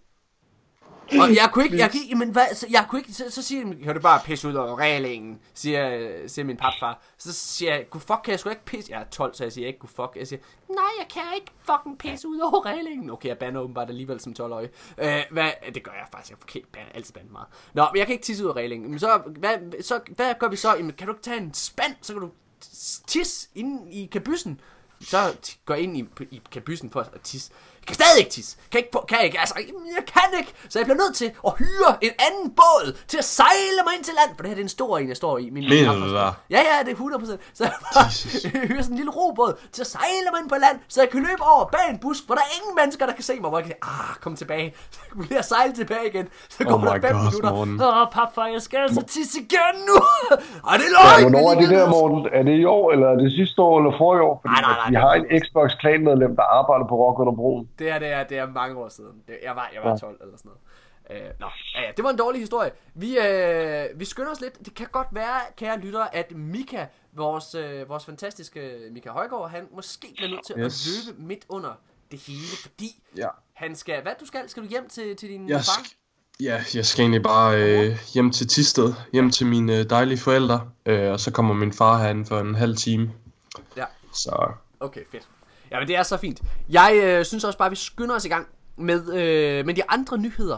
Og jeg kunne ikke, jeg, jeg, men hvad, så, jeg kunne ikke, så, så siger de, kan du bare pisse ud over reglingen, siger, siger min papfar. Så siger jeg, gud fuck, kan jeg sgu ikke pisse? Jeg er tolv, så jeg siger ikke, gud fuck. Jeg siger, nej, jeg kan ikke fucking pisse ud over reglingen. Okay, jeg bander åbenbart alligevel som tolv-årig. Øh, hvad, det gør jeg faktisk, jeg kan okay, altid bande meget. Nå, men jeg kan ikke tisse ud over reglingen. Men så, hvad, så, hvad gør vi så? Jamen, kan du ikke tage en spand, så kan du tisse inde i kabyssen. Så går jeg ind i, i kabyssen for at tisse. Jeg kan stadig ikke tisse. Kan ikke, kan jeg ikke. Altså, jeg kan ikke. Så jeg bliver nødt til at hyre en anden båd til at sejle mig ind til land. For det her det er en stor en, jeg står i. Min
Mener du det?
Ja, ja, det er hundrede procent. Så jeg bare hyrer sådan en lille robåd til at sejle mig ind på land, så jeg kan løbe over bag en busk, hvor der er ingen mennesker, der kan se mig. Hvor jeg kan sige, ah, kom tilbage. Så jeg bliver sejle tilbage igen. Så kommer
oh
der fem
God,
minutter.
Morten.
Åh, papfar, jeg skal altså tisse igen nu. Og det er løgn.
Ja, hvornår er det der, Morten? Er det i år, eller er det sidste år, eller forrige år? Fordi
nej, nej, nej,
vi har en Xbox-klanmedlem, der arbejder på Rock under broen.
Det er, det er, det er mange år siden. Det, jeg var, jeg var tolv eller sådan noget. Øh, nå, ja, ja, det var en dårlig historie. Vi, øh, vi skynder os lidt. Det kan godt være, kære lyttere, at Mika, vores, øh, vores fantastiske Mika Højgaard, han måske bliver nødt til yes. at løbe midt under det hele, fordi
ja.
han skal... Hvad du skal? Skal du hjem til, til din
jeg
far?
Sk- ja, jeg skal egentlig bare øh, hjem til Thisted, hjem til mine dejlige forældre, øh, og så kommer min far herinde for en halv time.
Ja.
Så...
Okay, fedt. Ja, men det er så fint. Jeg øh, synes også bare, at vi skynder os i gang med, øh, med de andre nyheder.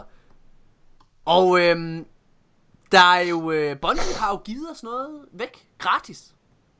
Og øh, der er jo... Øh, Bungie har jo givet os noget væk gratis.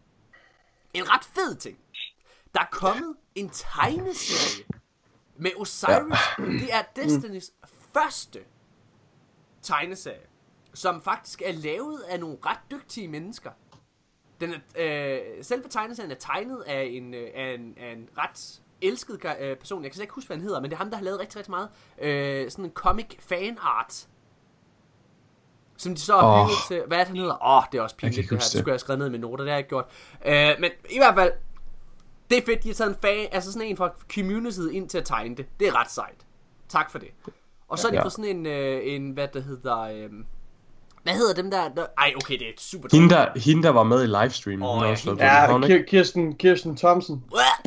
En ret fed ting. Der er kommet en tegneserie med Osiris. Ja. Det er Destinys mm. første tegneserie, som faktisk er lavet af nogle ret dygtige mennesker. Den er, øh, selve tegneserien er tegnet af en, øh, af en, af en ret elsket øh, person. Jeg kan slet ikke huske, hvad han hedder, men det er ham, der har lavet rigtig, rigtig meget øh, sådan en comic fan art. Som de så har bygget oh. til... Hvad er det, han hedder? Åh, oh, det er også pinligt, det her. Det skulle jeg have skrevet ned med noter, det har jeg ikke gjort. Øh, men i hvert fald, det er fedt, de har taget en fan, altså sådan en fra communityet ind til at tegne det. Det er ret sejt. Tak for det. Og så er de ja. fået sådan en, øh, en, hvad der hedder... Øh, Hvad hedder dem der, der... Ej, okay, det er super
hende der, hende der var med i livestreamen.
Oh, ja, ja Kirsten, Kirsten Thompson.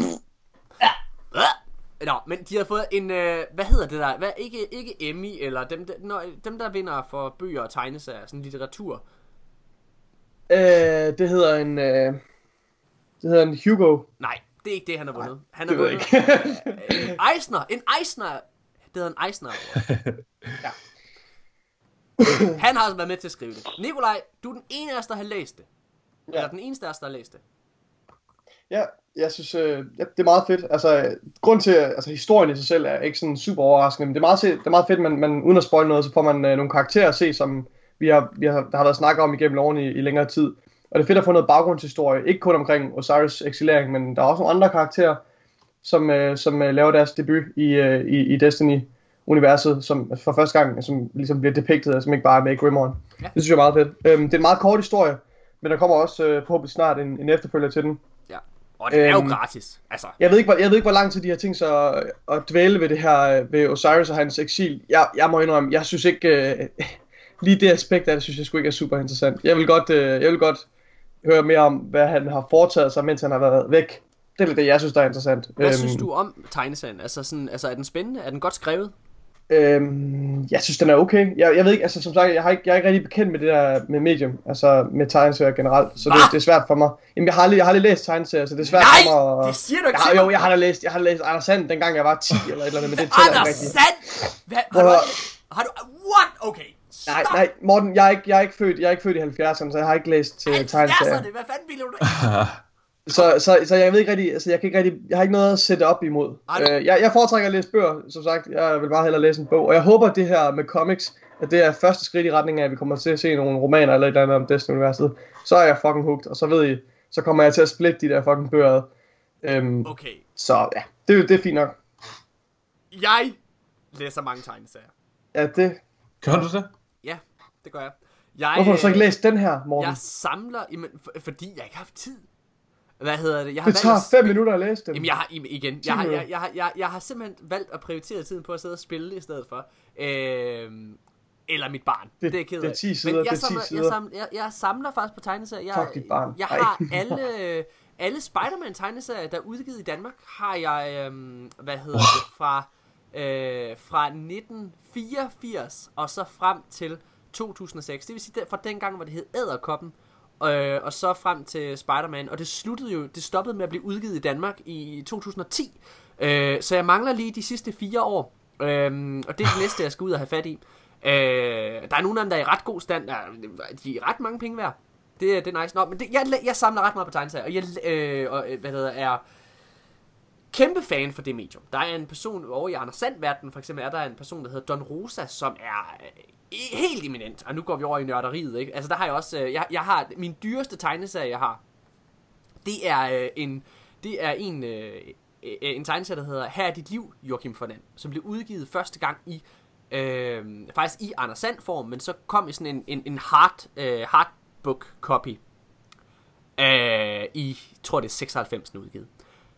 Nå, men de har fået en... Øh, hvad hedder det der? Hvad, ikke, ikke Emmy, eller dem der, nø, dem, der vinder for bøger og tegneserier, sådan litteratur.
Øh, det hedder en... Øh, det hedder en Hugo.
Nej, det er ikke det, han har vundet.
Nej,
han har
det
vundet ikke. en Eisner. En Eisner. Det hedder en Eisner. Ja. Han har altså været med til at skrive det. Nikolaj, du er den eneste, der har læst det. Ja. Eller den eneste af os, der har læst det.
Ja, jeg synes, øh, ja, det er meget fedt. Altså, grund til, altså historien i sig selv er ikke sådan super overraskende, men det er meget, det er meget fedt, man, man uden at spoile noget, så får man øh, nogle karakterer at se, som vi har, vi har, der har været snakket om igennem årene i, i længere tid. Og det er fedt at få noget baggrundshistorie, ikke kun omkring Osiris' eksilering, men der er også nogle andre karakterer, som, øh, som øh, laver deres debut i, øh, i, i Destiny-universet, som for første gang som ligesom bliver depicted, som ikke bare er med i Grimoire. Ja. Det synes jeg er meget fedt. Øhm, det er en meget kort historie, men der kommer også øh, forhåbentlig snart en, en efterfølger til den.
Ja. Og det er jo øhm, gratis. Altså.
Jeg ved ikke, hvor, jeg ved ikke, hvor lang tid de har tænkt sig at, at dvæle ved det her, ved Osiris og hans eksil. Jeg, jeg må indrømme, jeg synes ikke, øh, lige det aspekt af det, synes jeg sgu ikke er super interessant. Jeg vil godt, øh, jeg vil godt høre mere om, hvad han har foretaget sig, mens han har været væk. Det er det, jeg synes, der er interessant.
Hvad
øhm,
synes du om tegneserien? Altså, sådan, altså, er den spændende? Er den godt skrevet?
Øhm, jeg synes, den er okay. Jeg, jeg ved ikke, altså som sagt, jeg, har ikke, jeg er ikke rigtig bekendt med det der med medium, altså med tegneserier generelt, så det, det er svært for mig. Jamen, jeg har aldrig, jeg har aldrig læst tegneserier, så det er svært
Nej,
for mig.
Nej, det siger du ikke
jeg,
til
Jo,
mig.
jeg har da læst, jeg har da læst Anders Sand, dengang jeg var ti eller et eller andet, men det tæller ikke rigtigt.
Anders Sand? Hvad, har, du, har du, what? Okay, stop.
Nej, nej, Morten, jeg er ikke, jeg er ikke født, jeg er ikke født i halvfjerdserne, så jeg har ikke læst uh, tegneserier.
halvfjerdserne, hvad fanden ville du da?
Så, så, så jeg ved ikke rigtig, altså jeg kan ikke rigtig, jeg har ikke noget at sætte op imod. Uh, jeg, jeg foretrækker at læse bøger, som sagt. Jeg vil bare hellere læse en bog, og jeg håber at det her med comics, at det er første skridt i retning af, at vi kommer til at se nogle romaner eller et eller andet om Destiny-universet. Så er jeg fucking hooked, og så ved I, så kommer jeg til at splitte de der fucking bøger. Um,
Okay.
Så ja, det, det er fint nok.
Jeg læser mange tegneserier.
Ja, det.
Gør du det?
Ja, det gør jeg. jeg
Hvorfor har du så ikke læst den her, Morten?
Jeg samler, jamen, for, fordi jeg ikke har haft tid. Hvad hedder det? Jeg har
Det tager
valgt at
fem
spille-
minutter at læse den.
Jamen jeg har igen, jeg har, jeg, jeg, har, jeg, jeg har simpelthen valgt at prioritere tiden på at sidde og spille i stedet for. Øhm, eller mit barn. Det,
Det-
det er jeg ked
det er
af.
ti sider,
Men
det er
jeg
ti
samler,
sider.
Jeg samler, jeg, jeg samler faktisk på tegneserier. Jeg,
Fuck dit barn.
jeg
Ej.
har alle, alle Spider-Man tegneserier, der er udgivet i Danmark, har jeg, øhm, hvad hedder det, fra, øh, fra nitten fireogfirs og så frem til to tusind og seks. Det vil sige, fra den gang, hvor det hed Edderkoppen, Øh, og så frem til Spider-Man. Og det sluttede jo, det stoppede med at blive udgivet i Danmark i to tusind og ti. øh, Så jeg mangler lige de sidste fire år. øh, Og det er det næste jeg skal ud og have fat i. øh, Der er nogle af dem der er i ret god stand. Der, de er ret mange penge værd. Det, det er nice. Nå, men det, jeg, jeg samler ret meget på tegneserier. Og jeg øh, og, hvad hedder, er kæmpe fan for det medium. Der er en person over i Anders Sand-verdenen, for eksempel er der en person, der hedder Don Rosa, som er øh, helt eminent. Og nu går vi over i nørderiet, ikke? Altså der har jeg også, øh, jeg, jeg har, min dyreste tegneserie, jeg har, det er øh, en, det er en, øh, øh, en tegneserie, der hedder Her er dit liv, Joachim Fernand, som blev udgivet første gang i, øh, faktisk i Anders Sand-form, men så kom i sådan en, en, en hard, øh, hardbook copy, øh, i, tror det er seksoghalvfems udgivet.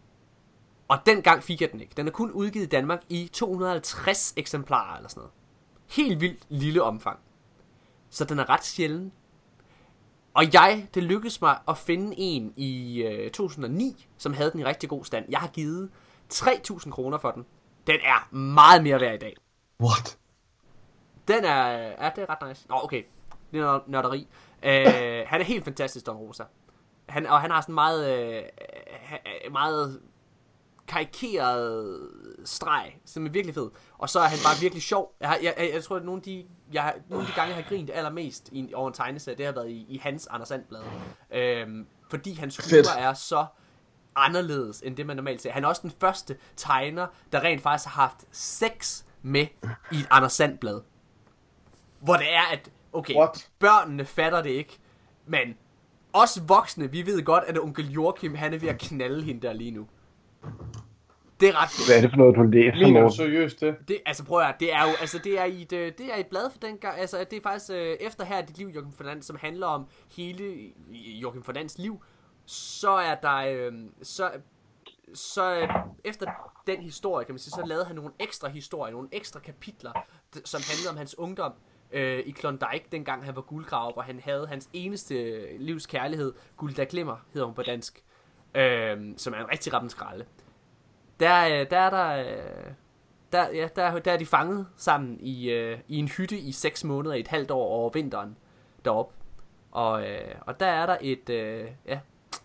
Og dengang fik jeg den ikke. Den er kun udgivet i Danmark i to hundrede og halvtreds eksemplarer eller sådan noget. Helt vildt lille omfang. Så den er ret sjælden. Og jeg, det lykkedes mig at finde en i øh, to tusind og ni, som havde den i rigtig god stand. Jeg har givet tre tusind kroner for den. Den er meget mere værd i dag.
What?
Den er, er det er ret nice. Nå, okay. Det er nørderi. Øh, han er helt fantastisk, Don Rosa. Han, og han har sådan meget, øh, meget karikeret streg, som er virkelig fed. Og så er han bare virkelig sjov. Jeg, har, jeg, jeg, jeg tror, at nogle af de, jeg har, nogle af de gange, jeg har grint allermest i, over en tegneserie, det har været i, i hans Anders Sand-blad. Øhm, fordi hans humor er så anderledes, end det man normalt ser. Han er også den første tegner, der rent faktisk har haft sex med i et Anders Sand-blad. Hvor det er, at okay,
What?
børnene fatter det ikke, men os voksne, vi ved godt, at onkel Joachim, han er ved at knalde hende der lige nu. Det er ret fedt.
Hvad er det for noget, du læser,
Mener du
Morten?
seriøst det?
Det, altså prøv at høre, det er jo, altså det er i et, det er et blad for den gang, altså det er faktisk øh, efter her dit liv, Joachim Fernand, som handler om hele Joachim Fernands liv, så er der, øh, så, så øh, efter den historie, kan man sige, så lavede han nogle ekstra historier, nogle ekstra kapitler, som handlede om hans ungdom øh, i Klondike, dengang han var guldgraver, hvor han havde hans eneste livs kærlighed, Gulda Glimmer, hedder hun på dansk, øh, som er en rigtig rappen skralde. Der, der er der, der, ja, der, der er de fanget sammen i, øh, i en hytte i seks måneder, i et halvt år over vinteren deroppe. Og, øh, og der er der et, øh, ja.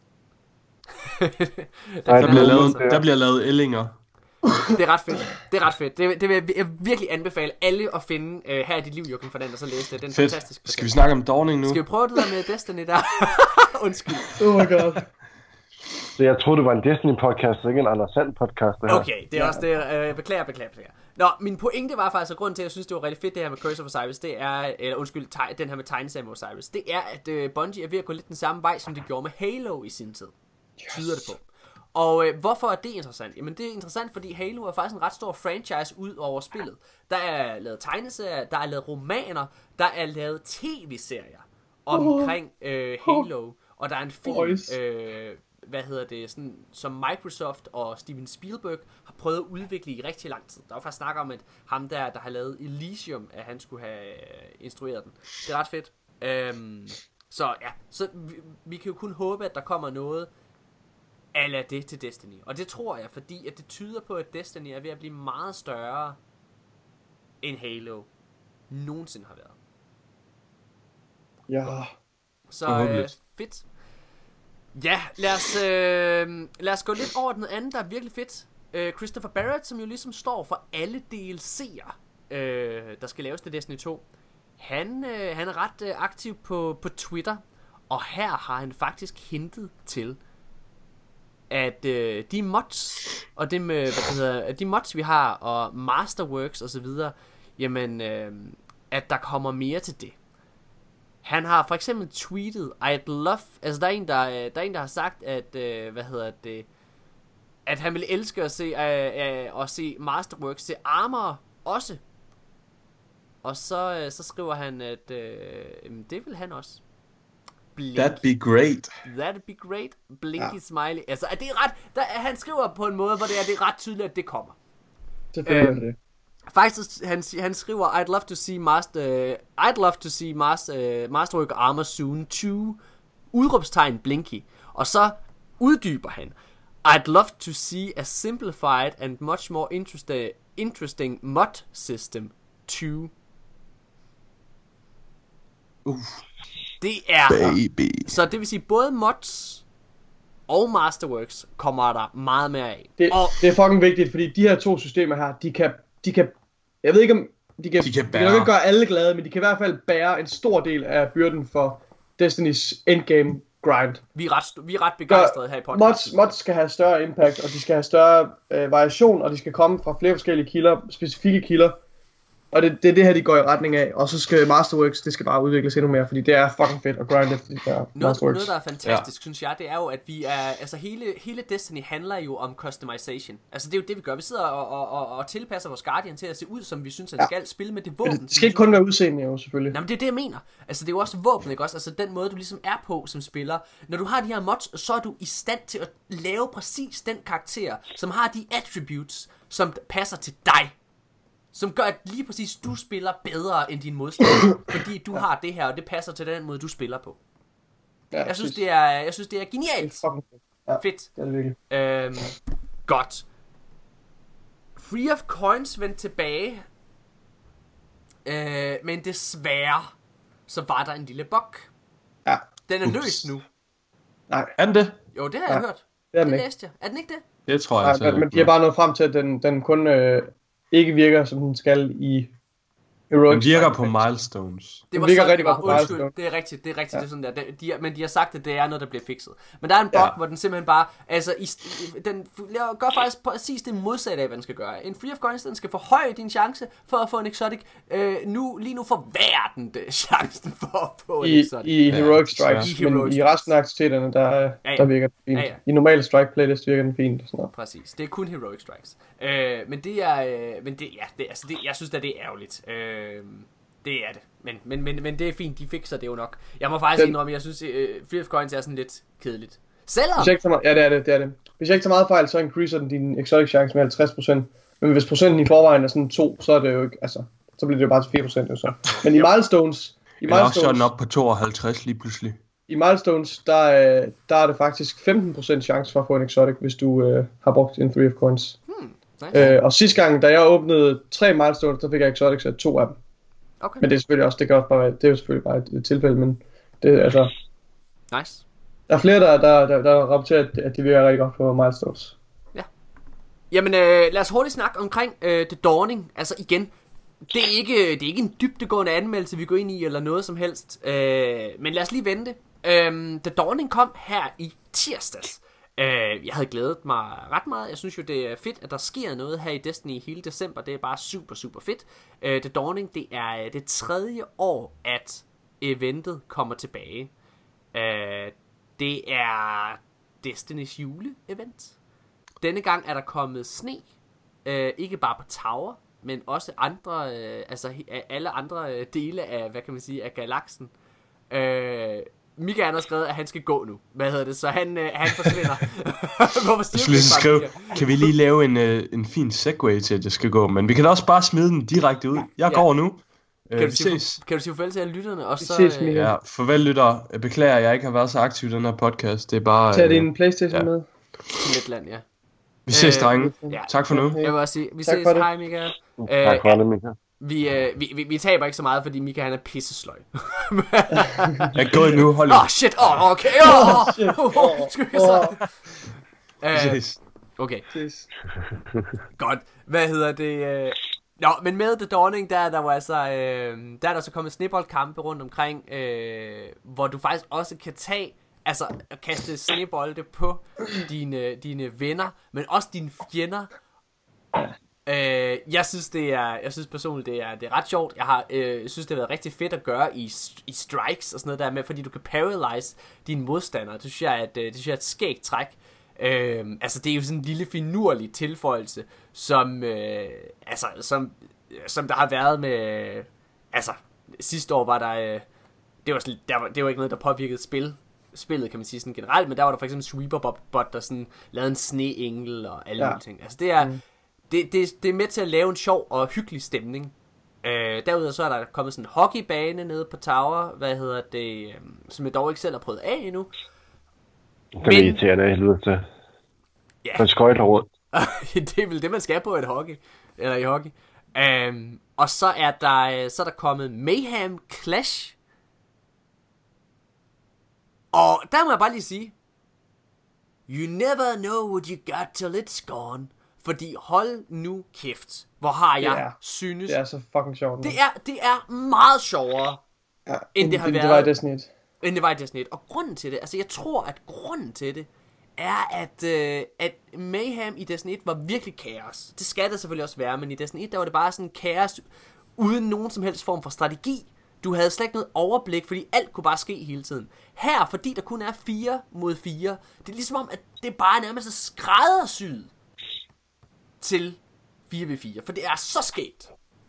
der,
Ej,
Der bliver
er
lavet,
noget,
der bliver lavet ællinger.
det er ret fedt. Det er ret fedt. Det, det vil jeg virkelig anbefale alle at finde. Øh, her er dit liv, Joachim Fernand, og så læse det. Den er
Fedt.
fantastisk.
Skal vi snakke om Dawning nu?
Skal vi prøve det der med Destiny der? Undskyld.
Oh my god.
Så jeg troede, det var en Destiny-podcast, ikke en Anders Sand-podcast, det her.
Okay, det er også det. Øh, beklager, beklager, beklager. Nå, min pointe var faktisk, at grunden til, at jeg synes, det var rigtig fedt, det her med Curse of Osiris, det er, eller undskyld, teg, den her med tegneserien med Osiris, det er, at øh, Bungie er ved at gå lidt den samme vej, som de gjorde med Halo i sin tid. Yes. Tyder det på. Og øh, hvorfor er det interessant? Jamen det er interessant, fordi Halo er faktisk en ret stor franchise ud over spillet. Der er lavet tegneserier, der er lavet romaner, der er lavet tv-serier omkring øh, Halo, og der er en film, øh, hvad hedder det, sådan, som Microsoft og Steven Spielberg har prøvet at udvikle i rigtig lang tid. Der var faktisk snak om, at ham der, der har lavet Elysium, at han skulle have instrueret den. Det er ret fedt. Øhm, så ja, så vi, vi kan jo kun håbe, at der kommer noget a la det til Destiny. Og det tror jeg, fordi at det tyder på, at Destiny er ved at blive meget større, end Halo nogensinde har været.
Ja.
Så øh, fedt. Ja, lad os, øh, lad os gå lidt over noget andet, der er virkelig fedt. Øh, Christopher Barrett, som jo ligesom står for alle D L C'er, øh, der skal laves til Destiny to. Han, øh, han er ret øh, aktiv på, på Twitter, og her har han faktisk hintet til, at øh, de mods, og det med, hvad det hedder, de mods vi har, og Masterworks og så videre, jamen, øh, at der kommer mere til det. Han har for eksempel tweetet, I'd love, altså der er en, der, der, er en, der har sagt, at, øh, hvad hedder det, at han ville elske at se, øh, øh, at se Masterworks til Armor også. Og så, øh, så skriver han, at øh, det vil han også. Blinky.
That'd be great.
That'd be great. Blinky ja. Smiley. Altså, at det er ret, der, han skriver på en måde, hvor det er, det er ret tydeligt, at det kommer.
Selvfølgelig øhm, det.
Faktisk, han, han skriver, I'd love to see Master, uh, I'd love to see Master, uh, Masterwork Armor soon to udråbstegn Blinky. Og så uddyber han, I'd love to see a simplified and much more interesting, interesting mod system too.
Uh.
Det er,
baby.
Så det vil sige, både mods og Masterworks kommer der meget mere af.
Det,
og,
det er fucking vigtigt, fordi de her to systemer her, de kan, de kan, jeg ved ikke om, de kan,
de kan,
de kan nok ikke gøre alle glade, men de kan i hvert fald bære en stor del af byrden for Destinys endgame grind.
Vi er ret, vi er ret begejstrede her i podcasten.
Mods, mods skal have større impact, og de skal have større øh, variation, og de skal komme fra flere forskellige kilder, specifikke kilder. Og det, det er det her, de går i retning af. Og så skal Masterworks, det skal bare udvikles endnu mere, fordi det er fucking fedt at grinde efter de der
noget,
Masterworks.
Noget, der er fantastisk, ja. synes jeg, det er jo, at vi er, altså hele, hele Destiny handler jo om customization. Altså det er jo det, vi gør. Vi sidder og, og, og, og tilpasser vores Guardian til at se ud, som vi synes, at det ja. skal spille med det våben.
Det skal ikke kun være udseende, jo, selvfølgelig.
Nej, men det er det, jeg mener. Altså det er jo også våben, ikke også? Altså den måde, du ligesom er på som spiller. Når du har de her mods, så er du i stand til at lave præcis den karakter, som har de attributes, som passer til dig. Som gør, at lige præcis du spiller bedre end din modstander, fordi du ja. har det her, og det passer til den måde, du spiller på. Ja, jeg, synes, det er, jeg synes, det er genialt.
Det er ja,
fedt.
Det er det virkelig.
Øhm, godt. Free of Coins vendte tilbage, øh, men desværre, så var der en lille bug.
Ja.
Den er løst nu.
Nej.
Er den det?
Jo, det har jeg
ja.
hørt.
Det, er
det læste jeg. Er den ikke det?
Det tror jeg.
Nej, men, men de har bare nået frem til, at den, den kun... Øh, ikke virker, som den skal i Heroic.
Den virker på milestones.
Det var
virker
sådan,
rigtig
det var.
godt på
Undskyld,
milestone.
det er rigtigt, det er rigtigt,
ja.
det er sådan der. De, de, men de har sagt, at det er noget, der bliver fikset. Men der er en bug, ja. hvor den simpelthen bare, altså, i, den gør faktisk præcis det modsatte af, hvad den skal gøre. En Free of Coins, den skal forhøje din chance for at få en exotic. Øh, nu, lige nu forværrer den det, chancen for at få
I,
en exotic.
I Heroic Strikes,
I
men
Heroic
i resten af aktiviteterne, der,
ja, ja.
der virker det fint. Ja, ja. I normale strike playlist virker den fint. Og sådan noget.
Præcis, det er kun Heroic Strikes. Øh, men det er, øh, men det, ja, det, altså, det, jeg synes at det er ærgerligt. Øh, Det er det, men, men, men, men det er fint, de fikser det jo nok. Jeg må faktisk den... indrømme, jeg synes, uh, Free of Coins er sådan lidt kedeligt. Selvom...
Hvis jeg ikke tager meget, ja, det er det, det er det. Hvis jeg ikke tager meget fejl, så increaser den din exotic chance med halvtreds procent. Men hvis procenten i forvejen er sådan to, så er det jo ikke, altså, så bliver det jo bare til fire procent jo så. Men i milestones... I
Eller også så er den op på tooghalvtreds lige pludselig.
I milestones, der, der er det faktisk femten procent chance for at få en exotic, hvis du uh, har brugt en Free of Coins.
Hmm, nice.
uh, og sidste gang, da jeg åbnede tre milestones, der fik jeg exotics af to af dem.
Okay.
Men det er selvfølgelig også, det kan også bare være, det er jo selvfølgelig bare et, et tilfælde, men det altså...
Nice.
Der er flere, der, der, der, der rapporterer, at, at de virker rigtig godt på milestones.
Ja. Jamen, øh, lad os hurtigt snakke omkring øh, The Dawning. Altså igen, det er, ikke, det er ikke en dybdegående anmeldelse, vi går ind i, eller noget som helst. Øh, men lad os lige vente. Øh, The Dawning kom her i tirsdags. Uh, jeg havde glædet mig ret meget. Jeg synes jo, det er fedt, at der sker noget her i Destiny hele december. Det er bare super, super fedt. uh, The Dawning, det er det tredje år, at eventet kommer tilbage. uh, Det er Destinys jule-event. Denne gang er der kommet sne. uh, Ikke bare på Tower, men også andre, uh, altså alle andre dele af, hvad kan man sige, af galaksen. uh, Mika har skrevet, at han skal gå nu. Hvad hedder det? Så han, øh, han forsvinder. Hvorfor siger
jeg skrive, kan vi lige lave en, øh, en fin segue til, at jeg skal gå? Men vi kan også bare smide den direkte ud. Jeg ja. går nu.
Kan,
øh,
du sige, kan du sige farvel til alle lytterne? Og så,
ses,
øh...
ja, farvel lytter. Jeg beklager, at jeg ikke har været så aktiv i den her podcast. Det er bare...
Tag din Playstation
ja.
med.
Til Letland, ja.
Vi ses,
øh,
drenge.
Ja.
Tak for nu.
Jeg vil også sige, vi
tak
ses. Hej, Mika.
Tak for det, Mika.
Vi, øh, vi, vi, vi taber ikke så meget, fordi Mika han er pissesløj.
Jeg går nu, hold
Åh, oh, shit, åh, oh, okay, åh, oh, oh, oh, skal vi så...
Yes.
Uh, okay,
Yes.
godt. Hvad hedder det? Uh... Nå, men med The Dawning, der er der jo altså, øh, der er der så kommet sneboldkampe rundt omkring, øh, hvor du faktisk også kan tage, altså at kaste snebolde på dine, dine venner, men også dine fjender. Øh, jeg synes det er, jeg synes personligt det er, det er ret sjovt. Jeg har, øh, synes det har været rigtig fedt at gøre i, i strikes og sådan noget der med, fordi du kan paralyze dine modstandere. Det synes jeg er et, det synes jeg er et skægt træk. Øh, altså det er jo sådan en lille finurlig tilføjelse, som, øh, altså, som, som der har været med, øh, altså sidste år var der, øh, det var, sådan, der var, det var ikke noget der påvirkede spil, spillet kan man sige sådan generelt, men der var der for eksempel Sweeperbot, der sådan lavede en sneengel og alle ja. mulige ting. Altså det er, mm. det, det, det er med til at lave en sjov og hyggelig stemning. Øh, derudover så er der kommet sådan en hockeybane nede på Tower, hvad hedder det, øh, som jeg dog ikke selv har prøvet af endnu.
Det er men... irriterende i helvede til.
Ja.
Man skøjter rundt.
Det er vel det, man skal på et hockey. Eller i hockey. Um, og så er der så er der kommet Mayhem Clash. Og der må jeg bare lige sige, you never know what you got till it's gone. Fordi hold nu kæft, hvor har jeg
yeah.
synes.
Det er så fucking sjovt.
Det er, det er meget sjovere,
ja,
end det har
end
været.
Det var i Destiny et.
End det var i Destiny et. Og grunden til det, altså jeg tror, at grunden til det, er, at, øh, at Mayhem i Destiny et var virkelig kaos. Det skal det selvfølgelig også være, men i Destiny et, der var det bare sådan kaos, uden nogen som helst form for strategi. Du havde slet ikke noget overblik, fordi alt kunne bare ske hele tiden. Her, fordi der kun er fire mod fire, det er ligesom om, at det bare nærmest er skræddersyet til fire mod fire, for det er så skægt.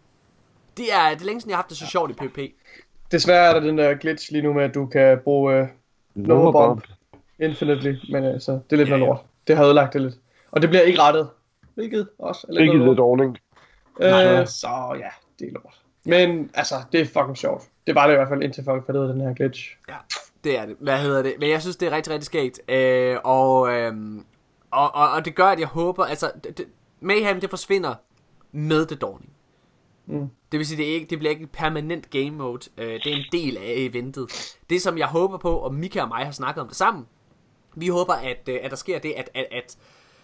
Det er det længe siden, jeg har haft det så sjovt i PvP.
Desværre er der den der glitch lige nu med, at du kan bruge uh, Nova Bomb infinitely, men altså, det er lidt
ja,
noget lort. Det har ødelagt det lidt. Og det bliver ikke rettet. Hvilket også er lidt
ikke
noget
lidt ordning.
Øh, så ja, det er lort. Men altså, det er fucking sjovt. Det var det i hvert fald, indtil folk fattede den her glitch.
Ja, det er det. Hvad hedder det? Men jeg synes, det er rigtig, rigtig skægt. Øh, og, øh, og, og, og det gør, at jeg håber, altså, det, det, Mayhem, det forsvinder med The Dawning. Mm. Det vil sige, det, er ikke, det bliver ikke et permanent game mode. Øh, det er en del af eventet. Det, som jeg håber på, og Mika og mig har snakket om det sammen, vi håber, at, at der sker det, at, at, at,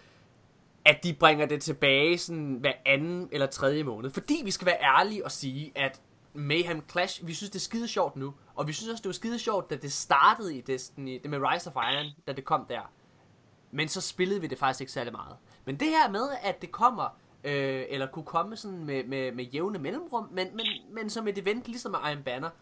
at de bringer det tilbage sådan hver anden eller tredje måned. Fordi vi skal være ærlige og sige, at Mayhem Clash, vi synes, det er skide sjovt nu. Og vi synes også, det var skide sjovt, da det startede i Destiny, det med Rise of Iron, da det kom der. Men så spillede vi det faktisk ikke særlig meget. Men det her med, at det kommer, øh, eller kunne komme sådan med, med, med jævne mellemrum, men, men, men som et event, ligesom med Iron Banner,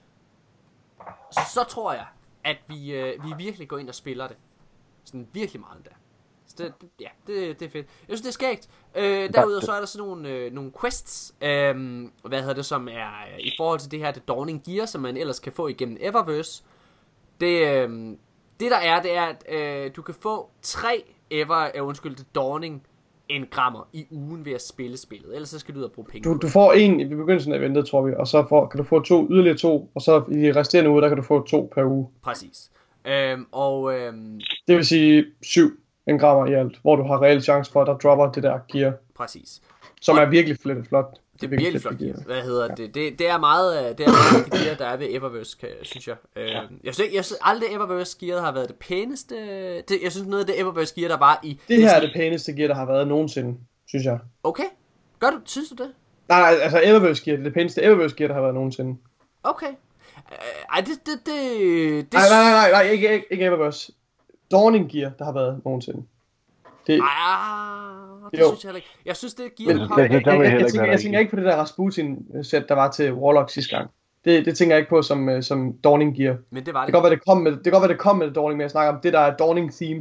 så, så tror jeg, at vi, øh, vi virkelig går ind og spiller det. Sådan virkelig meget endda. Så det, det, ja, det, det er fedt. Jeg synes, det er skægt. Øh, derudover så er der sådan nogle, øh, nogle quests, øh, hvad hedder det, som er øh, i forhold til det her, det Dawning Gear, som man ellers kan få igennem Eververse. Det, øh, det der er, det er, at øh, du kan få tre Ever, øh, undskyld, det Dawning engrammer i ugen ved at spille spillet. Ellers så skal du ud og bruge penge.
Du, du får en i begyndelsen af eventet, tror vi, og så får, kan du få to, yderligere to, og så i de resterende uger, der kan du få to per uge.
Præcis. Øhm, og øhm,
det vil sige syv engrammer i alt, hvor du har reel chance for, at der dropper det der gear.
Præcis.
Som og er virkelig flot. flot.
Det er virkelig flot gear. Hvad hedder ja. det? det? Det er meget, det er meget det gear, der er ved Eververse, kan, synes jeg. Øhm, ja. Jeg synes, jeg synes aldrig Eververse gear har været det pæneste. Det, jeg synes noget af det Eververse gear, der var i...
Det her er det pæneste gear, der har været nogensinde, synes jeg.
Okay. Gør du, synes du det?
Nej, nej, altså Eververse gear, det er det pæneste Eververse gear, der har været nogensinde.
Okay. Ej, det... det, det, det...
Nej, nej, nej, nej, ikke, ikke, ikke Eververse. Dawning Gear, der har været nogensinde.
Det... Ej, det jo. Synes jeg ikke. Jeg synes, det er gear, der kom.
Jeg, jeg, jeg, jeg, jeg, tænker, jeg tænker ikke på det der Rasputin-sæt, der var til Warlock sidste gang. Det, det tænker jeg ikke på som, som Dawning Gear.
Men det var det.
Det kan godt være, det kom med, det kan godt være, det kom med Dawning, men jeg snakker om det, der er Dawning-themed.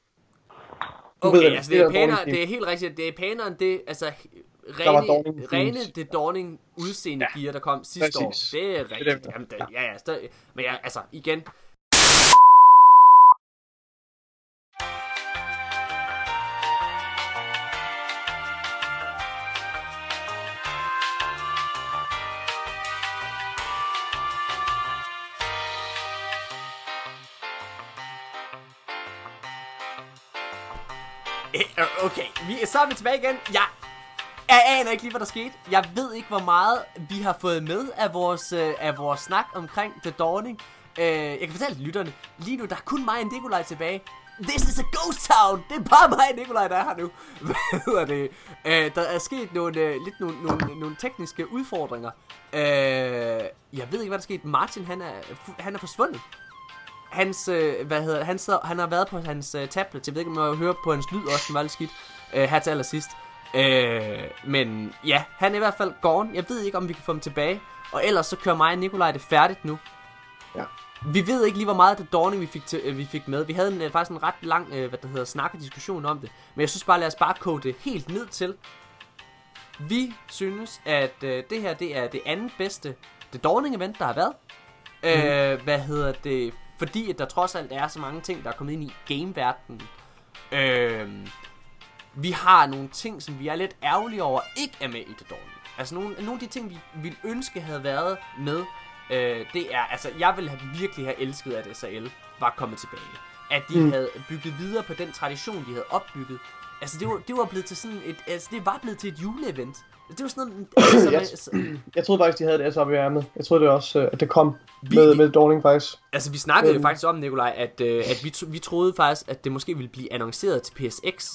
Okay, ved, altså det, det, er pænere, det er helt rigtigt, det er pænere end det, altså... Rene, rene det Dawning udseende ja. Gear, der kom sidste Præcis. år. Det er rigtigt. Det er Jamen, det, ja, ja, det, men ja, altså, igen. Okay, vi, så er vi tilbage igen. Ja. Jeg aner ikke lige, hvad der skete. Jeg ved ikke, hvor meget vi har fået med af vores, øh, af vores snak omkring The Dawning. Øh, jeg kan fortælle lytterne, lige nu der er kun mig og Nikolaj tilbage. This is a ghost town! Det er bare mig og Nikolaj, der er her nu. Hvad hedder det? Øh, der er sket nogle, øh, lidt nogle, nogle, nogle tekniske udfordringer. Øh, jeg ved ikke, hvad der er sket. Martin, han er, han er forsvundet. Hans, øh, hvad hedder han, så, han har været på hans øh, tablet. Jeg ved ikke, om jeg hører på hans lyd også, den var lidt skidt. Øh, her til allersidst. Øh, men ja, han er i hvert fald gone. Jeg ved ikke, om vi kan få ham tilbage. Og ellers så kører mig og Nikolaj det færdigt nu.
Ja.
Vi ved ikke lige, hvor meget af The Dawning vi fik, til, øh, vi fik med. Vi havde en, øh, faktisk en ret lang øh, hvad der hedder, snak og diskussion om det. Men jeg synes bare, lad os bare koge det helt ned til. Vi synes, at øh, det her det er det andet bedste The Dawning event, der har været. Mm. Øh, hvad hedder det? Fordi at der trods alt er så mange ting, der er kommet ind i gameverdenen. Øh, vi har nogle ting, som vi er lidt ærgerlige over, ikke er med i The Dawning. Altså nogle, nogle af de ting, vi ville ønske havde været med. Øh, det er, altså jeg ville have virkelig have elsket, at S A L var kommet tilbage. At de mm. havde bygget videre på den tradition, de havde opbygget. Altså det var, det var blevet til sådan et, altså det var blevet til et juleevent. Det var sådan noget, altså,
jeg,
altså,
jeg troede faktisk, de havde det S op i ærmet. Jeg troede det også, at det kom vi, med, med Dawning faktisk.
Altså vi snakkede jo faktisk om, Nikolaj, at, øh, at vi, vi troede faktisk, at det måske ville blive annonceret til P S X.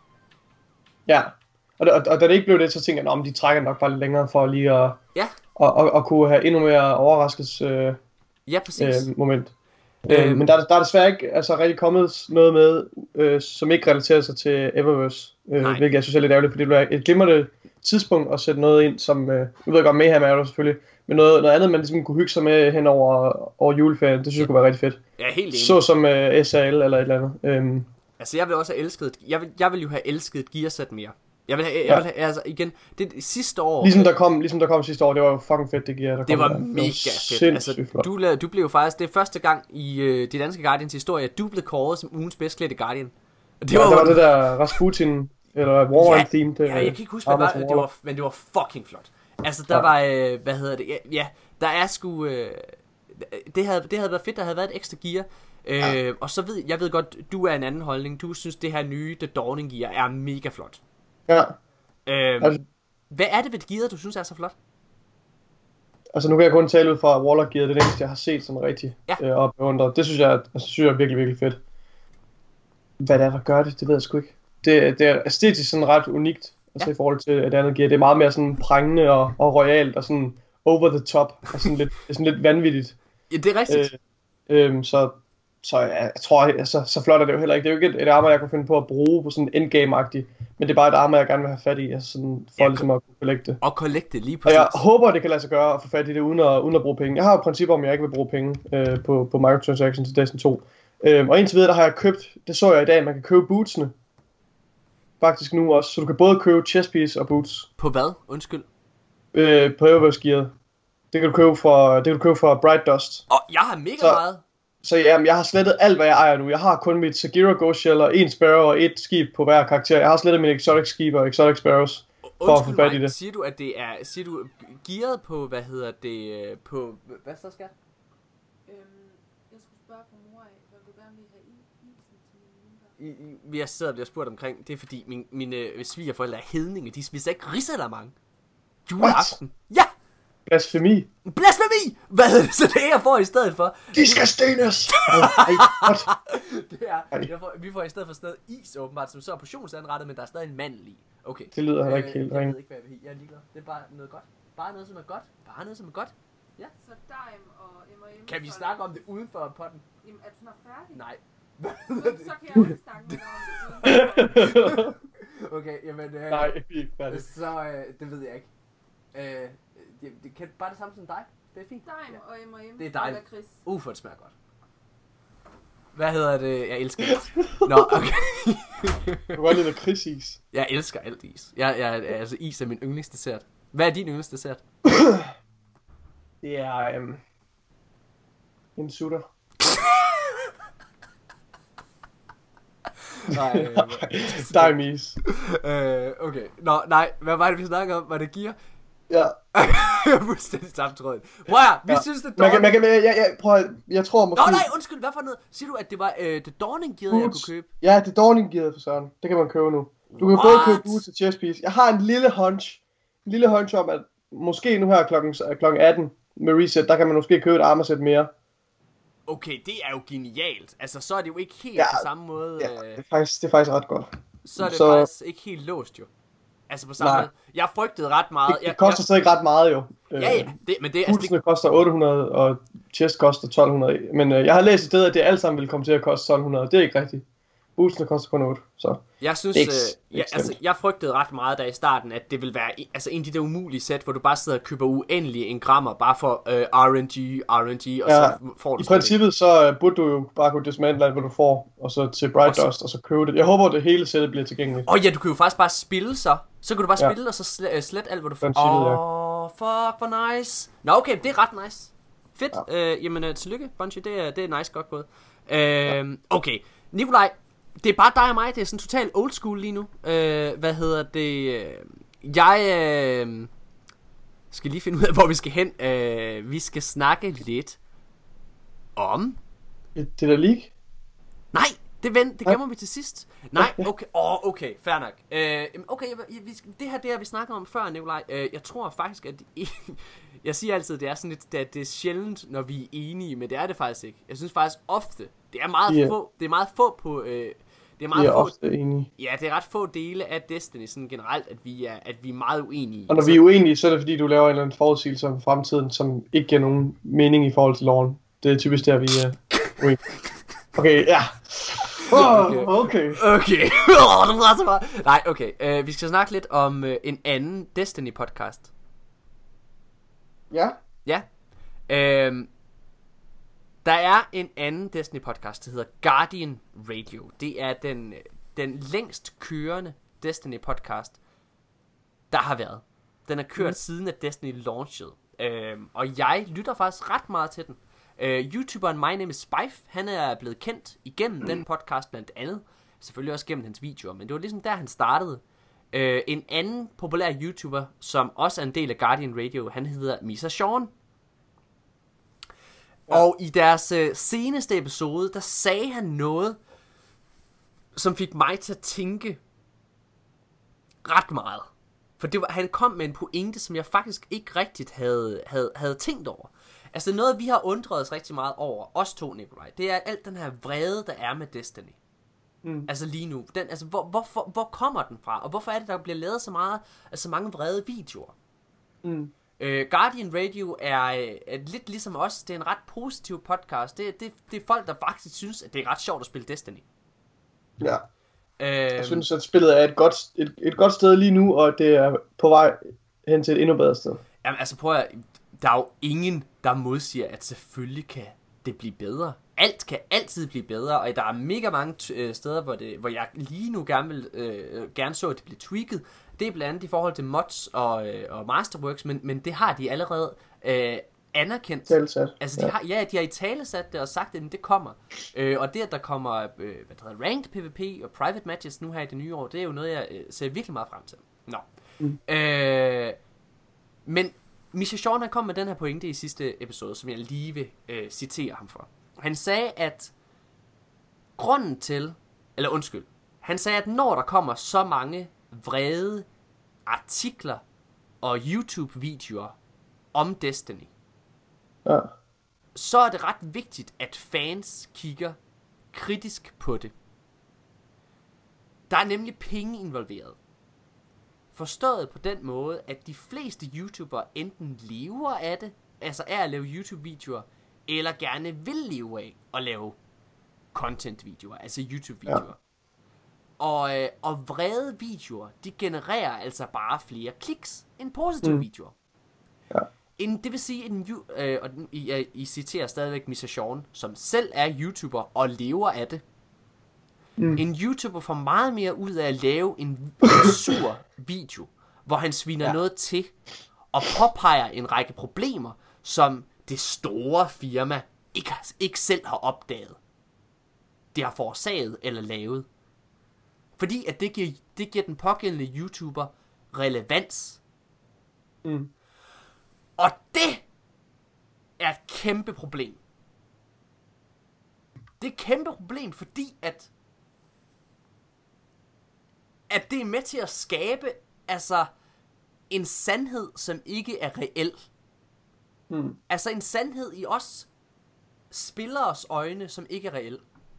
Ja, og, og, og da det ikke blev det, så tænkte jeg, om de trækker nok bare lidt længere for lige at,
ja.
og, og, og kunne have endnu mere overraskelses øh,
ja, præcis. Øh,
moment. Øh, øh, men der, der er desværre ikke altså, rigtig kommet noget med, øh, som ikke relaterer sig til Eververse, øh, hvilket jeg synes er lidt ærgerligt, fordi det bliver et glimrende tidspunkt at sætte noget ind, som, øh, jeg ved godt, Mayhem er jo selvfølgelig, men noget, noget andet, man ligesom kunne hygge sig med hen over, over juleferien, det synes jeg kunne være rigtig fedt.
Ja, helt enig.
Så som øh, S A L eller et eller andet. Øhm.
Altså jeg vil også have elsket, jeg vil, jeg vil jo have elsket et gearsæt mere. Jeg vil have, jeg ja. vil have, altså igen, det sidste år...
Ligesom der kom, ligesom der kom sidste år, det var jo fucking fedt, det gear, der
det
kom.
Var der. Mega fedt. Altså, du, du blev jo faktisk, det er første gang i øh, de danske Guardians historie, at du blev kåret som ugens bedst klædte Guardian.
Det ja, var, der var det der Rasputin, eller Warren
ja,
theme. Det,
ja, jeg kan ikke huske, hvad det var, det var, men det var fucking flot. Altså der ja. var, øh, hvad hedder det, ja, ja der er sgu, øh, det, havde, det havde været fedt, der havde været et ekstra gear. Øh, ja. Og så ved, jeg ved godt, du er en anden holdning, du synes det her nye, The Dawning gear, er mega flot.
Ja.
Øhm, altså, hvad er det ved gearet, du synes er så flot?
Altså nu kan jeg kun tale ud fra Warlock gearet, det er det eneste jeg har set som rigtig ja. øh, og beundret. Det synes jeg, altså, synes jeg er virkelig, virkelig fedt. Hvad det er, der gør det, det ved jeg sgu ikke. Det, det er æstetisk sådan ret unikt, altså ja. I forhold til et andet gear. Det er meget mere sådan prangende og, og royalt og sådan over the top og sådan lidt, sådan lidt vanvittigt.
Ja, det er rigtigt.
Øh, øh, så Så jeg, jeg tror, altså, så flot er det jo heller ikke. Det er jo ikke et, et armor, jeg kunne finde på at bruge på sådan endgame-agtigt. Men det er bare et armor, jeg gerne vil have fat i, altså sådan, for ja, ligesom at kunne collecte det.
Og collecte lige præcis.
Og jeg håber, det kan lade sig gøre at få fat i det, uden at, uden at bruge penge. Jeg har jo et princip om, at jeg ikke vil bruge penge øh, på, på microtransactions til Destiny to. Øh, og indtil videre, der har jeg købt, det så jeg i dag, man kan købe bootsene. Faktisk nu også. Så du kan både købe chest piece og boots.
På hvad? Undskyld.
Øh, på Eververse gearet. Det kan du købe for, det kan du købe for Bright Dust.
Og jeg har mega
så,
meget.
Så jamen, jeg har slettet alt, hvad jeg ejer nu. Jeg har kun mit Sagira Ghost Shell og en Sparrow og et skib på hver karakter. Jeg har slettet mine Exotic skib og Exotic Sparrows for
Undskyld
at få fat i
mig,
det.
Siger du, at det er, siger du gearet på, hvad hedder det, på, hvad så skal?
Øhm, jeg skulle spørge på mor af, hvad du gerne vil have i isen til mine
I, vi har siddet og bliver spurgt omkring, det er fordi min, mine svigerforældre er hedninge, de spiser ikke risalamande. Juleaften. Ja!
Blasfemi.
Blasfemi! Hvad er det så det jeg får i stedet for?
De skal stenes!
Det er, jeg får, vi får i stedet for sådan noget is åbenbart, som så er portionsanrettet, men der er stadig en mandel i. Okay.
Det lyder heller ikke helt
øh, Jeg
ringe.
ved ikke, hvad jeg vil have. Jeg er ligeglad. Det er bare noget godt. Bare noget, som er godt. Bare noget, som er godt. Ja.
Så Dime og M og M.
Kan vi snakke om det uden for potten?
Jamen, er du snart færdig?
Nej.
Så, så kan jeg også snakke med dig om det uden for potten.
Okay, jamen... Øh,
Nej, vi er ikke færdige.
Så, øh, det ved jeg ikke. Øh, det, det kan bare det samme som dig. Det er fint.
Dime og M og M.
Det er dejligt.
Chris.
Uh, for det smager godt. Hvad hedder det? Jeg elsker det. Nå, okay.
Du kan godt lide noget Chris-is.
Jeg elsker alt is. Jeg, jeg, altså, is er min yndlingsdessert. Hvad er din yndlingsdessert?
Det er... Um, en sutter.
Nej, øh,
Dime-is.
øh, okay. Nå, nej. Hvad var det, vi snakkede om? Var det gear?
Ja.
Jeg er fuldstændig samtrådet. Prøv at, vi
ja.
synes, det er
man kan, man kan, jeg, jeg, prøv at, jeg tror måske...
Nå nej, undskyld, hvad for noget? Siger du, at det var uh, The Dawning gear, jeg kunne købe?
Ja, det Dawning gear for søren. Det kan man købe nu. Du kan
What?
både købe uge til chess piece. Jeg har en lille hunch. En lille hunch om, at måske nu her klokken, klokken atten med reset, der kan man måske købe et armorsæt mere.
Okay, det er jo genialt. Altså, så er det jo ikke helt
Ja,
på samme måde.
Ja,
øh,
det er faktisk, det er faktisk ret godt.
så er det
så-
faktisk ikke helt låst, jo. Altså, på samme
Nej.
måde. Jeg frygtede ret meget.
Det, det
jeg,
koster så ikke ret meget jo.
jeg, ja, ja. Det, men det, altså, det,
Husene koster otte hundrede, og chest koster tolv hundrede. Men øh, jeg har læst et sted, at det alt sammen vil komme til at koste tolv hundrede. Det er ikke rigtigt. Boostene koster kun otte, så...
Jeg synes,
Ikke-
øh, ja,
ikke
altså,
slemt.
jeg frygtede ret meget der i starten, at det ville være i- altså, en af de der umulige sæt, hvor du bare sidder og køber uendelige engrammer, bare for øh, R N G, R N G, og
Ja,
så får du
I
slet
princippet så uh, burde du jo bare kunne dismantle alt, hvad du får, og så til Bright
Og så-
Dust, og så købe det. Jeg håber, at det hele sættet bliver tilgængeligt.
ikke. Og ja, du kan jo faktisk bare spille så. Så kan du bare
Ja.
spille, og så sl- øh, slet alt, hvad du får.
Princippet, ja.
Åh, oh, fuck, hvor nice. Nå, okay, det er ret nice. Fedt. Ja. Øh, jamen, øh, tillykke, Bungie. Det er, det er nice, godt gået. Øh, okay, Nikolaj, det er bare dig og mig. Det er sådan totalt old school lige nu. Øh, hvad hedder det? Øh, Jeg øh, skal lige finde ud af, hvor vi skal hen. Øh, vi skal snakke lidt om...
Det det der league?
Nej, det, vent, det gemmer vi til sidst. Nej, okay, åh, oh, okay, fair nok. Øh, jamen, okay, jeg, jeg, vi, det her, det har vi snakket om før, Nikolaj. Øh, jeg tror faktisk, at... jeg siger altid, det er sådan lidt, at det er sjældent, når vi er enige, men det er det faktisk ikke. Jeg synes faktisk ofte, det er meget
Yeah.
få, det er meget få på... Øh, det er meget
Vi er
få,
ofte enige.
ja, det er ret få dele af Destiny sådan generelt, at vi er, at vi er meget uenige.
Og når vi er uenige, så er det fordi, du laver en eller anden forudsigelse om fremtiden, som ikke giver nogen mening i forhold til loven. Det er typisk der, vi er uenige. Okay, ja. Oh,
Okay.
okay.
Okay, oh, det var så meget. Nej, okay, uh, vi skal snakke lidt om uh, en anden Destiny-podcast.
Ja.
Ja. Øhm, der er en anden Destiny-podcast, der hedder Guardian Radio. Det er den, den længst kørende Destiny-podcast, der har været. Den har kørt mm. siden at Destiny launchede. Øhm, og jeg lytter faktisk ret meget til den. Øh, YouTuberen My Name is Spife, han er blevet kendt igennem mm. den podcast blandt andet. Selvfølgelig også gennem hans videoer, men det var ligesom der, han startede. Øh, en anden populær YouTuber, som også er en del af Guardian Radio, han hedder Misa Sean. Ja. Og i deres øh, seneste episode, der sagde han noget, som fik mig til at tænke ret meget. For det var, han kom med en pointe, som jeg faktisk ikke rigtigt havde, havde, havde tænkt over. Altså noget, vi har undret os rigtig meget over, os to, Nikolaj, det er alt den her vrede, der er med Destiny. Mm. Altså lige nu. Den, altså, hvor, hvor, hvor kommer den fra? Og hvorfor er det, der bliver lavet så meget, altså, så mange vrede videoer?
Mm.
Øh, Guardian Radio er, er lidt ligesom os. Det er en ret positiv podcast. Det, det, det er folk, der faktisk synes, at det er ret sjovt at spille Destiny.
Ja.
Øh,
Jeg synes, at spillet er et godt, et, et godt sted lige nu, og det er på vej hen til et endnu bedre sted.
Jamen altså prøv at, der er jo ingen, der modsiger, at selvfølgelig kan det blive bedre. Alt kan altid blive bedre, og der er mega mange t- øh, steder, hvor, det, hvor jeg lige nu gerne, vil, øh, gerne så, at det bliver tweaked. Det er blandt andet i forhold til mods og, øh, og masterworks, men, men det har de allerede øh, anerkendt.
Talsat.
Altså de
Ja.
har, ja, de har i tale sat det og sagt, at det kommer. Øh, og det, at der kommer øh, hvad der hedder, ranked PvP og private matches nu her i det nye år, det er jo noget, jeg øh, ser virkelig meget frem til. Nå. Mm. Øh, men Misha Sean, han kom med den her pointe i sidste episode, som jeg lige vil øh, citere ham for. Han sagde, at grunden til, eller undskyld, han sagde, at når der kommer så mange vrede artikler og YouTube-videoer om Destiny,
Ja.
så er det ret vigtigt, at fans kigger kritisk på det. Der er nemlig penge involveret. Forstået på den måde, at de fleste YouTubere enten lever af det, altså er at lave YouTube-videoer, eller gerne vil leve af at lave content-videoer, altså YouTube-videoer. Ja. Og, øh, og vrede videoer, de genererer altså bare flere kliks end positive mm. videoer.
Ja.
En, det vil sige, en, øh, og den- I, I, I citerer stadigvæk Misha Sean, som selv er YouTuber og lever af det. Mm. En YouTuber får meget mere ud af at lave en, en sur video, hvor han sviner ja. noget til, og påpeger en række problemer, som det store firma ikke, ikke selv har opdaget. Det har forårsaget eller lavet. Fordi at det giver, det giver den pågældende YouTuber relevans.
Mm.
Og det er et kæmpe problem. Det er et kæmpe problem, fordi at at det er med til at skabe, altså, en sandhed, som ikke er reel.
Hmm.
Altså en sandhed i os spilleres øjne, som ikke er reel.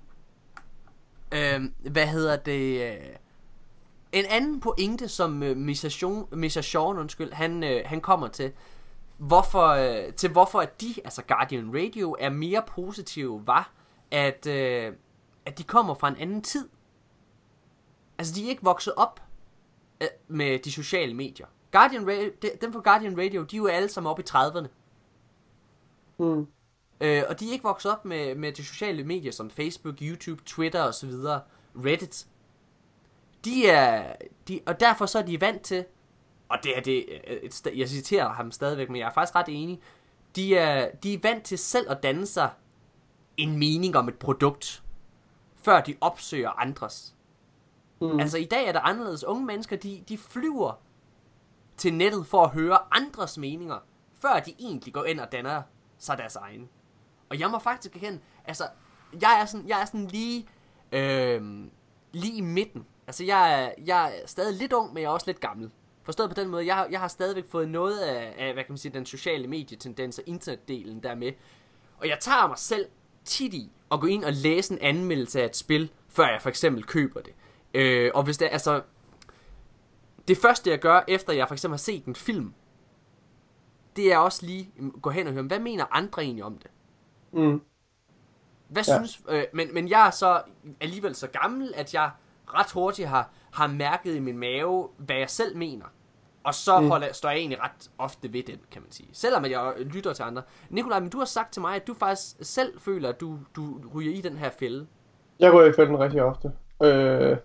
Øhm, hvad hedder det? En anden pointe, som uh, Misha Sean, undskyld, han, uh, han kommer til, hvorfor, uh, til hvorfor at de, altså Guardian Radio, er mere positive, var, at, uh, at de kommer fra en anden tid. Altså de er ikke vokset op uh, med de sociale medier. Guardian Radio, de, dem fra Guardian Radio, de er jo alle sammen oppe i trediverne.
Mm.
Øh, og de er ikke vokset op med, med de sociale medier som Facebook, YouTube, Twitter og så videre, Reddit. De er, de, og derfor så er de vant til, og det er det, et, jeg citerer ham stadigvæk, men jeg er faktisk ret enig, de er, de er vant til selv at danne sig en mening om et produkt, før de opsøger andres. Mm. Altså i dag er der anderledes. Unge mennesker, de, de flyver til nettet for at høre andres meninger, før de egentlig går ind og danner sig deres egen. Og jeg må faktisk erkende, altså, jeg er sådan, jeg er sådan lige, øh, lige i midten. Altså, jeg er, jeg er stadig lidt ung, men jeg er også lidt gammel. Forstået på den måde, jeg har, jeg har stadigvæk fået noget af, af, hvad kan man sige, den sociale medietendens og internetdelen der med. Og jeg tager mig selv tit i at gå ind og læse en anmeldelse af et spil, før jeg for eksempel køber det. Øh, og hvis det altså, det første jeg gør, efter jeg for eksempel har set en film, det er også lige gå hen og høre, hvad mener andre egentlig om det?
Mm.
Hvad
ja.
synes, øh, men, men jeg er så alligevel så gammel, at jeg ret hurtigt har, har mærket i min mave, hvad jeg selv mener. Og så mm. holder, står jeg egentlig ret ofte ved den, kan man sige. Selvom at jeg lytter til andre. Nikolaj, men du har sagt til mig, at du faktisk selv føler, at du, du ryger i den her fælde.
Jeg ryger i fælden rigtig ofte. Øh,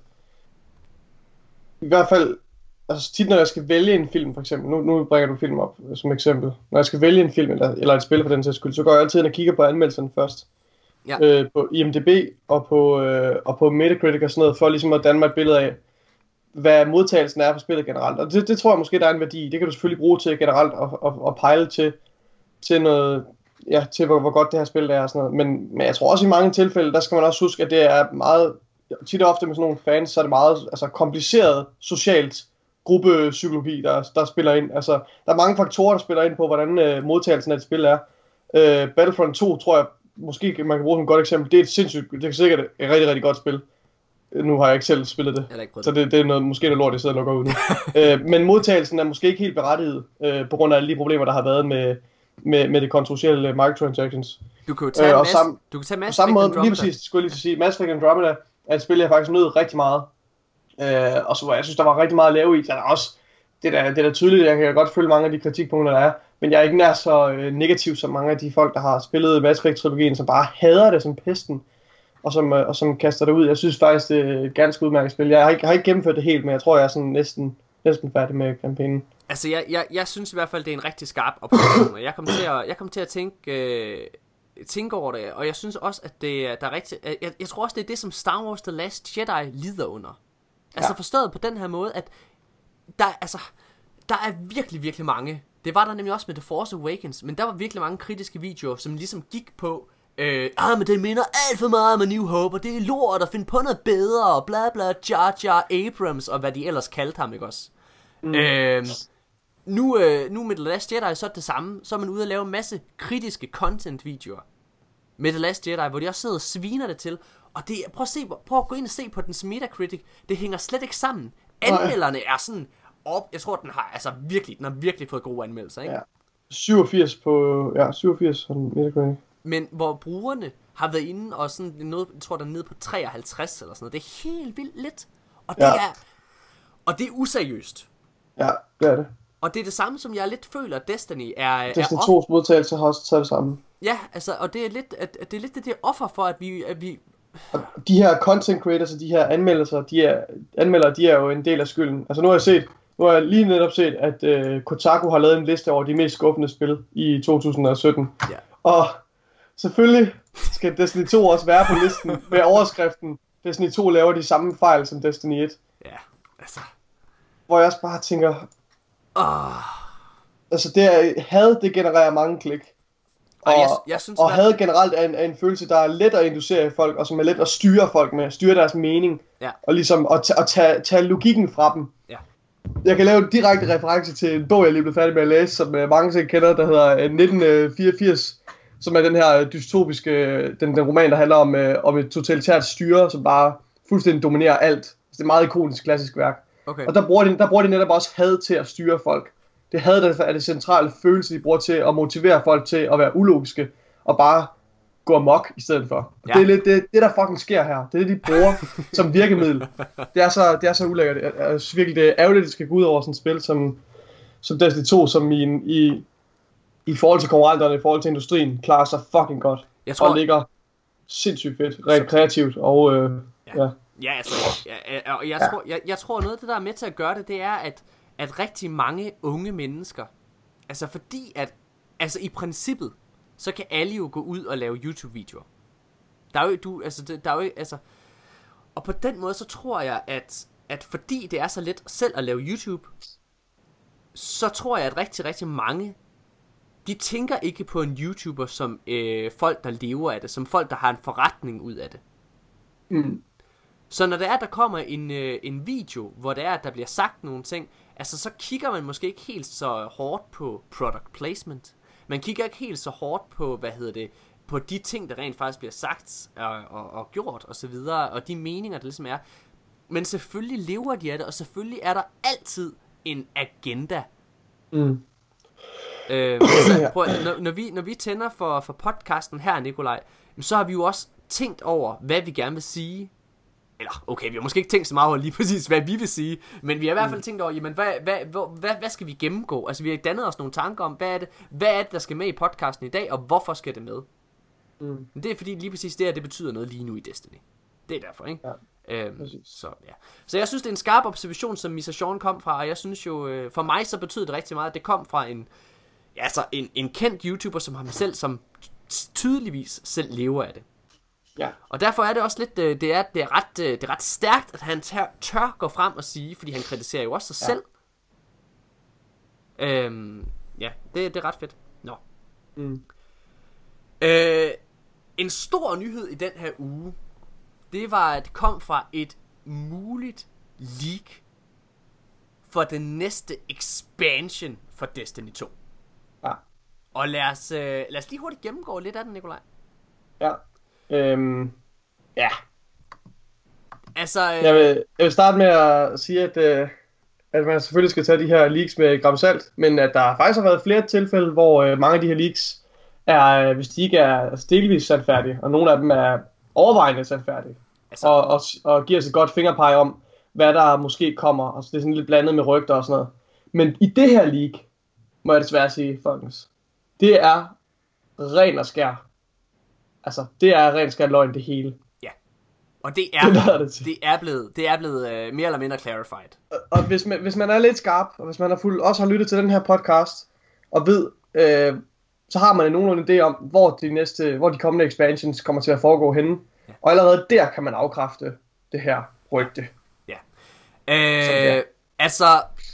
I hvert fald, altså tit når jeg skal vælge en film for eksempel, nu, nu bringer du film op som eksempel. Når jeg skal vælge en film, eller, eller et spil for den sags skyld, så går jeg altid ind og kigger på anmeldelserne først. Ja. Øh, på I M D B og på, øh, og på Metacritic og sådan noget, for ligesom at danne mig et billede af, hvad modtagelsen er for spillet generelt. Og det, det tror jeg måske, der er en værdi. Det kan du selvfølgelig bruge til generelt og, og, og pejle til, til noget, ja, til hvor, hvor godt det her spil er og sådan noget. Men, men jeg tror også i mange tilfælde, der skal man også huske, at det er meget, tit og ofte med sådan nogle fans, så er det meget altså, kompliceret socialt gruppepsykologi, der, der spiller ind. Altså, der er mange faktorer, der spiller ind på, hvordan øh, modtagelsen af et spil er. Øh, Battlefront to, tror jeg, måske man kan bruge som et godt eksempel. Det er et sindssygt, det er sikkert et rigtig, rigtig godt spil. Nu har jeg ikke selv spillet det, det. Så det, det er noget, måske noget lort, jeg sidder og lukker ud nu. øh, men modtagelsen er måske ikke helt berettiget, øh, på grund af alle de problemer, der har været med, med, med det kontroversielle microtransactions.
Du kan jo tage, øh,
og sam,
du kan tage Mass
Effect samme måde, lige præcis, skulle jeg lige sige, Mass Effect Andromeda er et spil, jeg faktisk nød rigtig meget. Øh, og så jeg synes, der var rigtig meget at lave i. Så der er også, det er da tydeligt, jeg kan godt følge mange af de kritikpunkter, der er. Men jeg er ikke nær så øh, negativ som mange af de folk, der har spillet Mass Effect-trilogien, som bare hader det som pesten. Og som, og som kaster det ud. Jeg synes faktisk, det er et ganske udmærket spil. Jeg har ikke, har ikke gennemført det helt, men jeg tror, jeg er sådan næsten, næsten færdig med kampagnen.
Altså, jeg, jeg, jeg synes i hvert fald, det er en rigtig skarp observation. Og jeg kom til at, jeg kom til at tænke, øh, tænke over det. Og jeg synes også, at det der er rigtig... Jeg, jeg tror også, det er det, som Star Wars The Last Jedi lider under. Altså, ja. Forstået på den her måde, at der, altså, der er virkelig, virkelig mange. Det var der nemlig også med The Force Awakens. Men der var virkelig mange kritiske videoer, som ligesom gik på... Øh, ah, men det minder alt for meget om A New Hope, og det er lort at finde på noget bedre, og bla bla, Jar Jar Abrams, og hvad de ellers kaldte ham, ikke også? Mm. Øh, nu, øh, nu med The Last Jedi, så er det samme, så er man ude at lave en masse kritiske content-videoer med The Last Jedi, hvor de også sidder og sviner det til, og det, prøv, at se, prøv at gå ind og se på dens Metacritic, det hænger slet ikke sammen. Anmelderne er sådan, op, jeg tror, den har altså virkelig, den har virkelig fået gode anmeldelser, ikke?
Ja. syvogfirs på, ja, syvogfirs på Metacritic.
Men hvor brugerne har været inde og sådan noget, jeg tror der er nede på treoghalvtreds eller sådan noget. Det er helt vildt lidt. Og det ja. er og det er useriøst.
Ja, det er det.
Og det er det samme som jeg lidt føler at Destiny er
Destiny to's modtagelse har også taget det samme.
Ja, altså og det er lidt at, at det er lidt det der offer for at vi at vi
og de her content creators og de her anmeldelser, de er anmeldere, de er jo en del af skylden. Altså nu har jeg set Nu har jeg lige netop set, at uh, Kotaku har lavet en liste over de mest skuffende spil i to tusind og sytten.
Ja.
Og selvfølgelig skal Destiny to også være på listen med overskriften Destiny to laver de samme fejl som Destiny et.
Ja, altså.
Hvor jeg også bare tænker...
Oh.
Altså det er, had, det genererer mange klik. Og,
jeg, jeg synes,
og havde generelt en, en følelse, der er let at inducere i folk, og som er let at styre folk med, styre deres mening,
ja.
og ligesom at, t- at tage, tage logikken fra dem.
Ja.
Jeg kan lave en direkte reference til en bog, jeg lige blev færdig med at læse, som uh, mange sikkert kender, der hedder uh, nitten fireogfirs, som er den her dystopiske, den, den roman, der handler om, uh, om et totalitært styre, som bare fuldstændig dominerer alt. Så det er et meget ikonisk klassisk værk.
Okay.
Og der bruger, de, der bruger de netop også had til at styre folk. Det had der er det centrale følelse, de bruger til at motivere folk til at være ulogiske, og bare gå amok i stedet for. Ja. Det er lidt det, det, der fucking sker her. Det er det, de bruger som virkemiddel. Det er så, det er så ulækkert. Jeg, jeg synes virkelig, det er ærgerligt, at det skal gå ud over sådan et spil som, som Destiny to, som i, i, i forhold til konkurrenterne, i forhold til industrien, klarer sig fucking godt.
Jeg tror,
og ligger sindssygt fedt, rent kreativt, og øh, ja.
ja. Ja, altså, jeg, jeg, jeg, jeg, tror, jeg, jeg tror, noget af det, der er med til at gøre det, det er, at, at rigtig mange unge mennesker, altså fordi at, altså i princippet, så kan alle jo gå ud og lave YouTube-videoer. Der er jo, du, altså, der er jo, altså, og på den måde, så tror jeg, at, at fordi det er så let selv at lave YouTube, så tror jeg, at rigtig, rigtig mange, de tænker ikke på en YouTuber som øh, folk, der lever af det, som folk, der har en forretning ud af det.
Mm.
Så når det er, der kommer en, øh, en video, hvor det er, at der bliver sagt nogle ting, altså så kigger man måske ikke helt så hårdt på product placement. Man kigger ikke helt så hårdt på, hvad hedder det, på de ting, der rent faktisk bliver sagt og, og, og gjort og så videre, og de meninger, der ligesom er. Men selvfølgelig lever de af det, og selvfølgelig er der altid en agenda.
Mm.
Øh, altså, prøv, når, når, vi, når vi tænder for, for podcasten her, Nikolaj, så har vi jo også tænkt over, hvad vi gerne vil sige. Eller, okay, vi har måske ikke tænkt så meget over lige præcis, hvad vi vil sige, men vi har i hvert fald mm. tænkt over, jamen, hvad, hvad, hvad, hvad, hvad skal vi gennemgå? Altså, vi har dannet os nogle tanker om, hvad er det, hvad er det, der skal med i podcasten i dag, og hvorfor skal det med? Mm. Men det er fordi, lige præcis det her, det betyder noget lige nu i Destiny. Det er derfor, ikke? Ja, øhm, så, ja. Så jeg synes, det er en skarp observation, som Misa Sean kom fra, og jeg synes jo, øh, for mig så betyder det rigtig meget, at det kom fra en, ja, altså en, en kendt YouTuber, som ham selv, som tydeligvis selv lever af det.
Ja.
Og derfor er det også lidt, det er, det er, ret, det er ret stærkt, at han tør, tør gå frem og sige, fordi han kritiserer jo også sig ja. selv. Øhm, ja, det, det er ret fedt. Nå.
Mm.
Øh, en stor nyhed i den her uge, det var, at det kom fra et muligt leak for den næste expansion for Destiny to.
Ja.
Og lad os, øh, lad os lige hurtigt gennemgå lidt af den, Nikolaj.
Ja. Øhm, ja.
Altså, øh...
jeg, vil, jeg vil starte med at sige, at, øh, at man selvfølgelig skal tage de her leaks med et gram salt, men at der faktisk har været flere tilfælde, hvor øh, mange af de her leaks er, øh, hvis de ikke er altså, delvis sat færdige, og nogle af dem er overvejende sat færdige, altså... og, og, og giver os et godt fingerpege om, hvad der måske kommer. Altså, det er sådan lidt blandet med rygter og sådan noget. Men i det her leak, må jeg desværre sige, folkens, det er ren og skær. Altså, det er rent skær løgn, det hele.
Ja. Og det er, det, det er blevet, det er blevet uh, mere eller mindre clarified.
Og, og hvis, man, hvis man er lidt skarp, og hvis man har fuld, også har lyttet til den her podcast, og ved, øh, så har man en nogenlunde idé om, hvor de, næste, hvor de kommende expansions kommer til at foregå henne. Ja. Og allerede der kan man afkræfte det her rygte.
Ja. Øh, så, altså,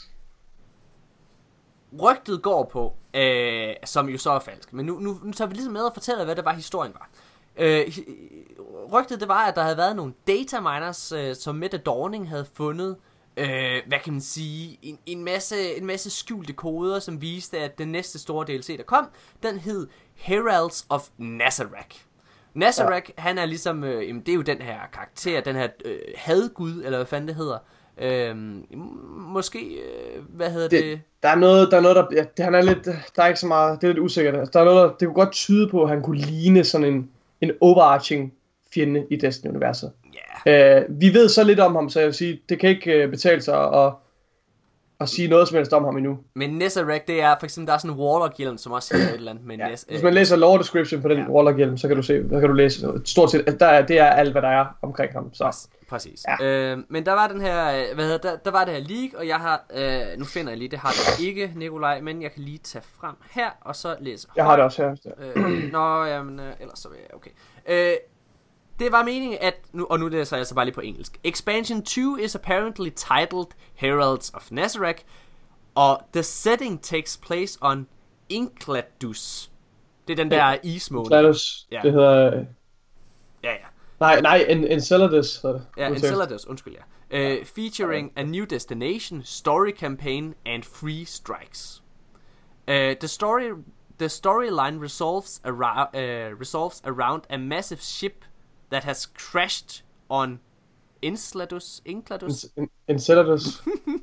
rygtet går på, øh, som jo så er falsk. Men nu, nu, nu tager vi ligesom med og fortæller, hvad det var, historien var. Øh, rygtet det var, at der havde været nogle data miners, øh, som med The Dawning havde fundet, øh, hvad kan man sige, en, en, masse, en masse skjulte koder, som viste, at den næste store D L C, der kom, den hed Heralds of Nazareth. Nazareth, ja. Han er ligesom, øh, det er jo den her karakter, den her øh, hadgud, eller hvad fanden det hedder. Øhm, måske, øh, hvad hedder det, det?
Der er noget, der er noget, der, ja, det, han er lidt, der er ikke så meget, det er lidt usikkert. Altså, der er noget, der, det kunne godt tyde på, at han kunne ligne sådan en, en overarching fjende i Destiny-universet. Yeah. Øh, vi ved så lidt om ham, så jeg vil sige, det kan ikke øh, betale sig at, at sige noget som helst om ham endnu.
Men Nazareth, det er for eksempel, der er sådan en Warlock-hjelm, som også hedder et eller andet. Men
ja.
Nes-
Hvis man læser lore description på den ja. Warlock-hjelm, så kan du se, så kan du læse noget. Stort set, der er, det er alt, hvad der er omkring ham. Så.
Præcis. Ja. Øh, men der var den her, hvad hedder, der, der var det her leak, og jeg har, øh, nu finder jeg lige, det har jeg ikke, Nikolaj, men jeg kan lige tage frem her, og så læse.
Jeg har det også her.
Øh, nå, jamen, øh, ellers så vil jeg, okay. Øh, det var meningen, at, nu, og nu læser jeg altså bare lige på engelsk. Expansion to is apparently titled Heralds of Nazareth, og the setting takes place on Inkladus. Det er den der is-mode.
Enceladus,
Ja.
det hedder...
Ja, ja.
Nej, nej, en Enceladus hedder det.
Ja, Enceladus, undskyld ja. Uh, featuring a new destination, story campaign and free strikes. Uh, the story the storyline resolves around uh, resolves around a massive ship that has crashed on Enceladus, Enceladus,
En- Enceladus.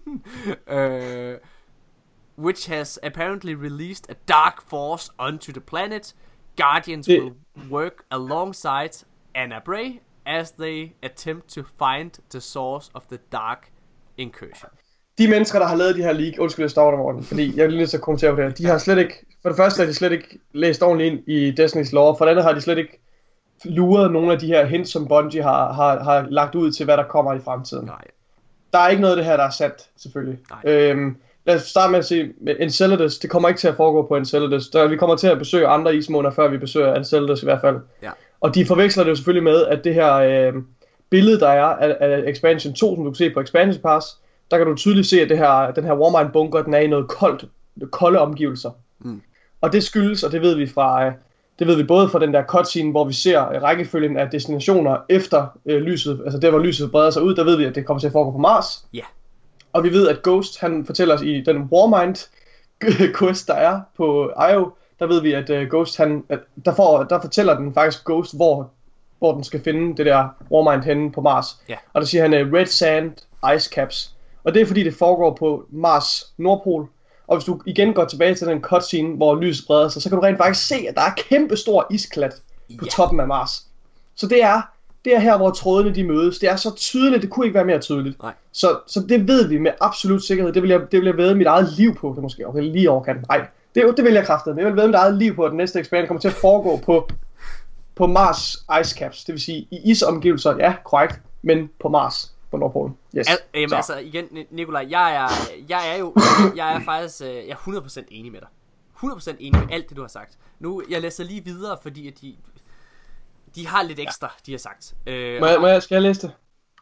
uh, which has apparently released a dark force onto the planet. Guardians
Det-
will work alongside Anna Bray as they attempt to find the source of the dark incursion.
De mennesker, der har lavet de her leak, undskyld, jeg stopper dig, Morten, fordi jeg vil lige så kommentere på det her. De har slet ikke, for det første har de slet ikke læst ordentligt ind i Destiny's lore, for det andet har de slet ikke luret nogle af de her hints, som Bungie har, har, har lagt ud til, hvad der kommer i fremtiden.
Nej.
Der er ikke noget af det her, der er sandt, selvfølgelig. Øhm, lad os starte med at sige, Enceladus, det kommer ikke til at foregå på Enceladus. Der, vi kommer til at besøge andre ismåner, før vi besøger Enceladus i hvert fald.
Ja.
Og de forveksler det jo selvfølgelig med, at det her øh, billede, der er af, af Expansion to, som du kan se på Expansion Pass, der kan du tydeligt se, at det her, den her Warmind bunker, den er i noget koldt, kolde omgivelser.
Mm.
Og det skyldes, og det ved vi fra, det ved vi både fra den der cutscene, hvor vi ser rækkefølgen af destinationer efter øh, lyset, altså der hvor lyset breder sig ud, der ved vi, at det kommer til at foregå på Mars.
Ja.
Og vi ved, at Ghost, han fortæller os i den Warmind quest, der er på I O, der ved vi, at uh, Ghost, han, at der, får, der fortæller den faktisk Ghost, hvor, hvor den skal finde det der Warmind henne på Mars.
Ja.
Og der siger han uh, Red Sand Ice Caps. Og det er fordi, det foregår på Mars Nordpol. Og hvis du igen går tilbage til den cutscene, hvor lyset breder sig, så kan du rent faktisk se, at der er kæmpe stor isklat på
Ja.
toppen af Mars. Så det er, det er her, hvor trådene de mødes. Det er så tydeligt, det kunne ikke være mere tydeligt.
Nej.
Så, så det ved vi med absolut sikkerhed. Det vil jeg, det vil jeg vædde mit eget liv på. Det er måske okay, lige overkanten. Nej, det, det vil jeg kraftedeme. Jeg vil vædde mit eget liv på, at den næste eksperiment kommer til at foregå på, på Mars Ice Caps. Det vil sige i isomgivelser, ja, korrekt, men på Mars. På Nordpolen. Yes.
Al- jamen, altså igen, Ni- Nikolaj, jeg er, jeg er jo, jeg er faktisk, øh, jeg er hundrede procent enig med dig. hundrede procent enig med alt det, du har sagt. Nu, jeg læser lige videre, fordi at de, de har lidt ekstra, de har sagt. Øh,
Må jeg, må jeg, skal jeg læse det?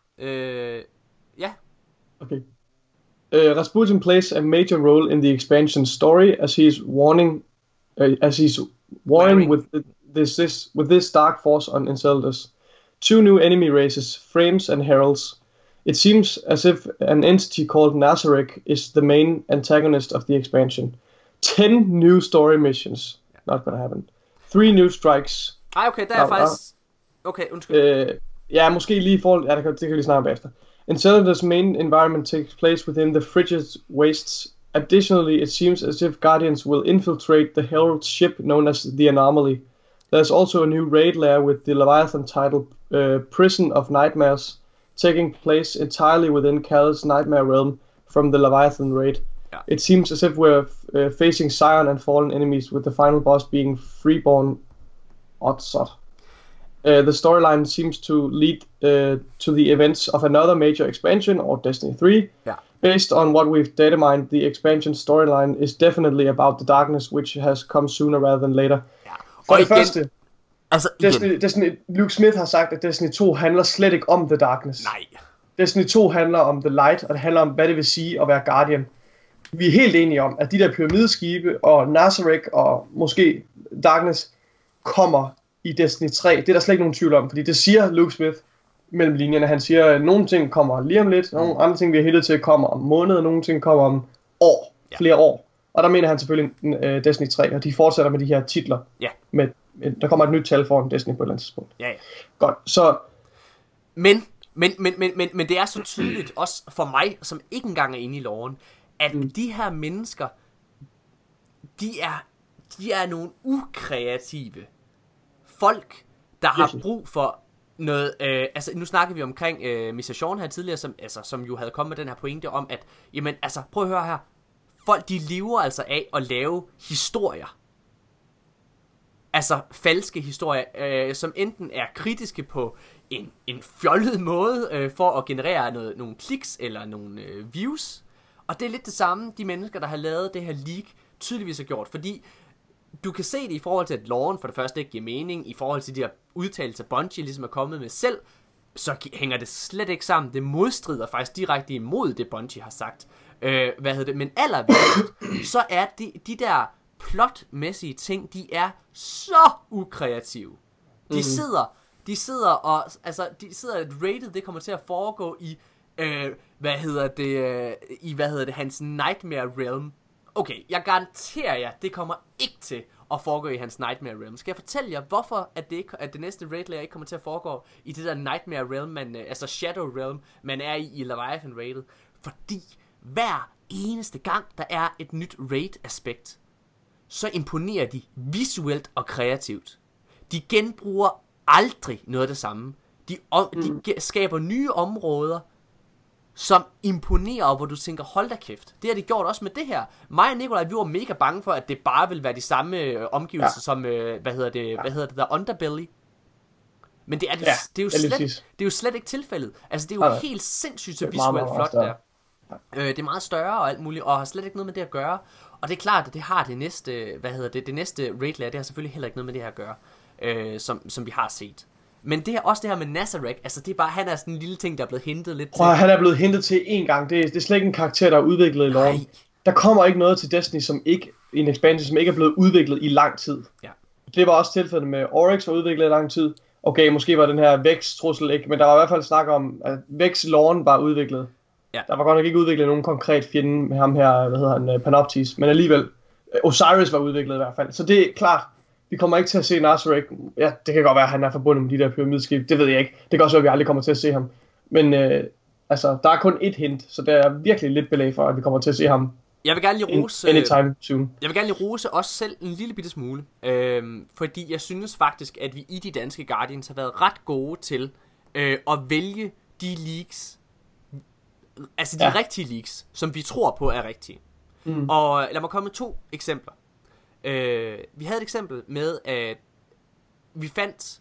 øh, ja,
Okay. Uh, Rasputin plays a major role in the expansion story as he is warning, uh, as he's warring
Warring.
with the, this, this with this dark force on Enceladus. Two new enemy races, Frames and Heralds. It seems as if an entity called Nazarek is the main antagonist of the expansion. Ten new story missions. Not gonna happen. Three new strikes.
ej okay, der er
Nå,
faktisk, okay, undskyld.
Uh, ja, måske lige for... Ja, det kan, det kan vi lige snakke om bagefter. Enceladus' main environment takes place within the frigid wastes. Additionally, it seems as if Guardians will infiltrate the Herald ship known as the Anomaly. There's also a new raid lair with the Leviathan titled uh, Prison of Nightmares, taking place entirely within Cal's nightmare realm from the Leviathan raid.
Yeah.
It seems as if we're uh, facing Scion and fallen enemies, with the final boss being Freeborn Odsot. Uh, the storyline seems to lead uh, to the events of another major expansion, or Destiny three.
Yeah.
Based on what we've datamined, the expansion storyline is definitely about the darkness, which has come sooner rather than later.
Ja.
For
Og
det
igen,
første,
altså igen,
Destiny, Destiny, Luke Smith har sagt, at Destiny to handler slet ikke om The Darkness.
nej,
Destiny to handler om The Light, og det handler om, hvad det vil sige at være Guardian. Vi er helt enige om, at de der pyramideskibe og Nazarek og måske Darkness kommer i Destiny tre. Det er der slet ikke nogen tvivl om, fordi det siger Luke Smith mellem linjerne. Han siger, at nogle ting kommer lige om lidt, nogle andre ting, vi har hittet til, kommer om måneder, nogle ting kommer om år,
Ja.
flere år. Og der mener han selvfølgelig uh, Destiny tre, og de fortsætter med de her titler.
Ja.
Med, med, der kommer et nyt tal foran Destiny på et eller andet tidspunkt.
ja, ja.
Godt, så
Men, men, men, men, men, men det er så tydeligt, også for mig, som ikke engang er inde i loven, at mm. de her mennesker, de er, de er nogle ukreative folk, der har
Virkelig.
brug for noget, øh, altså nu snakker vi omkring øh, Mister Sean her tidligere, som, altså, som jo havde kommet med den her pointe om, at, jamen altså, prøv at høre her, folk de lever altså af at lave historier. Altså falske historier, øh, som enten er kritiske på en, en fjollet måde, øh, for at generere noget, nogle kliks eller nogle øh, views. Og det er lidt det samme, de mennesker, der har lavet det her leak, tydeligvis har gjort. Fordi du kan se det i forhold til, at loven for det første ikke giver mening, i forhold til de her udtalelser, Bungie ligesom er kommet med selv, så hænger det slet ikke sammen. Det modstrider faktisk direkte imod det, Bungie har sagt. Øh, hvad hedder det? Men allervigtigst, så er de, de der plotmæssige ting, de er så ukreative. De mm. sidder, de sidder og, altså, de sidder, at rated, det kommer til at foregå i, øh, hvad hedder det, øh, i, hvad hedder det, hans Nightmare Realm. Okay, jeg garanterer jer, det kommer ikke til at foregå i hans Nightmare Realm. Skal jeg fortælle jer, hvorfor at det, ikke, at det næste raid layer ikke kommer til at foregå i det der Nightmare Realm, man, altså Shadow Realm, man er i i Leviathan raidet? Fordi hver eneste gang, der er et nyt raid-aspekt, så imponerer de visuelt og kreativt. De genbruger aldrig noget af det samme. De, mm. de skaber nye områder, som imponerer, og hvor du tænker, hold da kæft. Det har de gjort også med det her. Mig og Nikolaj, vi var mega bange for, at det bare ville være de samme øh, omgivelser, ja. som, øh, hvad hedder det, ja. hvad hedder det der, Underbelly. Men det er, det, ja, det, er jo slet, det er jo slet ikke tilfældet. Altså, det er jo ja, helt sindssygt så visuelt meget, flot der. Øh, det er meget større og alt muligt, og har slet ikke noget med det at gøre. Og det er klart, at det har det næste, hvad hedder det, det næste raid layer, det har selvfølgelig heller ikke noget med det her at gøre, øh, som, som vi har set. Men det her, også det her med Nazarek, altså det er bare, han er sådan en lille ting, der er blevet hentet lidt til.
Prøv, han er blevet hentet til én gang, det er, det er slet ikke en karakter, der er udviklet i loven. Der kommer ikke noget til Destiny, som ikke, en expansion, som ikke er blevet udviklet i lang tid. Ja. Det var også tilfældet med Oryx, var udviklet i lang tid. Okay, måske var den her Vex-trussel ikke, men der var i hvert fald snak om, at Vex-loven var udviklet. Ja. Der var godt nok ikke udviklet nogen konkret fjende med ham her, hvad hedder han, Panoptis, men alligevel, Osiris var udviklet i hvert fald. Så det er klart, vi kommer ikke til at se Nazarek. Ja, det kan godt være, at han er forbundet med de der pyramideskib, det ved jeg ikke. Det kan også være, at vi aldrig kommer til at se ham. Men øh, altså, der er kun ét hint, så der er virkelig lidt belæg for, at vi kommer til at se ham.
Jeg vil gerne lige rose,
anytime soon.
Jeg vil gerne lige rose os selv en lille bitte smule, øhm, fordi jeg synes faktisk, at vi i de danske Guardians har været ret gode til øh, at vælge de leaks, altså de ja. rigtige leaks, som vi tror på er rigtige. Mm. Og lad mig komme med to eksempler. Øh, vi havde et eksempel med, at vi fandt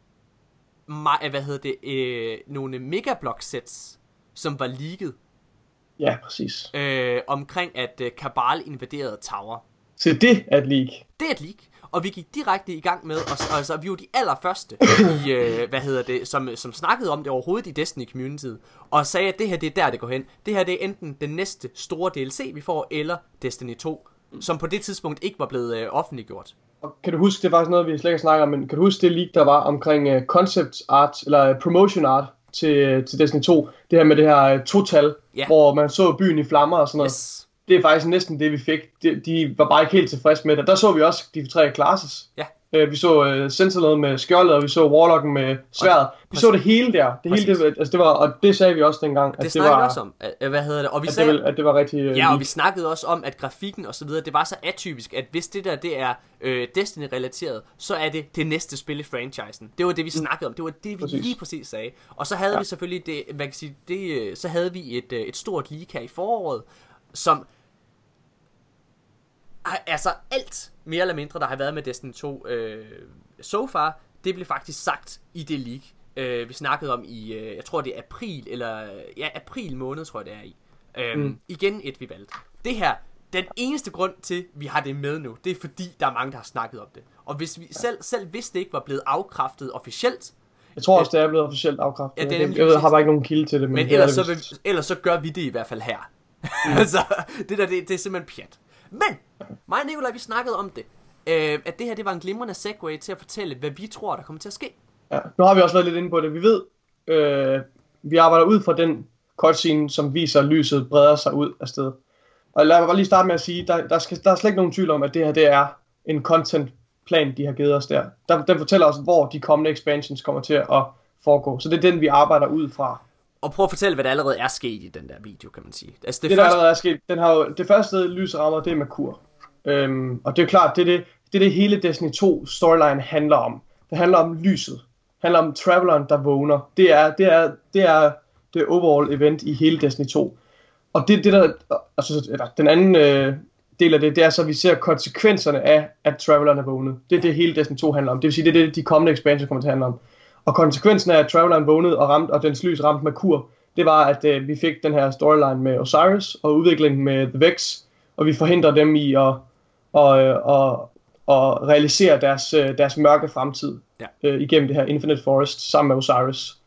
hvad hedder det, øh, nogle megablock sets, som var leaget.
Ja, præcis.
Øh, omkring at uh, Cabal invaderede Tower.
Så det er et leak.
Det er et leak. Og vi gik direkte i gang med, og, og altså, vi var de allerførste, i, øh, hvad hedder det, som, som snakkede om det overhovedet i Destiny Community, og sagde, at det her det er der, det går hen. Det her det er enten den næste store D L C, vi får, eller Destiny to, som på det tidspunkt ikke var blevet øh, offentliggjort.
Og kan du huske, det er faktisk noget, vi slet ikke snakker om, men kan du huske det leak, der var omkring uh, concept art, eller uh, promotion art til, til Destiny to? Det her med det her uh, total, yeah. hvor man så byen i flammer og sådan noget. Yes. Det er faktisk næsten det, vi fik. De, de var bare ikke helt tilfredse med det. Der så vi også de tre classes. Ja. Uh, vi så uh, Sentinel med skjoldet, og vi så Warlocken med sværet. Vi så det hele der. Det hele, det, altså det var, og det sagde vi også dengang.
Det
at
snakkede
det var,
også om. Uh, hvad hedder det? Og vi
at,
sagde,
det, at det var rigtig... Uh,
ja, og vi snakkede også om, at grafikken og så videre, det var så atypisk, at hvis det der, det er uh, Destiny-relateret, så er det det næste spil i franchisen. Det var det, vi snakkede om. Det var det, vi præcis. lige præcis sagde. Og så havde ja. vi selvfølgelig det, hvad kan sige, det, så havde vi et, et stort leak her i foråret, som... Altså alt mere eller mindre, der har været med Destiny to øh, so far, det blev faktisk sagt i det leak, øh, vi snakkede om i, øh, jeg tror det er april, eller ja, april måned, tror jeg det er i. Øh, mm. Igen et vi valgte. Det her, den eneste grund til, vi har det med nu, det er fordi, der er mange, der har snakket om det. Og hvis vi ja. selv, selv hvis det ikke var blevet afkræftet officielt,
jeg tror også, det er blevet officielt afkræftet. Ja, det er jeg ved, har bare ikke nogen kilde til det. Men,
men ellers, så vil, ellers så gør vi det i hvert fald her. Mm. altså, det der, det, det er simpelthen pjat. Men, mig og Nikolaj, vi snakkede om det. Øh, at det her, det var en glimrende segue til at fortælle, hvad vi tror, der kommer til at ske.
Ja, nu har vi også været lidt inde på det. Vi ved, øh, vi arbejder ud fra den cutscene, som viser, at lyset breder sig ud af stedet. Og lad mig bare lige starte med at sige, der, der, skal, der er slet ikke nogen tvivl om, at det her, det er en content-plan, de har givet os der. der. Den fortæller os, hvor de kommende expansions kommer til at foregå. Så det er den, vi arbejder ud fra.
Og prøv at fortælle, hvad der allerede er sket i den der video, kan man sige. Altså
det, det første... der allerede er sket, den har jo, det første lysrammer, det er Merkur. Øhm, og det er jo klart, det er det, det er det hele Destiny to storyline handler om. Det handler om lyset. Det handler om Traveleren, der vågner. Det er det, er, det, er det overall event i hele Destiny to. Og det, det der, altså, eller, den anden øh, del af det, det er så, at vi ser konsekvenserne af, at Traveleren er vågnet. Det er det, hele Destiny to handler om. Det vil sige, det er det, de kommende expansions kommer til at handle om. Og konsekvensen af, at Traveleren vågnede og, ramte, og dens lys ramte Merkur, det var, at øh, vi fik den her storyline med Osiris og udviklingen med The Vex, og vi forhindrer dem i at, og, og, og realisere deres, deres mørke fremtid ja. øh, igennem det her Infinite Forest sammen med Osiris.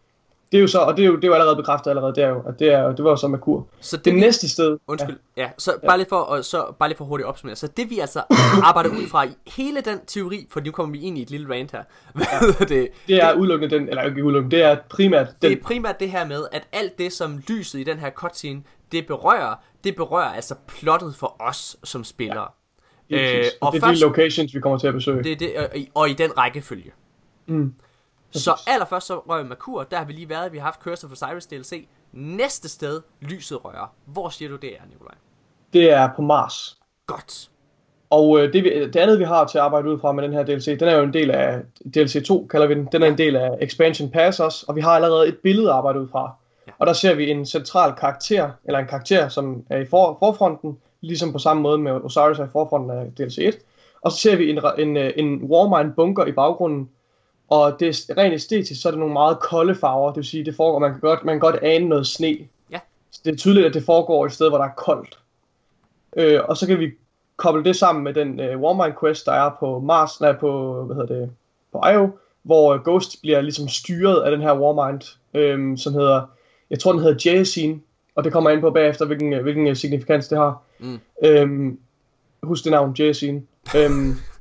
Det er jo så, og det er jo, det er jo allerede bekræftet allerede der jo, at det, er, det var jo så Merkur.
Så det,
det
vi,
næste sted...
Undskyld, ja, ja så, bare lige for, og så bare lige for hurtigt opsummere. Så det vi altså arbejder ud fra i hele den teori, for nu kommer vi ind i et lille rant her. Hvad ja. det?
Det er udelukkende den, eller ikke udelukkende, det er primært den.
Det er primært det her med, at alt det som lyset i den her cutscene, det berører, det berører altså plottet for os som spillere.
Ja. Øh, og det er først, de locations, vi kommer til at besøge.
Det er det, og, og i den rækkefølge.
Mm.
Så allerførst så rører Merkur, der har vi lige været, vi har haft Curse of Osiris D L C. Næste sted, lyset rører. Hvor siger du det er, Nikolaj?
Det er på Mars.
Godt.
Og øh, det, det andet vi har til at arbejde ud fra med den her D L C, den er jo en del af D L C to, kalder vi den. Den er en del af Expansion Pass også, og vi har allerede et billede at arbejde ud fra. Ja. Og der ser vi en central karakter, eller en karakter, som er i for, forfronten, ligesom på samme måde med Osiris er i forfronten af D L C et. Og så ser vi en, en, en Warmind bunker i baggrunden, og det er rent æstetisk, så er det nogle meget kolde farver, det vil sige, det foregår, man kan godt, man kan godt ane noget sne.
Ja.
Så det er tydeligt, at det foregår et sted, hvor der er koldt. Øh, og så kan vi koble det sammen med den øh, Warmind quest, der er på Mars, nej, på, hvad hedder det, på Io, hvor øh, Ghost bliver ligesom styret af den her Warmind, øh, som hedder, jeg tror den hedder Jazzine, og det kommer ind på bagefter, hvilken, øh, hvilken signifikans det har. Mm. Øh, husk det navn, Jazzine. øh,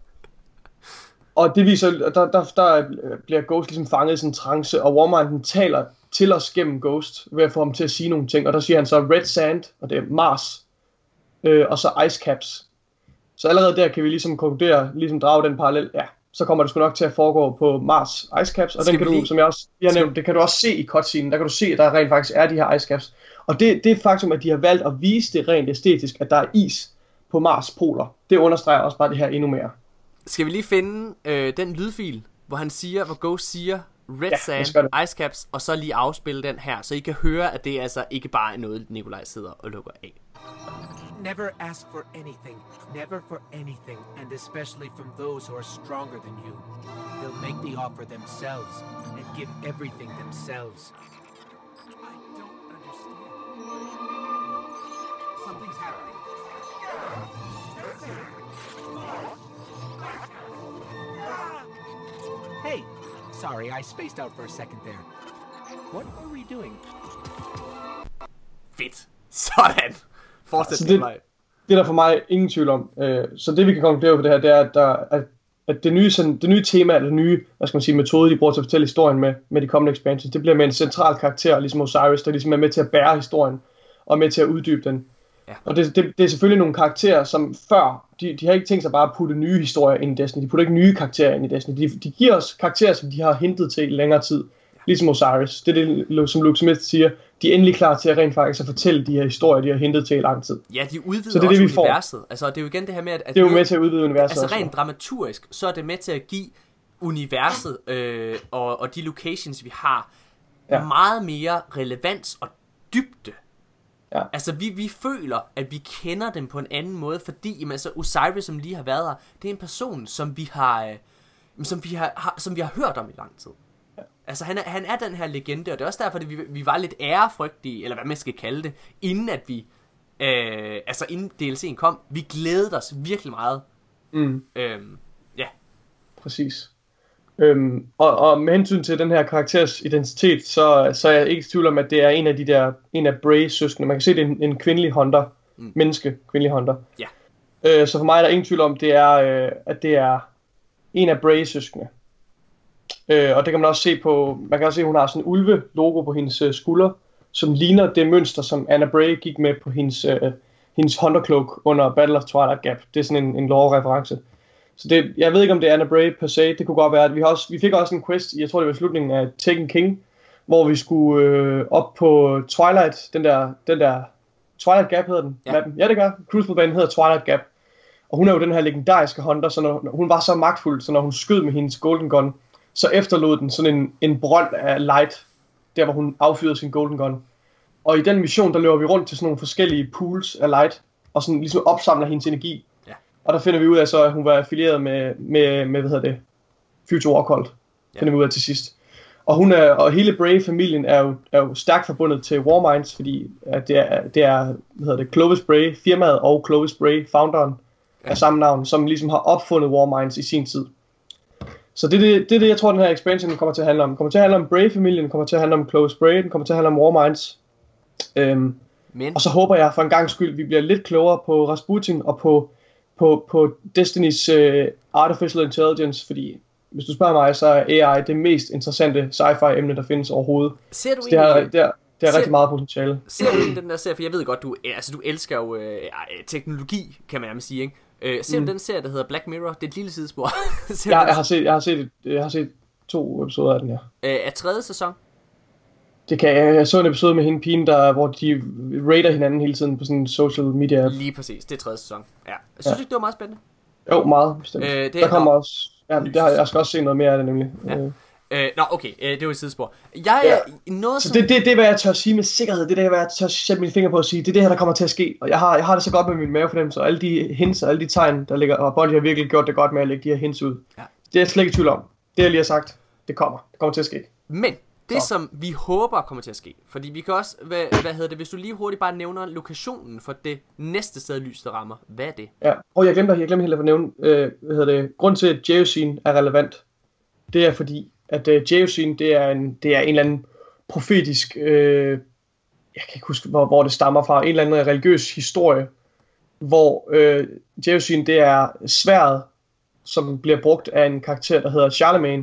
Og det viser, der, der, der bliver Ghost ligesom fanget i sådan en trance, og Warmind taler til os gennem Ghost, ved at få ham til at sige nogle ting. Og der siger han så Red Sand, og det er Mars, øh, og så Ice Caps. Så allerede der kan vi ligesom konkludere, ligesom drage den parallel, ja, så kommer det sgu nok til at foregå på Mars Ice Caps. Og den kan du, som jeg også jeg har nævnt, det kan du også se i cutscenen, der kan du se, at der rent faktisk er de her Ice Caps. Og det, det faktum, at de har valgt at vise det rent æstetisk, at der er is på Mars poler, det understreger også bare det her endnu mere.
Skal vi lige finde øh, den lydfil, hvor han siger, hvor Ghost siger Red
ja,
Sand, Ice Caps, og så lige afspille den her, så I kan høre, at det altså ikke bare er noget, Nikolaj sidder og lukker af.
Never ask for anything, never for anything, and especially from those who are stronger than you. They'll make the offer themselves and give everything themselves. I don't understand. Something's happening. Hey, sorry, I spaced out for a second there. What were we doing?
Fedt. Sådan. Fortsæt,
altså det, det er der for mig ingen tvivl om. Så det vi kan konkludere på det her, det er, at, der, at, at det, nye, sådan, det nye tema, eller det nye, hvad skal man sige, metode, de bruger til at fortælle historien med, med de kommende expansions, det bliver med en central karakter, ligesom Osiris, der ligesom er med til at bære historien, og med til at uddybe den. Ja. Og det, det, det er selvfølgelig nogle karakterer, som før, de, de har ikke tænkt sig bare at putte nye historier ind i Destiny, de putter ikke nye karakterer ind i Destiny, de, de giver os karakterer, som de har hentet til i længere tid. Ligesom Osiris. Det er det, som Luke Smith siger. De er endelig klar til at rent faktisk at fortælle de her historier, de har hentet til i lang tid.
Ja, de udvider
så det er
også
det, vi
universet. Altså, det er jo igen det her med, at...
Det er jo med til at udvide universet
altså,
også.
rent dramaturgisk, så er det med til at give universet øh, og, og de locations, vi har, ja. meget mere relevans og dybde. Ja. Altså, vi, vi føler, at vi kender dem på en anden måde, fordi jamen, altså, Osiris, som lige har været her, det er en person, som vi har, øh, som vi har, har, som vi har hørt om i lang tid. Altså, han er, han er den her legende, og det er også derfor, at vi, vi var lidt ærefrygtige, eller hvad man skal kalde det, inden at vi, øh, altså inden D L C'en kom, vi glædede os virkelig meget.
Mm.
Øhm, ja.
Præcis. Øhm, og, og med hensyn til den her karakters identitet, så, så er jeg ikke i tvivl om, at det er en af de der, en af Brays søskende. Man kan se, det er en, en kvindelig hunter, mm. menneske, kvindelig hunter.
Ja.
Øh, så for mig er der ingen tvivl om, det er, øh, at det er en af Brays søskende. Øh, og det kan man også se på, man kan også se, at hun har sådan en ulve-logo på hendes øh, skulder, som ligner det mønster, som Anna Bray gik med på hendes, øh, hendes Hunter Cloak under Battle of Twilight Gap. Det er sådan en, en lore-reference. Så det, jeg ved ikke, om det er Anna Bray per se, det kunne godt være, at vi, har også, vi fik også en quest, jeg tror det var i slutningen af Taken King, hvor vi skulle øh, op på Twilight, den der, den der Twilight Gap hedder den, ja, ja det gør, Crucible-banen hedder Twilight Gap, og hun er jo den her legendariske hunter, så når, hun var så magtfuld, så når hun skød med hendes Golden Gun, så efterlod den sådan en, en brønd af light, der hvor hun affyrede sin Golden Gun. Og i den mission, der løber vi rundt til sådan nogle forskellige pools af light, og sådan ligesom opsamler hendes energi. Ja. Og der finder vi ud af så, at hun var affilieret med, med, med hvad hedder det, Future Warcult. Ja. Finder vi ud af til sidst. Og, hun er, og hele Bray-familien er jo, er jo stærkt forbundet til Warminds, fordi at det, er, det er, hvad hedder det, Clovis Bray, firmaet, og Clovis Bray, founderen, ja, af samme navn, som ligesom har opfundet Warminds i sin tid. Så det er det, det, er det, jeg tror, den her expansion kommer til at handle om. Den kommer til at handle om Bray-familien, den kommer til at handle om Chloe Spray, den kommer til at handle om Warminds. Øhm,
Men...
Og så håber jeg for en gang skyld, vi bliver lidt klogere på Rasputin og på, på, på Destinys uh, Artificial Intelligence, fordi hvis du spørger mig, så er A I det mest interessante sci-fi emne, der findes overhovedet.
Ser du
så det har,
egentlig...
det har, det har
ser,
rigtig meget potentiale.
Ser du den der serie, for jeg ved godt, du, altså, du elsker jo øh, teknologi, kan man nærmest sige, ikke? Øh, ser du mm. den serie, der hedder Black Mirror? Det er et lille sidespor.
ja, jeg har, set, jeg, har set, jeg har set to episoder af den her.
Øh, er tredje sæson?
Det kan jeg. Jeg så en episode med hende pigen, der, hvor de raider hinanden hele tiden på sådan en social media.
Lige præcis, det er tredje sæson. Ja. Jeg synes
ja.
ikke, det var meget spændende?
Jo, meget bestemt. Øh, det der kommer nok... også... Ja, det har, jeg skal også se noget mere af det nemlig.
Ja. Øh, nå, okay, øh, det var et sidespor. Jeg
ja.
noget
så
som...
det, det, det er, hvad jeg tør sige med sikkerhed. Det er det, hvad jeg tør sætte mine fingre på at sige. Det er det her, der kommer til at ske. Og jeg har, jeg har det så godt med min mavefornemmelse, og alle de hints og alle de tegn, der ligger. Og Bungie har virkelig gjort det godt med at lægge de her hints ud. Ja. Det er jeg slet ikke i tvivl om. Det jeg lige har sagt, det kommer. Det kommer til at ske.
Men det, så. som vi håber kommer til at ske, fordi vi kan også, hvad, hvad hedder det, hvis du lige hurtigt bare nævner lokationen for det næste sted, lyset rammer, hvad er det?
Ja, og jeg glemte, jeg glemte helt at nævne, øh, hvad hedder det, grund til, at Geoscene er relevant, det er fordi, at uh, Geoscene, det er en, det er en eller anden profetisk, øh, jeg kan ikke huske, hvor, hvor det stammer fra, en eller anden religiøs historie, hvor øh, Geoscene, det er sværdet, som bliver brugt af en karakter, der hedder Charlemagne.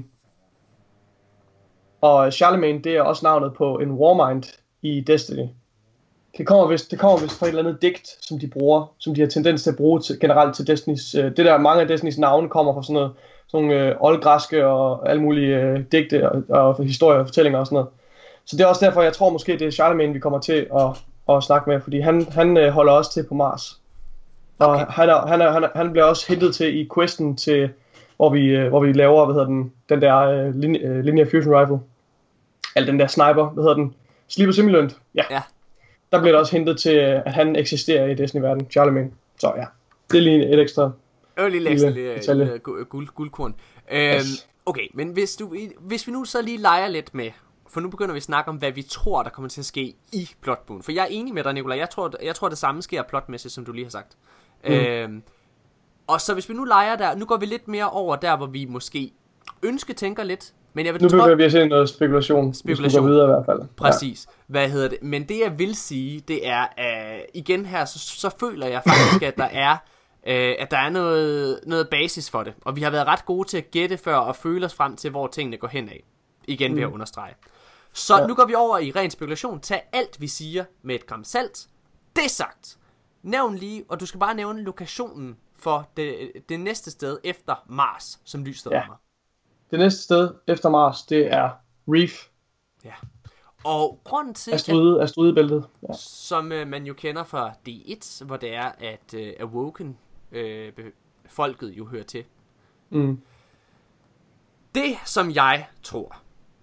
Og Charlemagne, det er også navnet på en Warmind i Destiny. Det kommer vist, det kommer vist fra et eller andet digt, som de bruger, som de har tendens til at bruge til, generelt til Destinys. Øh, det der, mange af Destinys navne kommer fra sådan noget, sådan nogle øh, oldgræske og alle mulige øh, digte og, og historier og fortællinger og sådan noget. Så det er også derfor, jeg tror måske, det er Charlemagne, vi kommer til at, at snakke med, fordi han, han øh, holder også til på Mars. Og okay. han, er, han, er, han, er, han bliver også hentet til i questen til, hvor vi, øh, hvor vi laver, hvad hedder den, den der øh, linje, øh, Linear Fusion Rifle. Eller den der sniper, hvad hedder den? Sleeper Simulant. Ja. ja. Der bliver der også hentet til, at han eksisterer i Destiny-verden, Charlemagne. Så ja, det er lige et ekstra...
Øh, lille ekstra lille guld, guldkorn. Øhm, yes. Okay, men hvis, du, hvis vi nu så lige leger lidt med, for nu begynder vi at snakke om, hvad vi tror, der kommer til at ske i Bloodborne. For jeg er enig med dig, Nicolaj. Jeg tror, jeg tror det samme sker plotmæssigt, som du lige har sagt. Mm. Øhm, og så hvis vi nu leger der, nu går vi lidt mere over der, hvor vi måske ønske tænker lidt. Men jeg vil
nu begynder vi at se noget spekulation,
spekulation.
Vi videre i hvert fald.
Præcis. Ja. Hvad hedder det? Men det jeg vil sige, det er, at igen her, så, så føler jeg faktisk, at der er, øh, at der er noget, noget basis for det. Og vi har været ret gode til at gætte før, og føle os frem til, hvor tingene går hen af. Igen mm. ved at understrege. Så ja. Nu går vi over i ren spekulation. Tag alt, vi siger med et gram salt. Det sagt. Nævn lige, og du skal bare nævne lokationen for det, det næste sted efter Mars, som lyset
ja.
rammer.
Det næste sted efter Mars, det er Reef.
Ja. Og grunden til...
Asteroide, asteroidebæltet. Ja.
Som øh, man jo kender fra D et, hvor det er, at øh, Awoken, øh, folket jo hører til.
Mm.
Det, som jeg tror,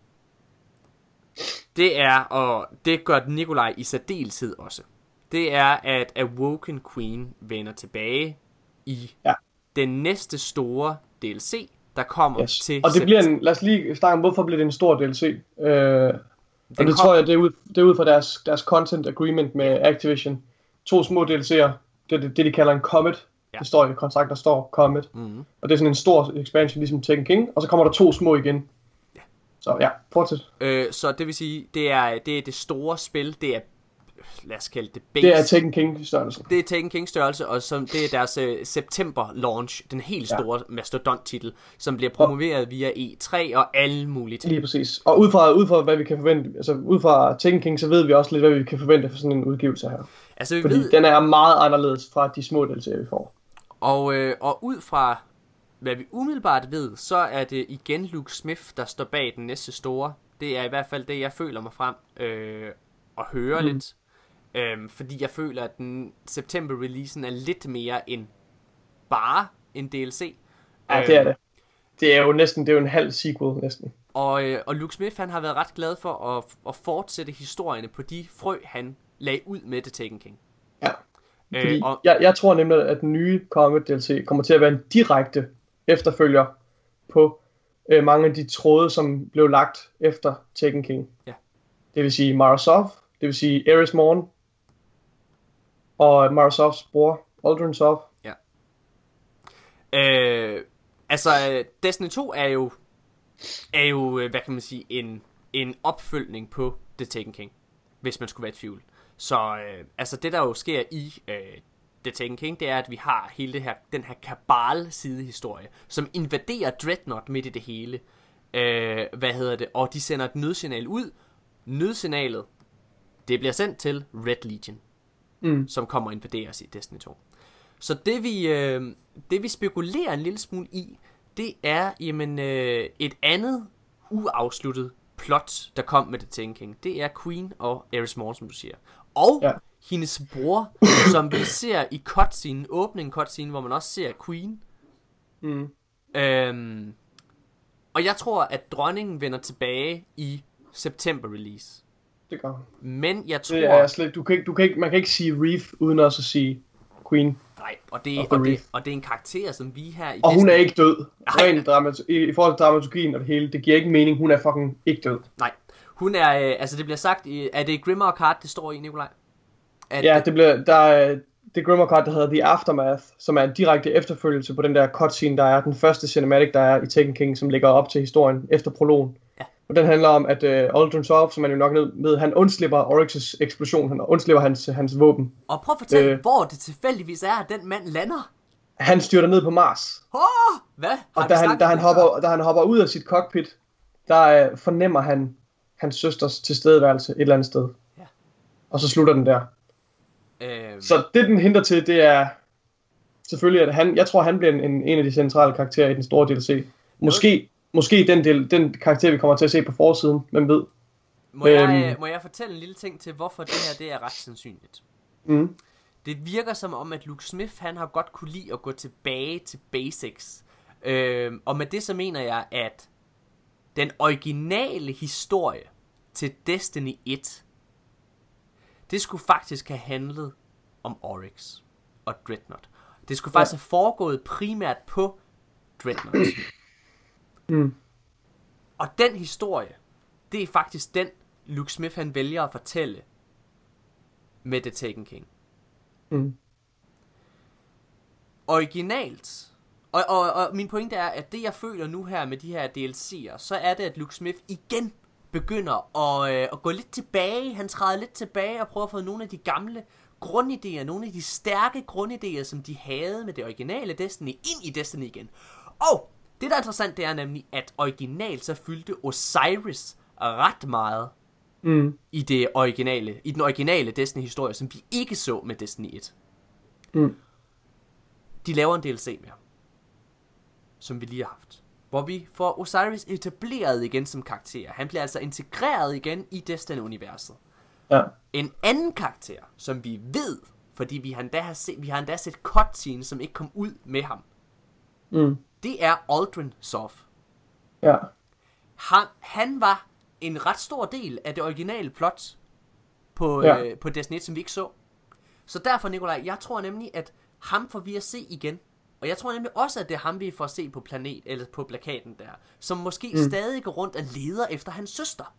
det er, og det gør Nikolaj i særdeleshed også, det er, at Awoken Queen vender tilbage i ja. den næste store D L C, der kommer yes. til...
Og det bliver en... Lad os lige snakke om, hvorfor bliver det en stor D L C. Øh, og det kom... tror jeg, det er ud, det er ud fra deres, deres content agreement med Activision. To små D L C'er. Det er det, det, de kalder en Comet. Ja. Det står i kontrakt, der står Comet. Mm-hmm. Og det er sådan en stor expansion, ligesom Taken King. Og så kommer der to små igen. Ja. Så ja, fortsæt.
Øh, så det vil sige, det er, det er det store spil. Det er, lad os kalde det base.
Det er Taken King størrelse.
Det er Taken King størrelse, og som det er deres uh, september launch, den helt store ja. mastodont titel, som bliver promoveret via E tre og alle mulige ting.
Lige præcis. Og ud fra, ud fra hvad vi kan forvente, altså ud fra Taken King, så ved vi også lidt, hvad vi kan forvente for sådan en udgivelse her.
Altså, vi
fordi
ved...
den er meget anderledes fra de små D L C'er, vi får.
Og, øh, og ud fra hvad vi umiddelbart ved, så er det igen Luke Smith, der står bag den næste store. Det er i hvert fald det, jeg føler mig frem øh, og hører mm. lidt. Øhm, fordi jeg føler, at den september-releasen er lidt mere end bare en D L C.
Ja, øhm, det er det. Det er jo næsten, det er jo en halv sequel næsten.
Og, øh, og Luke Smith, han har været ret glad for at, at fortsætte historierne på de frø, han lagde ud med det Taken King.
Ja, fordi øh, og, jeg, jeg tror nemlig, at den nye Comet D L C kommer til at være en direkte efterfølger på øh, mange af de tråde, som blev lagt efter Taken King. Ja. Det vil sige Mara Sov, det vil sige Eris Morn, og Mara Sovs bror, Aldrin Sov.
Ja. Øh, altså, Destiny to er jo er jo, hvad kan man sige, en, en opfølgning på The Taken King, hvis man skulle være i tvivl. Så øh, altså det der jo sker i øh, The Taken King, det er at vi har hele det her, den her Kabal-sidehistorie, som invaderer Dreadnought midt i det hele. Øh, hvad hedder det? Og de sender et nødsignal ud. Nødsignalet, det bliver sendt til Red Legion, mm. som kommer og invaderer os i Destiny to. Så det vi, øh, det vi spekulerer en lille smule i, det er jamen, øh, et andet uafsluttet plot, der kom med The Taken King. Det er Queen og Eris Morn, som du siger. Og ja. hendes bror, som vi ser i cutscene, åbningen cutscene, hvor man også ser Queen. Mm. Øhm, og jeg tror, at dronningen vender tilbage i september release.
Det gør
Men jeg tror...
Det er slet, du kan ikke, du kan ikke, man kan ikke sige Reef uden også at sige Queen.
Nej, og det, og, det, og det er en karakter, som vi her i
Og hun er ikke død. Rent dramat- i, I forhold til dramaturgien og det hele, det giver ikke mening. Hun er fucking ikke død.
Nej. Hun er, øh, altså det bliver sagt, i, er det Grimmer Card, det står i, Nikolaj? At
ja, det bliver, der er det Grimmer Card, der hedder The Aftermath, som er en direkte efterfølgelse på den der cutscene, der er den første cinematic, der er i Taken King, som ligger op til historien efter prologen. Ja. Og den handler om, at uh, Aldrin Sorf, som man jo nok ved, han undslipper Oryx's eksplosion, han undslipper hans, hans våben.
Og prøv at fortælle, øh, hvor det tilfældigvis er, at den mand lander.
Han styrter ned på Mars.
Åh, oh, hvad? Har
og da han, da, han hopper, da han hopper ud af sit cockpit, der uh, fornemmer han hans søsters tilstedeværelse et eller andet sted. Ja. Og så slutter den der. Øhm. Så det den henter til, det er selvfølgelig, at han, jeg tror han bliver en, en af de centrale karakterer i den store D L C. Måske, måske den, del, den karakter vi kommer til at se på forsiden, hvem ved.
Må jeg, øhm. må jeg fortælle en lille ting til, hvorfor det her det er ret sandsynligt? Mm. Det virker som om, at Luke Smith, han har godt kunne lide at gå tilbage til basics. Øhm, og med det så mener jeg, at den originale historie til Destiny et, det skulle faktisk have handlet om Oryx og Dreadnought. Det skulle faktisk ja. have foregået primært på Dreadnought. Mm. Og den historie, det er faktisk den, Luke Smith han vælger at fortælle med The Taken King. Mm. Originalt, og, og, og min pointe er, at det jeg føler nu her med de her D L C'er, så er det, at Luke Smith igen begynder at, øh, at gå lidt tilbage. Han træder lidt tilbage og prøver at få nogle af de gamle grundidéer, nogle af de stærke grundidéer, som de havde med det originale Destiny, ind i Destiny igen. Og det der er interessant, det er nemlig, at originalt så fyldte Osiris ret meget mm. i det originale, i den originale Destiny-historie, som vi ikke så med Destiny et. Mm. De laver en D L C mere, som vi lige har haft, hvor vi får Osiris etableret igen som karakter. Han bliver altså integreret igen i Destiny-universet. Ja. En anden karakter, som vi ved, fordi vi har endda, har set, vi har endda set cutscene, som ikke kom ud med ham. Mm. Det er Aldrin Sorf. Ja. Han, han var en ret stor del af det originale plot på, ja. øh, på Destiny et, som vi ikke så. Så derfor, Nikolaj, jeg tror nemlig, at ham får vi at se igen. Og jeg tror nemlig også, at det er ham, vi får at se på planet, eller på plakaten der, som måske mm. stadig går rundt og leder efter hans søster.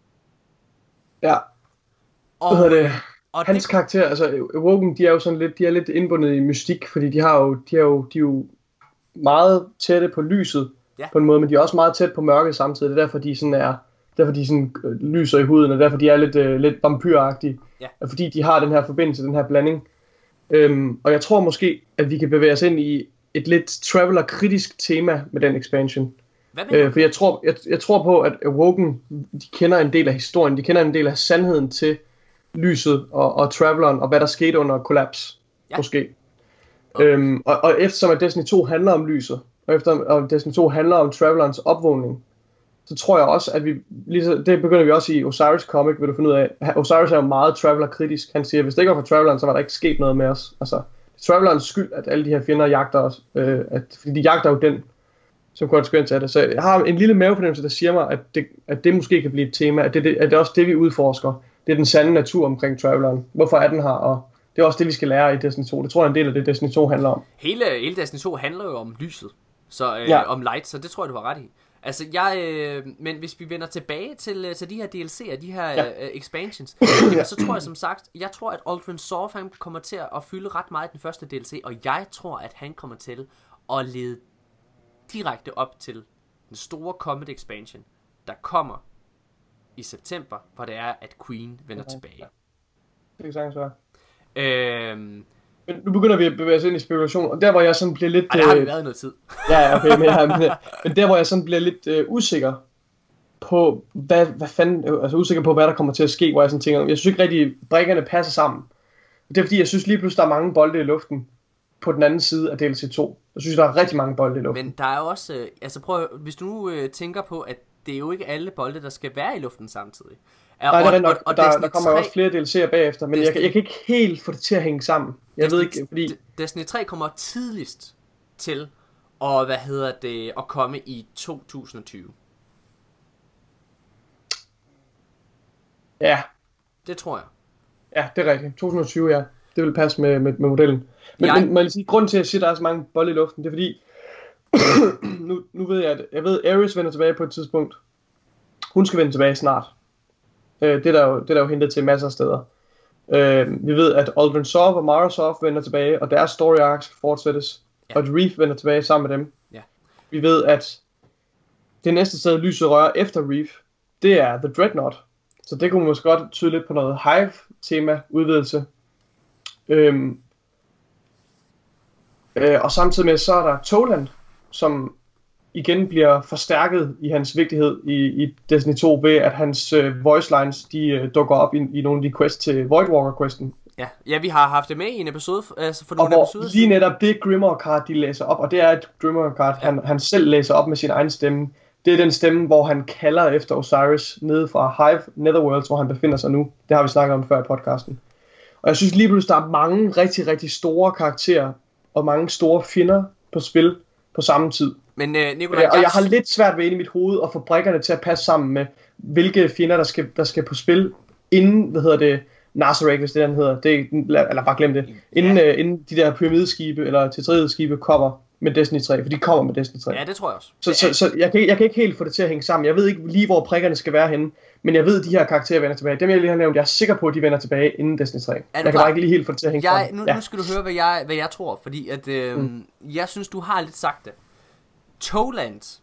Ja. Og, Hvad det? Og hans det... karakter, altså Awoken, de er jo sådan lidt, de er lidt indbundet i mystik, fordi de har jo, de er jo, de er jo meget tætte på lyset, ja. på en måde, men de er også meget tæt på mørket samtidig. Det er derfor, de sådan er, derfor de sådan øh, lyser i huden, og derfor de er lidt, øh, lidt vampyragtige. Ja. Fordi de har den her forbindelse, den her blanding. Øhm, og jeg tror måske, at vi kan bevæge os ind i et lidt traveler-kritisk tema med den expansion. Øh, for jeg tror, jeg, jeg tror på, at Awoken, de kender en del af historien, de kender en del af sandheden til lyset og, og traveleren, og hvad der skete under kollaps, ja. måske. Okay. Øhm, og, og eftersom at Destiny to handler om lyset, og efter at Destiny to handler om travelerens opvågning, så tror jeg også, at vi, lige, det begynder vi også i Osiris comic, vil du finde ud af. Osiris er jo meget traveler-kritisk. Han siger, at hvis det ikke var for traveleren, så var der ikke sket noget med os. Altså, det er travelerens skyld, at alle de her fjender jagter os. Øh, at, fordi de jagter jo den, som konsekvens af det. Så jeg har en lille mavefornemmelse, der siger mig, at det, at det måske kan blive et tema, at det, det, at det er også det, vi udforsker. Det er den sande natur omkring traveleren. Hvorfor er den her, og det er også det, vi skal lære i Destiny to. Det tror jeg er en del af det, Destiny to handler om.
Hele, hele Destiny to handler jo om lyset, så, øh, ja. om light, så det tror jeg, du har ret i. Altså, jeg, øh, men hvis vi vender tilbage til, til de her D L C'er, de her ja. øh, expansions, jamen, så tror jeg som sagt, jeg tror, at Aldrin Sorf, han kommer til at fylde ret meget i den første D L C, og jeg tror, at han kommer til at lede direkte op til den store Comet expansion, der kommer i september, hvor det er, at Queen vender tilbage.
Det kan sagtens være.
Øhm,
Men nu begynder vi at bevæge os ind i spekulation, og der hvor jeg sådan bliver lidt...
Ej, der har vi
øh,
været noget tid.
Ja, okay, men, ja, men, men der hvor jeg sådan bliver lidt øh, usikker på, hvad, hvad fanden, altså usikker på, hvad der kommer til at ske, hvor jeg sådan tænker, jeg synes ikke rigtig, brikkerne passer sammen. Det er fordi, jeg synes lige pludselig, der er mange bolde i luften på den anden side af D L C to. Jeg synes, der er rigtig mange bolde i luften.
Men der er jo også, øh, altså prøv, hvis du nu øh, tænker på, at det er jo ikke alle bolde, der skal være i luften samtidig. Er,
Nej, det er
og,
nok,
og, og
der,
Destiny
der kommer
tre,
også flere D L C'er bagefter, men jeg, jeg kan ikke helt få det til at hænge sammen. Jeg
Destiny,
ved ikke, fordi...
Destiny tre kommer tidligst til, og hvad hedder det, at komme i to tusind og tyve.
Ja,
Det tror jeg.
ja, det er rigtigt. to tusind og tyve, ja. Det vil passe med, med, med modellen. Men,
Jeg-
men må jeg lige sige, grunden til, at jeg siger, at der er så mange bolde i luften, det er fordi... nu, nu ved jeg, at jeg ved, at Ares vender tilbage på et tidspunkt. Hun skal vende tilbage snart. Øh, det, er der jo, det er der jo hentet til masser af steder. Øh, vi ved, at Aldrin Sov og Mara Sov vender tilbage, og deres story arc skal fortsættes.
Ja.
Ja. Og at Reef vender tilbage sammen med dem.
Ja.
Vi ved, at det næste sted, lyset rører efter Reef, det er The Dreadnought. Så det kunne man måske godt tyde lidt på noget Hive-tema, udvidelse. Øhm, øh, og samtidig med, så er der Toland, som igen bliver forstærket i hans vigtighed i, i Destiny to, ved at hans øh, voice lines, de øh, dukker op i, i nogle af de quests til Voidwalker-questen.
Ja. ja, vi har haft det med i en episode, altså for
Og
nogle
hvor
episoder
lige netop det Grimoire-card, de læser op, og det er et Grimoire-card, ja. han, han selv læser op med sin egen stemme. Det er den stemme, hvor han kalder efter Osiris nede fra Hive Netherworlds, hvor han befinder sig nu. Det har vi snakket om før i podcasten. Og jeg synes lige pludselig, der er mange rigtig, rigtig store karakterer, og mange store fjender på spil på samme tid.
Men øh, Nikolaj,
Ja, og jeg har lidt svært ved inde i mit hoved at få brikkerne til at passe sammen med, hvilke fjender, der skal, der skal på spil, inden, hvad hedder det, Nazareth, hvis det den hedder, det, eller bare glem det, inden,
Ja.
øh, inden de der pyramideskibe, eller tetraidskibe kommer med Destiny tre, for de kommer med Destiny tre.
Ja, det tror jeg også.
Så, så, så jeg, kan, jeg kan ikke helt få det til at hænge sammen. Jeg ved ikke lige, hvor prikkerne skal være henne, men jeg ved, at de her karakterer vender tilbage. Dem, jeg lige har nævnt, jeg er sikker på, at de vender tilbage inden Destiny tre. Jeg kan
klar?
bare ikke lige helt få det til at hænge
Jeg,
sammen.
nu, ja. nu skal du høre, hvad jeg, hvad jeg tror, fordi at, øh, mm. jeg synes, du har lidt sagt det. Toland,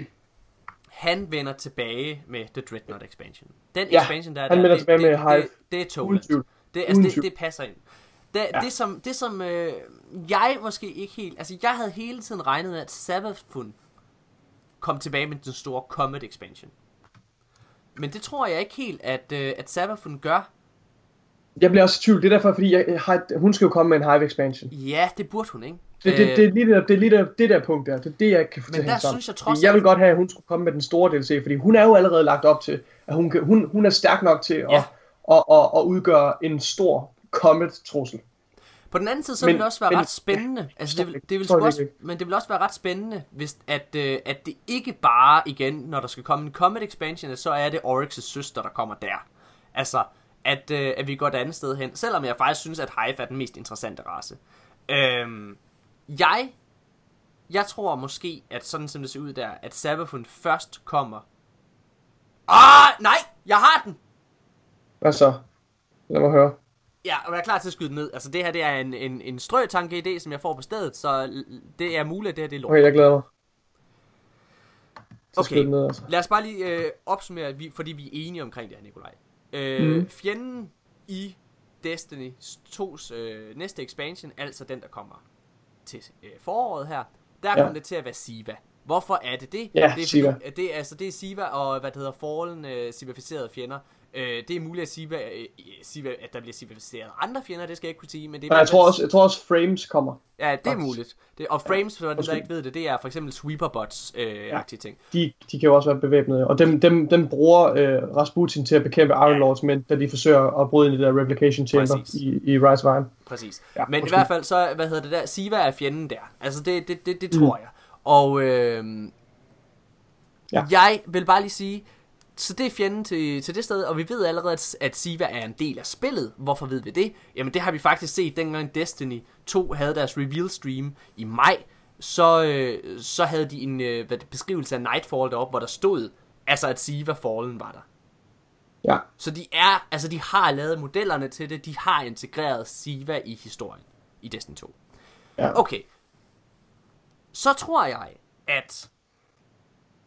han vender tilbage med The Dreadnought expansion. Den
Ja,
expansion, der er
han
der,
vender
det,
tilbage
det,
med Hive.
det, det er
Uden
Toland.
tvivl.
Det, altså,
Uden
det,
tvivl.
det passer ind. Det,
Ja.
det som, det som øh, jeg måske ikke helt, altså jeg havde hele tiden regnet med, at Savathun kom tilbage med den store Comet expansion. Men det tror jeg ikke helt, at, øh, at Savathun gør.
Jeg bliver også i tvivl. Det er derfor, fordi jeg, jeg har, hun skal jo komme med en Hive expansion.
Ja, det burde hun, ikke?
Det, det, det, er lige det, det er lige det, det der punkt der. Det er det, jeg kan få til at
Men
hænge
der
sammen.
synes jeg trods
Fordi jeg vil
alt-
godt have, at hun skulle komme med den store D L C, fordi hun er jo allerede lagt op til, at hun, kan, hun, hun er stærk nok til at,
Ja.
at, at, at udgøre en stor Comet-trussel.
På den anden side, så
Men-
vil det også være
men-
ret spændende. Altså, det, vil, det vil
Forstår
sgu
det
også,
ikke.
men det vil også være ret spændende, hvis at, øh, at det ikke bare igen, når der skal komme en Comet expansion, så er det Oryx' søster, der kommer der. Altså, at, øh, at vi går et andet sted hen. Selvom jeg faktisk synes, at Hive er den mest interessante race. Øhm, jeg, jeg tror måske, at sådan som det ser ud der, at Savathun først kommer. Ah, nej, jeg har den!
Hvad så? Lad mig høre.
Ja, og jeg er klar til at skyde den ned. Altså det her, det er en, en, en strøtanke-idé, som jeg får på stedet, så l- det er muligt, at det her det er lort.
Okay, jeg glæder mig. Så
Okay,
skyder den ned, altså.
lad os bare lige øh, opsummere, vi, fordi vi er enige omkring det her, Nikolaj. Øh,
Mhm.
Fjenden i Destiny to's øh, næste expansion, altså den, der kommer til øh, foråret her, der
Ja.
kommer det til at være Siva. Hvorfor er det det?
Ja,
det er
Siva.
Fordi, at det, er, altså, det er Siva og, hvad det hedder, Fallen øh, civificerede fjender. Øh, det er muligt, at, Siva, øh, Siva, at der bliver civificeret andre fjender, det skal jeg ikke kunne sige, men det er
Nej, jeg tror også, jeg tror også Frames kommer.
Ja, det er
faktisk.
muligt. Det, og Frames, for dem der
Undskyld.
ikke ved det, det er for eksempel Sweeperbots-agtige ting.
De, de kan jo også være bevæbnede, og dem, dem, dem bruger øh, Rasputin til at bekæmpe Iron Lords, men da de forsøger at bryde ind i det der Replication Chamber
Præcis.
i, i Rise of Iron.
Præcis.
Ja,
Men i
undskyld.
hvert fald, så, hvad hedder det der, Siva er fjenden der. Altså, det, det, det, det tror jeg. Og øh,
Ja.
jeg vil bare lige sige, så det er fjenden til, til det sted, og vi ved allerede, at, at Siva er en del af spillet. Hvorfor ved vi det? Jamen, det har vi faktisk set, dengang Destiny to havde deres reveal stream i maj. Så, øh, så havde de en øh, hvad det, beskrivelse af Nightfall deroppe, hvor der stod, altså at Siva Fallen var der.
Ja.
Så de er, altså de har lavet modellerne til det, de har integreret Siva i historien i Destiny to.
Ja.
Okay. Så tror jeg, at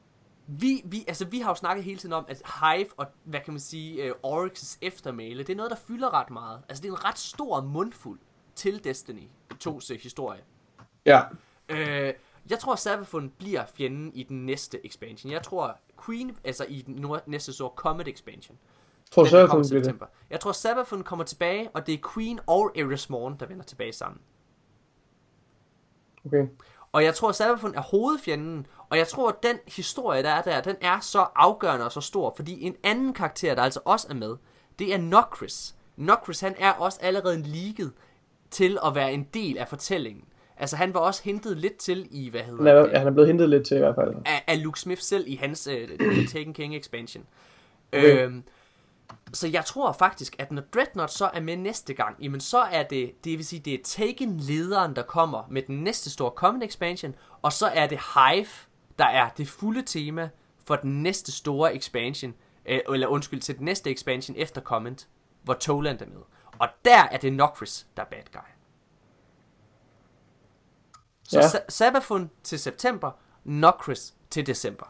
vi, vi, altså, vi har jo snakket hele tiden om, at Hive og, hvad kan man sige, uh, Oryx's eftermæle, det er noget, der fylder ret meget. Altså, det er en ret stor mundfuld til Destiny to's uh, historie.
Ja.
Uh, jeg tror, Savathun bliver fjenden i den næste expansion. Jeg tror, Queen, altså i den nord- næste store Comet expansion.
Jeg tror,
Den, der
Savathun
kommer i
bliver det.
september. Jeg tror, Savathun kommer tilbage, og det er Queen og Eris Morn, der vender tilbage sammen.
Okay.
Og jeg tror, at Savathun er hovedfjenden, og jeg tror, at den historie, der er der, den er så afgørende og så stor, fordi en anden karakter, der altså også er med, det er Nokris. Nokris, han er også allerede leaget til at være en del af fortællingen. Altså, han var også hentet lidt til i, hvad hedder
Han er,
det?
han er blevet hentet lidt til i hvert fald.
Af, af Luke Smith selv i hans uh, The Taken King expansion.
Okay.
Øhm, så jeg tror faktisk, at når Dreadnought så er med næste gang, jamen så er det, det vil sige, det er Taken-lederen, der kommer med den næste store Common expansion, og så er det Hive, der er det fulde tema for den næste store expansion, øh, eller undskyld, til den næste expansion efter Comment, hvor Toland er med. Og der er det Nokris, der er bad guy. Så
Ja.
Sa- Savathun til september, Nokris til december.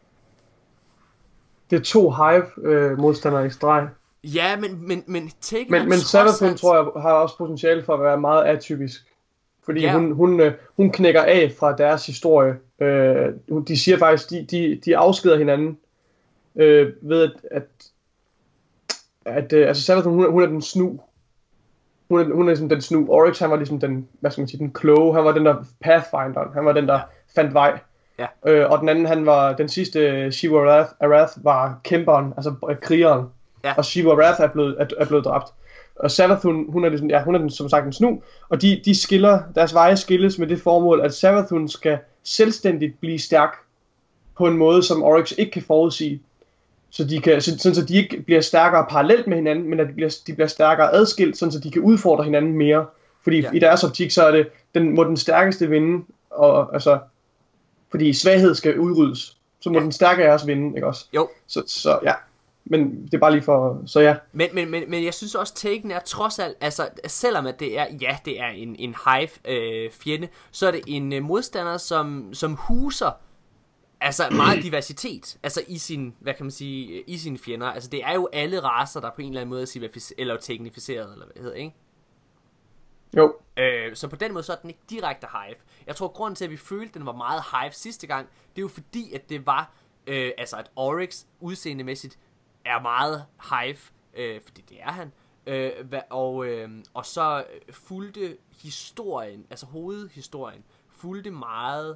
Det er to Hive-modstandere i streg.
Ja, men, men, men Taken
Men,
er
men
trods
Savathun,
alt-
tror jeg, har også potentiale for at være meget atypisk. Fordi
Ja.
hun, hun, øh, hun knækker af fra deres historie. Øh, hun- de siger faktisk, de, de, de afskeder hinanden øh, ved at, at, at øh, altså Savathun, hun, er- hun er den snu. Hun er, hun er ligesom den snu. Oryx, han var ligesom den, hvad skal man sige, den kloge. Han var den der Pathfinder. Han var den der
Ja.
fandt vej.
Ja.
Øh, og den anden, han var den sidste, Shiva Arath, Arath var kæmperen, altså øh, krigeren.
Ja.
Og Shiva Arath er blevet, er, er blevet dræbt. Og Savathun, hun er, ligesom, ja, hun er den, som sagt en snu, og de, de skiller, deres veje skilles med det formål, at Savathun skal selvstændigt blive stærk på en måde, som Oryx ikke kan forudsige. Så de kan, så, sådan så de ikke bliver stærkere parallelt med hinanden, men at de bliver, de bliver stærkere adskilt, sådan så de kan udfordre hinanden mere. Fordi
Ja.
ja. i deres optik, så er det, den, må den stærkeste vinde, og altså, fordi svaghed skal udryddes, så må
Ja.
ja. den stærkere også vinde, ikke også?
Jo.
Så, så ja, men det er bare lige for, så ja.
Men, men, men, men jeg synes også, Taken er trods alt, altså selvom at det er, ja, det er en, en Hive-fjende, øh, så er det en øh, modstander, som, som huser altså meget diversitet, altså i sin, hvad kan man sige, i sine fjender. Altså det er jo alle racer, der på en eller anden måde er civilis- eller teknificeret, eller hvad det hedder, ikke?
Jo.
Øh, så på den måde så er den ikke direkte Hive. Jeg tror grunden til at vi følte at den var meget Hive sidste gang, det er jo fordi at det var øh, altså at Oryx udseendemæssigt er meget Hive, øh, fordi det er han. Øh, hva- og øh, og så fulgte historien, altså hovedhistorien, fulgte meget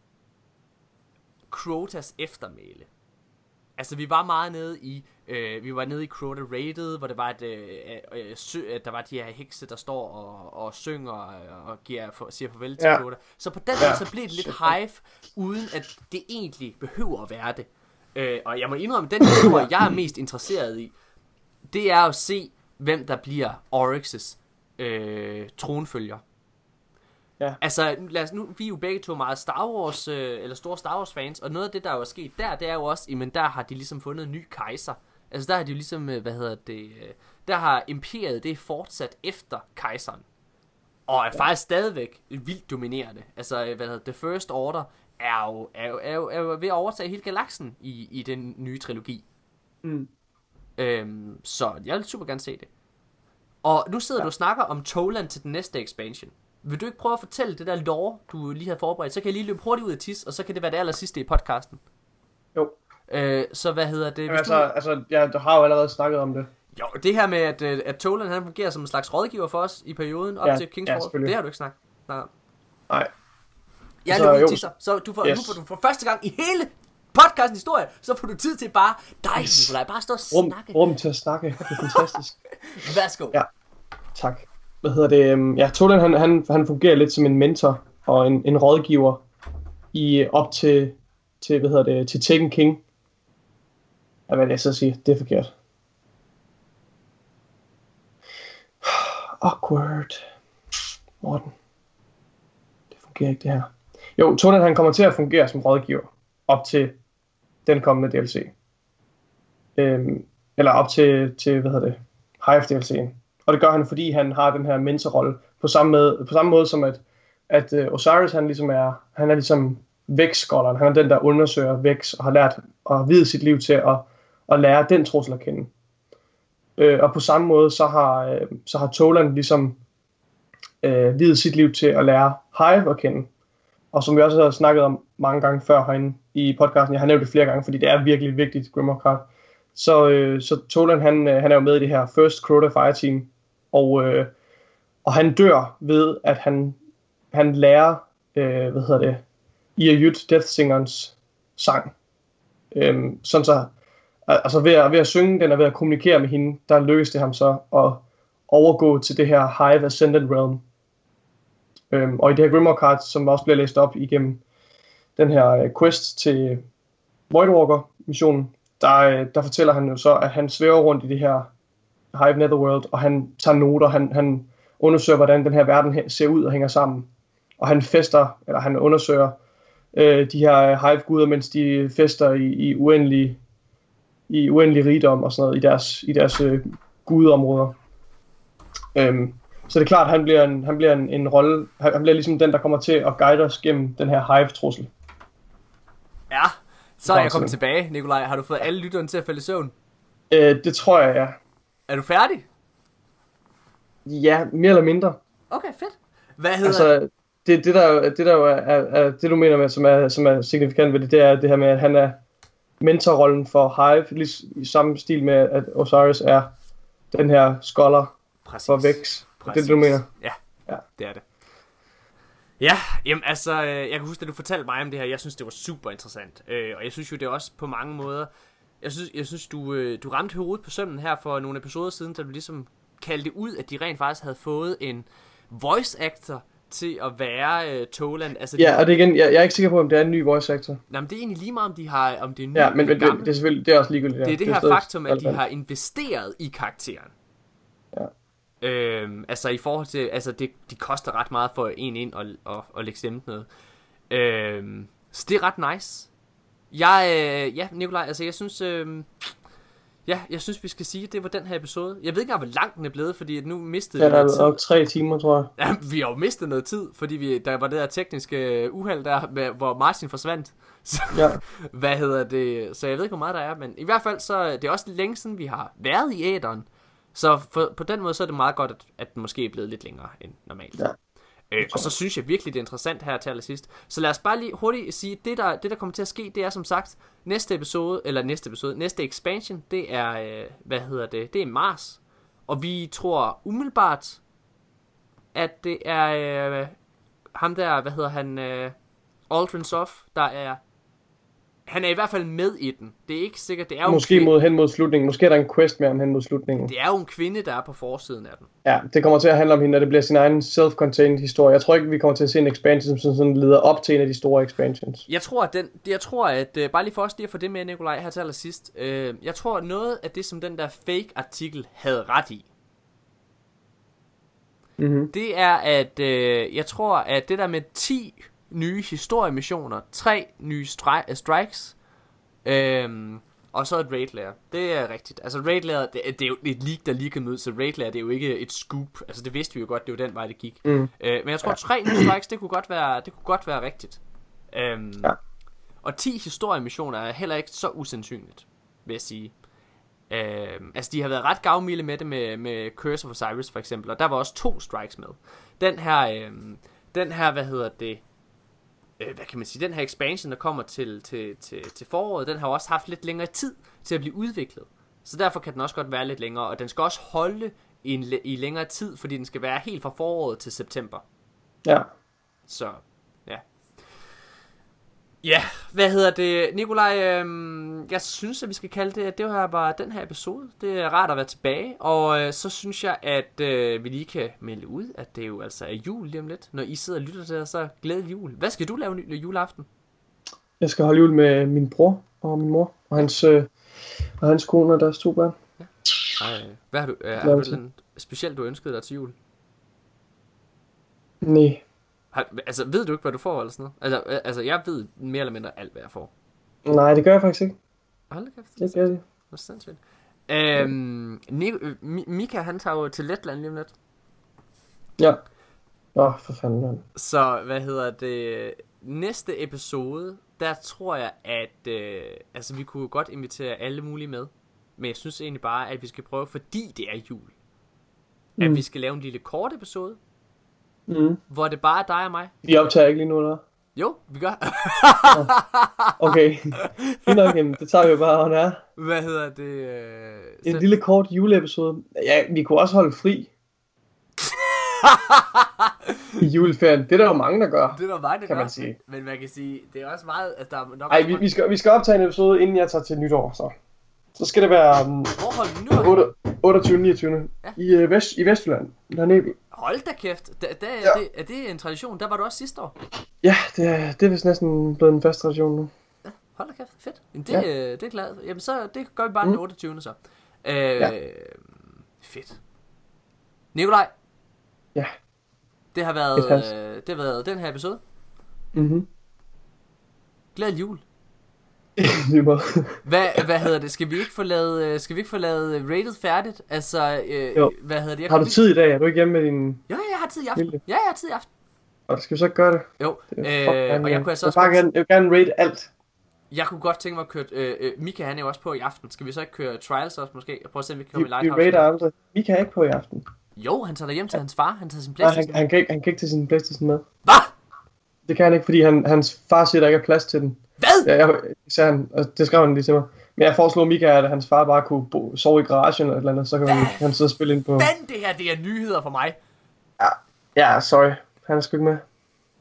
Crotas eftermæle. Altså vi var meget nede i øh, vi var nede i Crota Raided, hvor det var et, øh, øh, sø, øh, der var de her hekse, der står og, og synger og, og giver for, siger farvel til
Ja.
Crota. Så på den måde så blev det lidt Hive, uden at det egentlig behøver at være det. Øh, og jeg må indrømme, den historie jeg er mest interesseret i, det er at se hvem der bliver Oryx's øh, tronfølger.
Ja.
Altså, lad os nu, vi er jo begge to meget Star Wars, øh, eller store Star Wars fans, og noget af det, der jo er sket der, det er jo også, jamen der har de ligesom fundet en ny kejser. Altså der har de jo ligesom, øh, hvad hedder det, øh, der har imperiet, det er fortsat efter kejseren. Og er faktisk stadigvæk vildt dominerende. Altså, øh, hvad hedder The First Order er jo, er jo, er jo, er jo ved at overtage hele galaksen i, i den nye trilogi.
Mm.
Øhm, så jeg vil super gerne se det. Og nu sidder ja. du og snakker om Toland til den næste expansion. Vil du ikke prøve at fortælle det der lore, du lige havde forberedt? Så kan jeg lige løbe hurtigt ud af tis, og så kan det være det aller sidste i podcasten.
Jo.
Øh, så hvad hedder det?
Jamen,
Hvis
altså,
du...
altså jeg har jo allerede snakket om det.
Jo, det her med, at, øh, at Toland han fungerer som en slags rådgiver for os i perioden op
Ja,
til
ja,
Kingsfall,
selvfølgelig.
det har du ikke snakket om.
Nej.
Jeg
Så,
løber ud
jo.
af tisser, så du får,
Yes.
nu får du for første gang i hele podcastens historie, så får du tid til bare dig, Nikolaj, bare stå og
Rum,
snakke.
rum til at snakke. Det er fantastisk.
Værsgo.
Ja. Tak. Hvad hedder det? øhm, Ja, Toland, han, han, han fungerer lidt som en mentor og en, en rådgiver i op til, til, hvad hedder det, til Taken King. Ja, hvad er det, jeg så siger? Det er forkert. Awkward. Morten. Det fungerer ikke, det her. Jo, Toland, han kommer til at fungere som rådgiver op til den kommende D L C. Øhm, eller op til, til, hvad hedder det, Hive D L C'en. Og det gør han, fordi han har den her mentorrolle på samme, med, på samme måde som at, at uh, Osiris, han ligesom er, han er ligesom Vex-skolleren. Han er den, der undersøger Vex og har lært at vide sit liv til at, at lære den trussel at kende. Øh, og på samme måde, så har, øh, så har Toland ligesom øh, videt sit liv til at lære Hive at kende. Og som vi også har snakket om mange gange før herinde i podcasten, jeg har nævnt det flere gange, fordi det er virkelig vigtigt, Grimrock Card. Så, øh, så Toland, han, han er jo med i det her First Crota Fire Team, og, øh, og han dør ved, at han, han lærer, øh, hvad hedder det, Iayut Deathsingerens sang. Øhm, sådan så, altså ved at, ved at synge den og ved at kommunikere med hende, der lykkes det ham så at overgå til det her Hive Ascendant Realm. Øhm, og i det her Grimrock Card, som også bliver læst op igennem den her øh, quest til Voidwalker-missionen, der, der fortæller han jo så, at han svæver rundt i det her Hive Netherworld, og han tager noter, han, han undersøger, hvordan den her verden ser ud og hænger sammen. Og han fester, eller han undersøger øh, de her Hive-guder, mens de fester i, i, uendelig, i uendelig rigdom og sådan noget, i deres, i deres øh, gudeområder. Øhm, så det er klart, at han bliver, en, han bliver en, en rolle, han bliver ligesom den, der kommer til at guide os gennem den her Hive-trussel.
Ja. Så er jeg kommet tilbage, Nikolaj. Har du fået alle lytterne til at falde i søvn?
Øh, det tror jeg, ja.
Er du færdig?
Ja, mere eller mindre.
Okay, fedt. Hvad hedder...
Altså, det, det der, det der er, er, er, det du mener med, som er, som er signifikant ved det, det er det her med, at han er mentorrollen for Hive, lige i samme stil med, at Osiris er den her scholar Præcis. For Vex. Det er det, du mener?
Ja, ja, det er det. Ja, jamen altså, jeg kan huske, at du fortalte mig om det her, jeg synes, det var super interessant, øh, og jeg synes jo, det er også på mange måder, jeg synes, jeg synes du, øh, du ramte hovedet på sømmen her for nogle episoder siden, da du ligesom kaldte ud, at de rent faktisk havde fået en voice actor til at være øh, Toland. Altså,
ja,
de,
og det igen, jeg, jeg er ikke sikker på, om det er en ny voice actor.
Nej, men det er egentlig lige meget, om de har, om det er ny
ja, men, men
eller
det, det er selvfølgelig, det er også ligegyldigt. Ja.
Det er det, det her stedet, faktum, at de har investeret i karakteren.
Ja.
Øhm, altså i forhold til, altså det, de koster ret meget for en ind og, og, og lægge stemme noget. Øhm, så det er ret nice. Jeg, øh, ja, Nikolaj, altså jeg synes, øh, ja, jeg synes vi skal sige, at det var den her episode. Jeg ved ikke engang, hvor lang den er blevet, fordi nu mistede
ja,
vi noget tid.
Ja, der er tre timer, tror jeg.
Ja, vi har jo mistet noget tid, fordi vi, der var det der tekniske uheld der, med, hvor Martin forsvandt. Så,
ja.
Hvad hedder det? Så jeg ved ikke, hvor meget der er, men i hvert fald så, det er også længe siden, vi har været i æderen. Så for, på den måde, så er det meget godt, at, at den måske er blevet lidt længere end normalt.
Ja.
Øh, og så synes jeg virkelig, det er interessant her til allersidst. Så lad os bare lige hurtigt sige, det der, det der kommer til at ske, det er som sagt, næste episode, eller næste episode, næste expansion, det er, øh, hvad hedder det, det er Mars. Og vi tror umiddelbart, at det er øh, ham der, hvad hedder han, øh, Aldrin Soft, der er, han er i hvert fald med i den. Det er ikke sikkert, det er jo
måske mod, hen mod slutningen. Måske er der en quest med ham hen mod slutningen.
Det er jo en kvinde, der er på forsiden af den.
Ja, det kommer til at handle om hende, og det bliver sin egen self-contained historie. Jeg tror ikke, vi kommer til at se en expansion, som sådan leder op til en af de store expansions.
Jeg tror, at den, jeg tror, at uh, bare lige for os lige at få det med, Nikolaj, her til allersidst. Uh, jeg tror, at noget af det, som den der fake-artikel havde ret i,
mm-hmm.
det er, at uh, jeg tror, at det der med ti nye historiemissioner, tre nye stri- strikes, øhm, og så et raid layer. Det er rigtigt. Altså raid layer, det, det er jo et leak, der lige kom ud, så raid layer, det er jo ikke et scoop. Altså det vidste vi jo godt, det var den vej, det gik.
Mm.
Øh, men jeg tror, ja. tre nye strikes, det kunne godt være, det kunne godt være rigtigt. Øhm,
ja.
Og ti historiemissioner er heller ikke så usandsynligt, vil jeg sige. Øhm, altså de har været ret gavmilde med det med, med Curse of Osiris for eksempel, og der var også to strikes med. Den her, øhm, den her, hvad hedder det, hvad kan man sige, den her expansion, der kommer til, til, til, til foråret, den har også haft lidt længere tid til at blive udviklet. Så derfor kan den også godt være lidt længere, og den skal også holde i, en, i længere tid, fordi den skal være helt fra foråret til september.
Ja.
Så, ja. Ja, hvad hedder det, Nikolaj, øhm, jeg synes, at vi skal kalde det, at det her var den her episode. Det er rart at være tilbage, og øh, så synes jeg, at øh, vi lige kan melde ud, at det jo altså er jul lige om lidt. Når I sidder og lytter til det, så glædelig jul. Hvad skal du lave ny juleaften?
Jeg skal holde jul med min bror og min mor, og hans, øh, og hans kone og deres to børn.
Ja. Ej, hvad har du, øh, har du noget specielt, du ønskede dig til jul?
Nej.
Har, altså, ved du ikke, hvad du får, eller sådan noget? Altså, altså, jeg ved mere eller mindre alt, hvad jeg får.
Nej, det gør jeg faktisk ikke.
Hold da kæft.
Det gør det.
Hvor sindssygt. Øhm, Mika, han tager jo til Letland lige om lidt.
Ja. Åh, oh, for fanden, mand.
Så, hvad hedder det? Næste episode, der tror jeg, at øh, altså, vi kunne godt invitere alle mulige med. Men jeg synes egentlig bare, at vi skal prøve, fordi det er jul, mm. at vi skal lave en lille kort episode, mm. hvor det bare er dig og mig.
Vi optager ikke lige nu, eller?
Jo, vi gør.
Okay, fint nok, jamen, det tager vi jo bare, on er.
Hvad hedder det? Øh,
en
så...
lille kort juleepisode. Ja, vi kunne også holde fri. I juleferien. Det er der jo mange, der gør.
Det er der mange, der
kan
gør.
Man sige.
Men man kan sige, det er også meget... Altså, der er nok
Ej, vi, vi, skal, vi skal optage en episode, inden jeg tager til nytår, så. Så skal det være... Um,
Hvor holder vi nu?
otteogtyvende niogtyvende Ja. I, uh, vest, i Vestjylland. Der er Nebel.
Hold da kæft. Da, da,
ja.
er, det, er det en tradition? Der var du også sidste år.
Ja, det er, det er vist næsten blevet en fast tradition nu.
Ja, hold da kæft. Fedt. Jamen, det, ja. det er glad. Jamen, så det gør vi bare mm. den otteogtyvende så. Øh, ja. Fedt. Nikolaj.
Ja.
Det har været, øh, det har været den her episode.
Mhm.
Glædelig jul.
Lige meget.
Hvad, hvad hedder det? Skal vi ikke få lavet, skal vi ikke få lavet rated færdigt? Altså, øh, hvad hedder det? Jeg
har du tid i dag? Er du ikke hjemme med din...
Ja, jeg har tid i aften. Ja, jeg har tid i aften.
Og skal vi så ikke gøre det?
Jo. Det øh, og jeg kunne altså også...
Jeg, gerne, jeg vil gerne rate alt.
Jeg kunne godt tænke mig at køre... Øh, øh, Mika han er jo også på i aften. Skal vi så ikke køre Trials også måske? Og prøve at se, om vi kan komme i Lighthouse.
Vi rater aldrig. Mika er ikke på i aften.
Jo, han tager der hjem til hans far. Han tager sin PlayStation.
Nej, han, han, kan ikke, han kan ikke tage sin PlayStation med.
Hvad?
Det kan han ikke, fordi han, hans far siger, der ikke er plads til den.
Hvad?
Ja, jeg, sagde han, og det skrev han lige til mig. Men jeg foreslog Mika, at hans far bare kunne bo, sove i garagen eller et eller andet, så kan han, han sidde og spille ind på...
Hvad det her, det er nyheder for mig.
Ja, ja sorry. Han er sgu ikke med.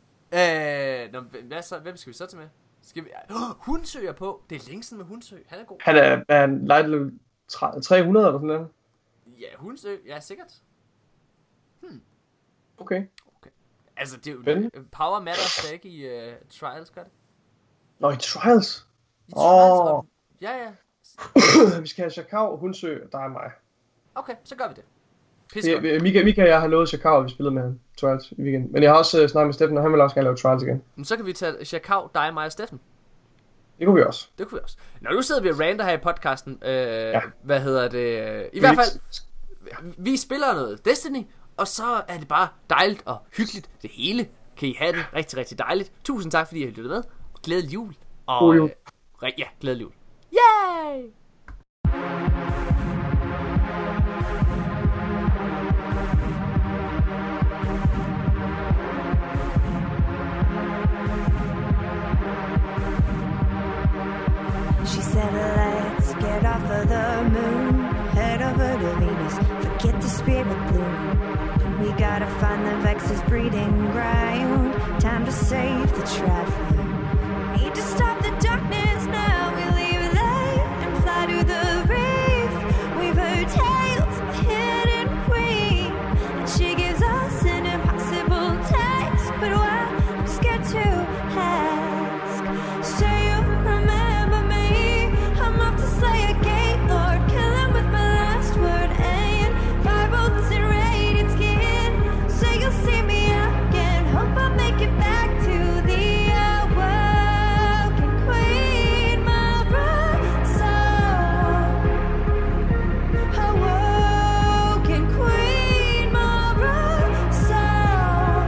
Øh, nå, hvad så? Hvem skal vi så til med? Skal vi... Oh, Hundsø er på. Det er længe siden med Hundsø. Han er god.
Han er, er en light level tre hundrede eller sådan noget.
Ja, Hundsø. Ja, sikkert.
Hmm. Okay.
Okay. Altså, det er jo...
Spændende.
Power matters der ikke i uh, Trials, gør det?
Nå, i Trials?
I Trials?
Åh.
Oh. Ja, ja.
Vi skal have Chakao, Hundsø, dig og mig.
Okay, så gør vi det.
Ja, Mika, Mika og jeg har lovet Chakao, at vi spillede med ham Trials i weekenden. Men jeg har også uh, snakket med Steffen, og han vil også gerne lave Trials igen.
Men så kan vi tage Chakao, dig, mig og Steffen.
Det kunne vi også.
Det kunne vi også. Nå, nu sidder vi og rander her i podcasten. Øh, ja. Hvad hedder det? I
vi
hvert fald, vi spiller noget Destiny, og så er det bare dejligt og hyggeligt. Det hele kan I have det rigtig, rigtig dejligt. Tusind tak, fordi I har lyttet med. Og glædelig jul. Og,
God jul.
Øh, ja, glædelig jul. Yay!
She said, let's get off of the moon, head over to Venus, forget the spirit bloom. We gotta find the Vex's breeding ground, time to save the traveler. Need to stop the darkness now, we leave there and fly to the reef. We've heard tales of a hidden queen, and she gives us an impossible task, but well, I'm scared to ask. So you remember me, I'm off to slay a gate lord, kill him with my last word, and fire bolts and radiant skin, so you'll see me again, hope I'll make it back to the awoken queen, my soul. Awoken queen, my soul.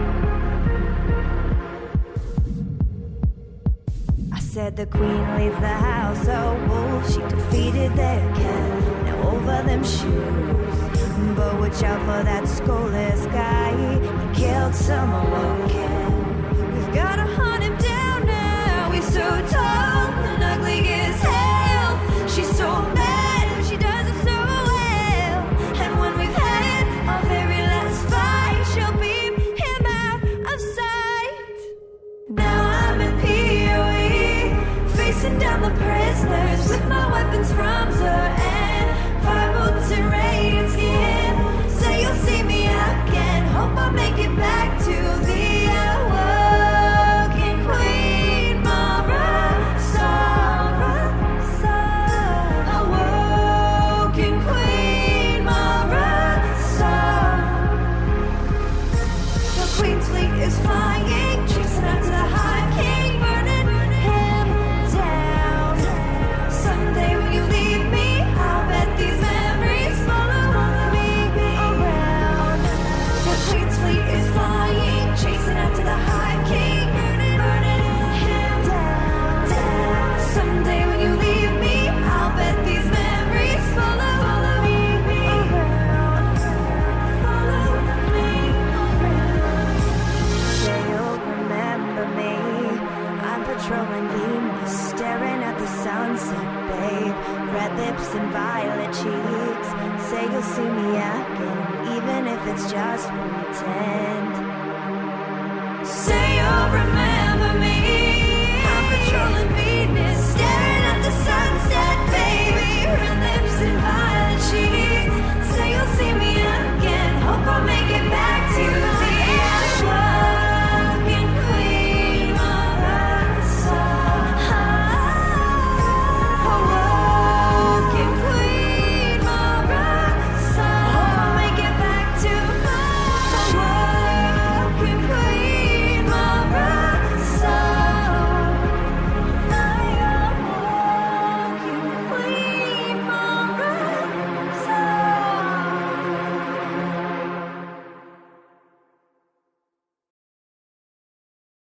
I said the queen leads the house of wolves, she defeated their cat, now over them shoes. But watch out for that soulless guy, he killed some awoken. We've gotta hunt him down now, he's so tall and ugly as hell. She's so mad, she does it so well. And when we've had our very last fight, she'll beam him out of sight. Now I'm in P O E, facing down the prisoners with my weapons from Zur and fire bolts and radiant skin. So you'll see me again, hope I'll make it back to the awoken queen, Mara. again, even if it's just pretend. Say you'll remember me. I'm patrolling Venus.